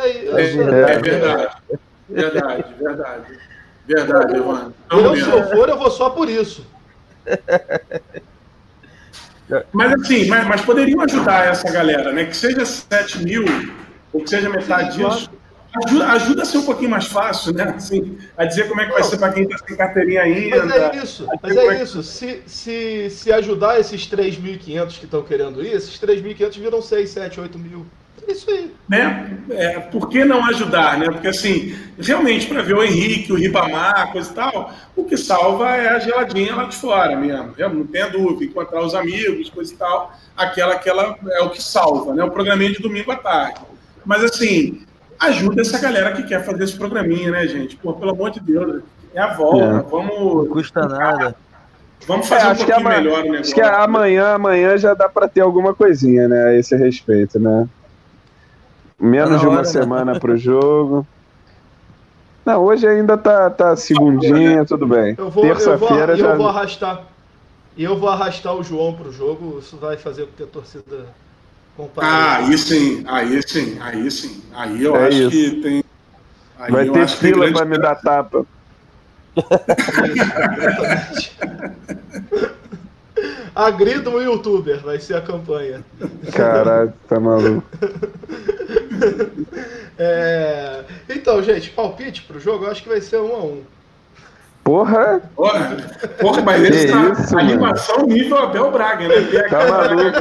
S4: Verdade, mano.
S2: Se eu for, eu vou só por isso.
S4: Mas assim, mas poderiam ajudar essa galera, né? Que seja 7 mil, ou que seja metade disso. Ajuda a ser um pouquinho mais fácil, né? Assim, a dizer como é que vai ser para quem está sem carteirinha ainda.
S2: Mas é isso. Se ajudar esses 3.500 que estão querendo ir, esses 3.500 viram 6, 7, 8 mil. É isso aí.
S4: Né? Por que não ajudar, né? Porque, assim, realmente, para ver o Henrique, o Ribamar, coisa e tal, o que salva é a geladinha lá de fora mesmo. Não tenha dúvida, encontrar os amigos, coisa e tal, aquela é o que salva, né? O programinha de domingo à tarde. Mas, assim... ajuda essa galera que quer fazer esse programinha, né, gente? Pô, pelo amor de Deus, é a volta, vamos...
S5: Não custa nada.
S4: Vamos fazer um pouquinho melhor o negócio.
S3: Acho que amanhã já dá para ter alguma coisinha, né, a esse respeito, né? Menos de uma semana pro jogo. Não, hoje ainda tá segundinha, tudo bem. Terça-feira já...
S2: Eu vou arrastar o João pro jogo, isso vai fazer com que a torcida...
S4: Aí sim. Aí eu acho
S3: isso.
S4: Que tem... Aí
S3: vai ter fila para me dar tapa.
S2: Agrida um youtuber, vai ser a campanha.
S3: Caralho, tá maluco.
S2: Então, gente, palpite pro jogo, eu acho que vai ser 1-1.
S3: Porra,
S4: mas esse tá animação nível Abel Braga, né?
S3: Tá maluco.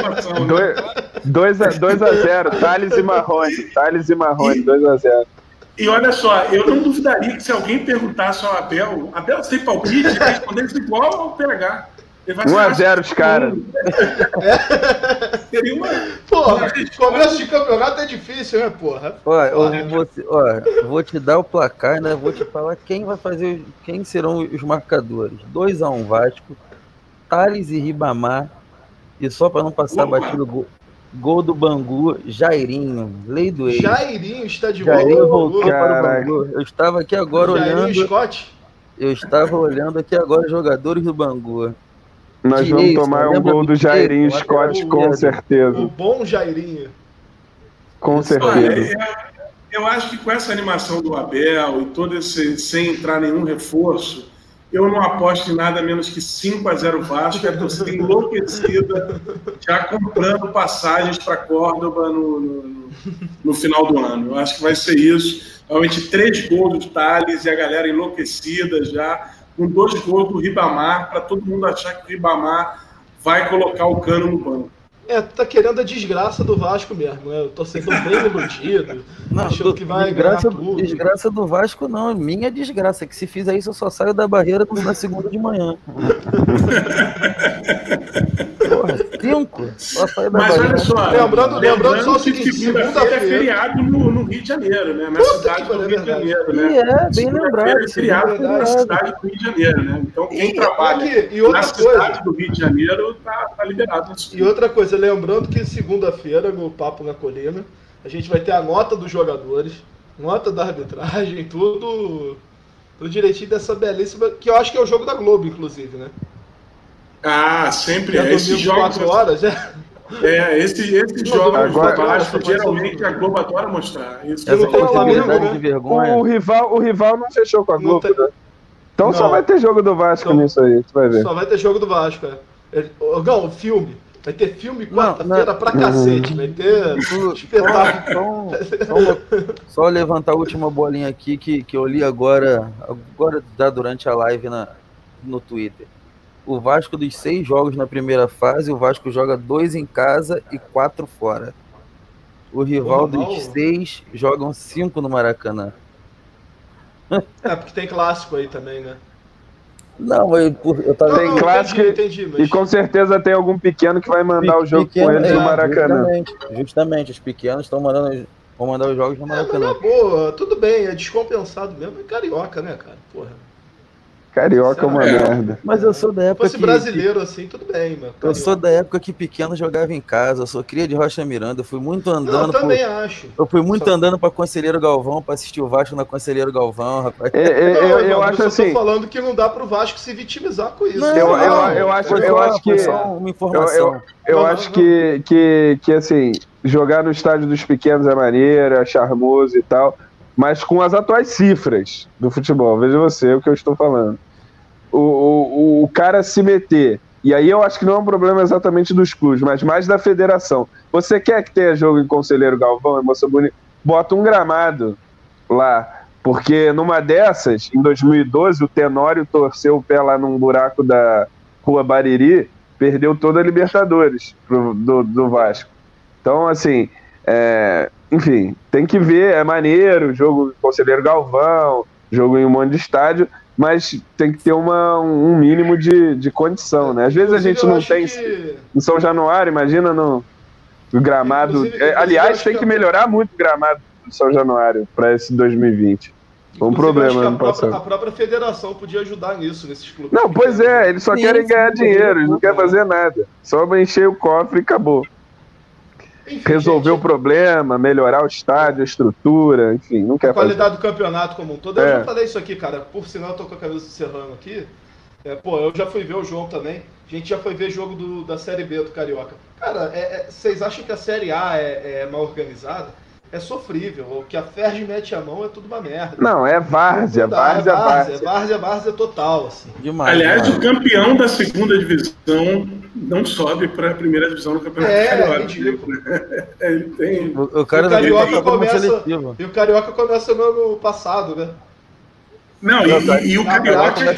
S3: 2-0, Thales e Marrone, 2-0.
S4: E olha só, eu não duvidaria que se alguém perguntasse ao Abel, você tem palpite? Ele vai responder igual ao PH.
S3: 1-0 os caras.
S4: Seria uma...
S2: Porra, começo de campeonato é difícil, né, porra?
S5: Vou te dar o placar, né? Vou te falar quem serão os marcadores. 2-1 Vasco, Thales e Ribamar, e só para não passar batido, gol do Bangu, Jairinho, lei do ex.
S2: Jairinho está de volta.
S5: Jairinho voltou para o Bangu. Eu estava aqui agora olhando...
S2: Scott?
S5: Eu estava olhando aqui agora os jogadores do Bangu.
S3: Nós vamos tomar um gol do Jairinho Scott, com certeza.
S2: O bom Jairinho.
S3: Com certeza.
S4: Eu acho que com essa animação do Abel e todo esse, sem entrar nenhum reforço, eu não aposto em nada menos que 5-0 Vasco, a torcida enlouquecida, já comprando passagens para Córdoba no final do ano. Eu acho que vai ser isso. Realmente 3 gols do Tales e a galera enlouquecida já, com 2 gols do Ribamar, para todo mundo achar que o Ribamar vai colocar o Cano no banco.
S2: Tá querendo a desgraça do Vasco mesmo, né? O torcedor bem iludido, achando que vai ganhar tudo.
S5: Desgraça do Vasco não, minha desgraça, que se fizer isso eu só saio da barreira na segunda de manhã. Porra, 5? Só saio da barreira.
S4: Mas olha só,
S2: lembrando só o seguinte,
S4: que segunda-feira é feriado no Rio de Janeiro, né? Na cidade do Rio de Janeiro, né?
S5: Bem lembrado.
S4: É feriado na cidade do Rio de Janeiro, né? Então quem trabalha na cidade do Rio de Janeiro tá liberado.
S2: E outra coisa, lembrando que segunda-feira, no Papo na Colina, a gente vai ter a nota dos jogadores, nota da arbitragem, tudo direitinho dessa belíssima, que eu acho que é o jogo da Globo, inclusive, né?
S4: Ah, sempre
S2: é. Esses jogos
S4: 4 horas, esses jogos do Vasco, geralmente a Globo adora mostrar. Isso
S5: essa possibilidade de vergonha.
S3: O rival não fechou com a Globo, né? Então não. Só vai ter jogo do Vasco nisso aí, tu vai ver.
S2: Só vai ter jogo do Vasco, Não, filme. Vai ter filme quarta-feira pra cacete. Vai ter espetáculo.
S5: Só levantar a última bolinha aqui que eu li agora durante a live no Twitter. O Vasco dos 6 jogos na primeira fase, o Vasco joga 2 em casa e 4 fora. O rival dos 6 jogam 5 no Maracanã.
S2: Porque tem clássico aí também, né?
S5: Não, eu tava...
S3: Tem clássico
S2: entendi, mas...
S3: e com certeza tem algum pequeno que vai mandar o jogo com eles no Maracanã.
S5: Justamente, os pequenos vão mandar os jogos no Maracanã.
S2: Mas boa, tudo bem, é descompensado mesmo, é carioca, né, cara? Porra.
S3: Carioca é uma merda.
S5: Mas eu sou da época
S2: Se fosse brasileiro assim, tudo bem, mano.
S5: Eu sou da época que pequeno jogava em casa, eu sou cria de Rocha Miranda, eu fui muito andando.
S2: Eu também acho.
S5: Eu fui muito andando pra Conselheiro Galvão, pra assistir o Vasco na Conselheiro Galvão, rapaz.
S3: Eu acho assim.
S2: Eu tô falando que não dá pro Vasco se vitimizar com isso.
S3: Eu acho que
S5: só uma informação.
S3: Eu acho que assim, jogar no estádio dos pequenos é maneiro, é charmoso e tal. Mas com as atuais cifras do futebol, veja você o que eu estou falando. O cara se meter, e aí eu acho que não é um problema exatamente dos clubes, mas mais da federação. Você quer que tenha jogo em Conselheiro Galvão, em Moça Bonita? Bota um gramado lá, porque numa dessas, em 2012, o Tenório torceu o pé lá num buraco da Rua Bariri, perdeu toda a Libertadores do Vasco. Então, assim... enfim, tem que ver, é maneiro, jogo em Conselheiro Galvão, jogo em um monte de estádio, mas tem que ter um mínimo de condição, né? Às vezes a gente não tem em São Januário, imagina no gramado. Aliás, tem que melhorar muito o gramado do São Januário para esse 2020. Foi um problema ano passado.
S2: A própria federação podia ajudar nisso, nesses clubes.
S3: Não, pois eles só querem ganhar dinheiro, eles não querem fazer nada. Só encher o cofre e acabou. Enfim, resolver o problema, melhorar o estádio, a estrutura, enfim, não quer
S2: a qualidade do campeonato como um todo. Eu já falei isso aqui, cara. Por sinal, eu tô com a camisa do Serrano aqui. Eu já fui ver o João também. A gente já foi ver jogo da Série B do Carioca. Cara, vocês acham que a Série A é mal organizada? É sofrível. O que a Ferg mete a mão é tudo uma merda.
S3: Não, é várzea,
S2: várzea total, assim.
S4: Demais. Aliás, o campeão da segunda divisão não sobe para a primeira divisão no Campeonato Carioca.
S2: É ridículo.
S4: Ele tem...
S2: O Carioca começa no ano passado, né?
S4: Não, e o Carioca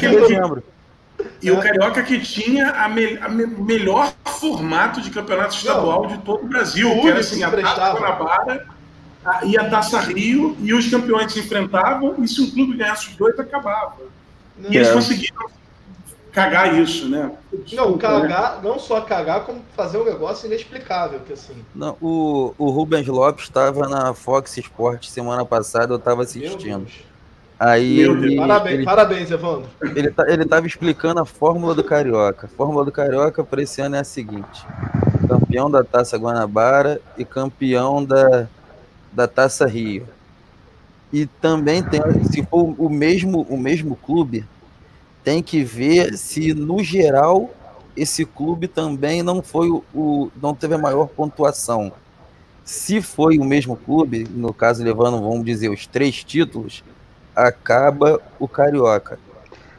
S4: o Carioca que tinha o melhor formato de campeonato estadual de todo o Brasil, que era assim, a Taça Guanabara e a Taça Rio, e os campeões se enfrentavam, e se um clube ganhasse os dois, acabava. E eles conseguiram cagar isso, né?
S2: Não só cagar, como fazer um negócio inexplicável. Que, assim...
S5: Não, o Rubens Lopes estava na Fox Sports semana passada, eu estava assistindo. Aí
S2: parabéns, Evandro.
S5: Ele estava explicando a fórmula do Carioca. A fórmula do Carioca para esse ano é a seguinte: campeão da Taça Guanabara e campeão da Taça Rio. E também tem, se for o mesmo clube, tem que ver se no geral esse clube também não teve a maior pontuação. Se foi o mesmo clube, no caso levando, vamos dizer, os 3 títulos, acaba o Carioca.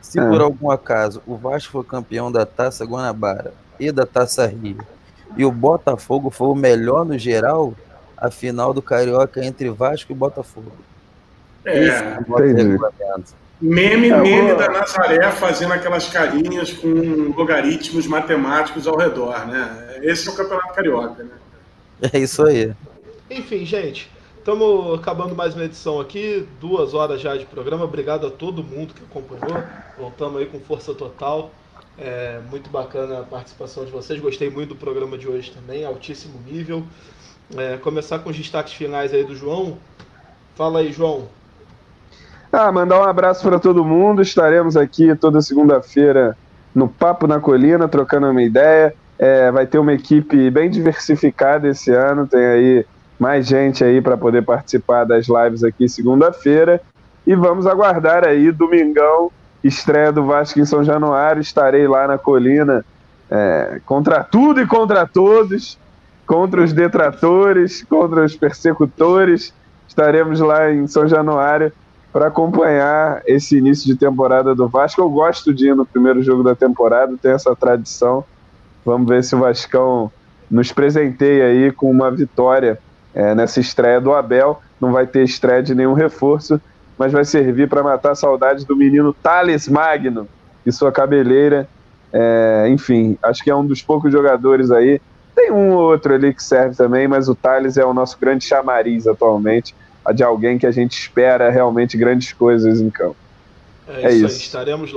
S5: Se por algum acaso o Vasco for campeão da Taça Guanabara e da Taça Rio e o Botafogo for o melhor no geral, a final do Carioca é entre Vasco e Botafogo. Esse é o nosso regulamento.
S4: Meme da Nazaré fazendo aquelas carinhas com logaritmos matemáticos ao redor, né? Esse é o Campeonato Carioca, né?
S5: É isso aí.
S2: Enfim, gente, estamos acabando mais uma edição aqui, 2 horas já de programa. Obrigado a todo mundo que acompanhou. Voltamos aí com força total. Muito bacana a participação de vocês. Gostei muito do programa de hoje também, altíssimo nível. Começar com os destaques finais aí do João. Fala aí, João.
S3: Mandar um abraço para todo mundo. Estaremos aqui toda segunda-feira no Papo na Colina, trocando uma ideia. Vai ter uma equipe bem diversificada esse ano. Tem aí mais gente aí para poder participar das lives aqui segunda-feira. E vamos aguardar aí, domingão, estreia do Vasco em São Januário. Estarei lá na Colina, contra tudo e contra todos, contra os detratores, contra os persecutores. Estaremos lá em São Januário para acompanhar esse início de temporada do Vasco. Eu gosto de ir no primeiro jogo da temporada, tem essa tradição. Vamos ver se o Vascão nos presenteia aí com uma vitória nessa estreia do Abel. Não vai ter estreia de nenhum reforço, mas vai servir para matar a saudade do menino Thales Magno e sua cabeleira. Enfim, acho que é um dos poucos jogadores aí. Tem um ou outro ali que serve também, mas o Thales é o nosso grande chamariz atualmente, de alguém que a gente espera realmente grandes coisas em campo.
S2: É isso aí, estaremos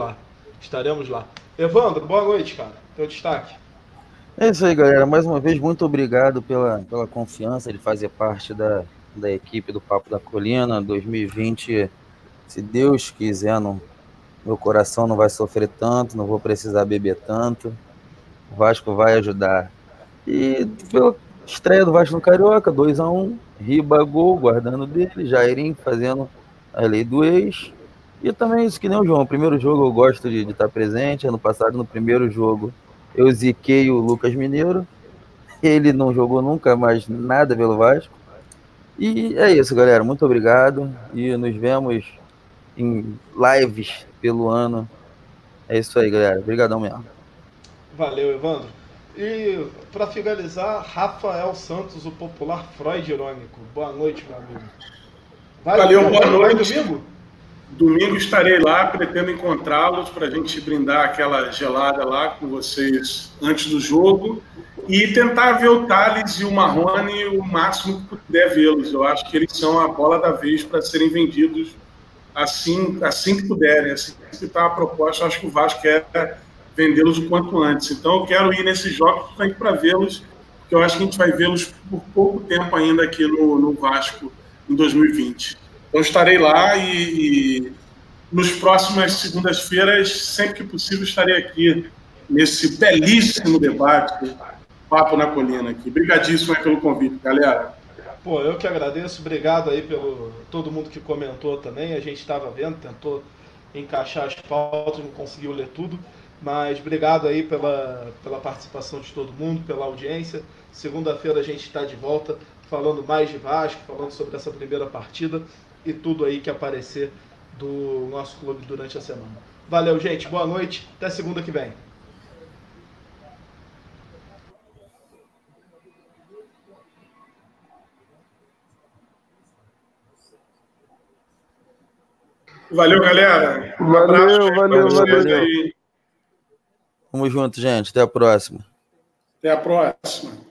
S2: lá. Evandro, boa noite, cara. Teu destaque.
S5: É isso aí, galera. Mais uma vez, muito obrigado pela confiança de fazer parte da equipe do Papo da Colina. 2020, se Deus quiser, meu coração não vai sofrer tanto, não vou precisar beber tanto. O Vasco vai ajudar. E pela estreia do Vasco no Carioca, 2-1, Riba gol, guardando dele, Jairinho fazendo a lei do ex. E também isso que nem o João, primeiro jogo eu gosto de estar presente. Ano passado, no primeiro jogo, eu ziquei o Lucas Mineiro. Ele não jogou nunca mais nada pelo Vasco. E é isso, galera. Muito obrigado. E nos vemos em lives pelo ano. É isso aí, galera. Obrigadão mesmo.
S2: Valeu, Evandro. E para finalizar, Rafael Santos, o popular Freud irônico. Boa noite, meu amigo.
S4: Valeu, boa noite.
S2: Domingo?
S4: Domingo estarei lá, pretendo encontrá-los para a gente brindar aquela gelada lá com vocês antes do jogo e tentar ver o Thales e o Marrone o máximo que puder vê-los. Eu acho que eles são a bola da vez para serem vendidos assim que puderem. Assim que está a proposta, eu acho que o Vasco quer vendê-los o quanto antes. Então eu quero ir nesses jogos para vê-los, porque eu acho que a gente vai vê-los por pouco tempo ainda aqui no Vasco em 2020. Então estarei lá e nos próximas segundas-feiras, sempre que possível, estarei aqui nesse belíssimo debate, Papo na Colina aqui. Obrigadíssimo aí pelo convite, galera.
S2: Pô, eu que agradeço. Obrigado aí pelo todo mundo que comentou também. A gente estava vendo, tentou encaixar as pautas, não conseguiu ler tudo. Mas obrigado aí pela participação de todo mundo, pela audiência. Segunda-feira a gente está de volta falando mais de Vasco, falando sobre essa primeira partida e tudo aí que aparecer do nosso clube durante a semana. Valeu, gente. Boa noite. Até segunda que vem.
S4: Valeu, galera.
S3: Um abraço. Valeu.
S5: Tamo junto, gente. Até a próxima.
S4: Até a próxima.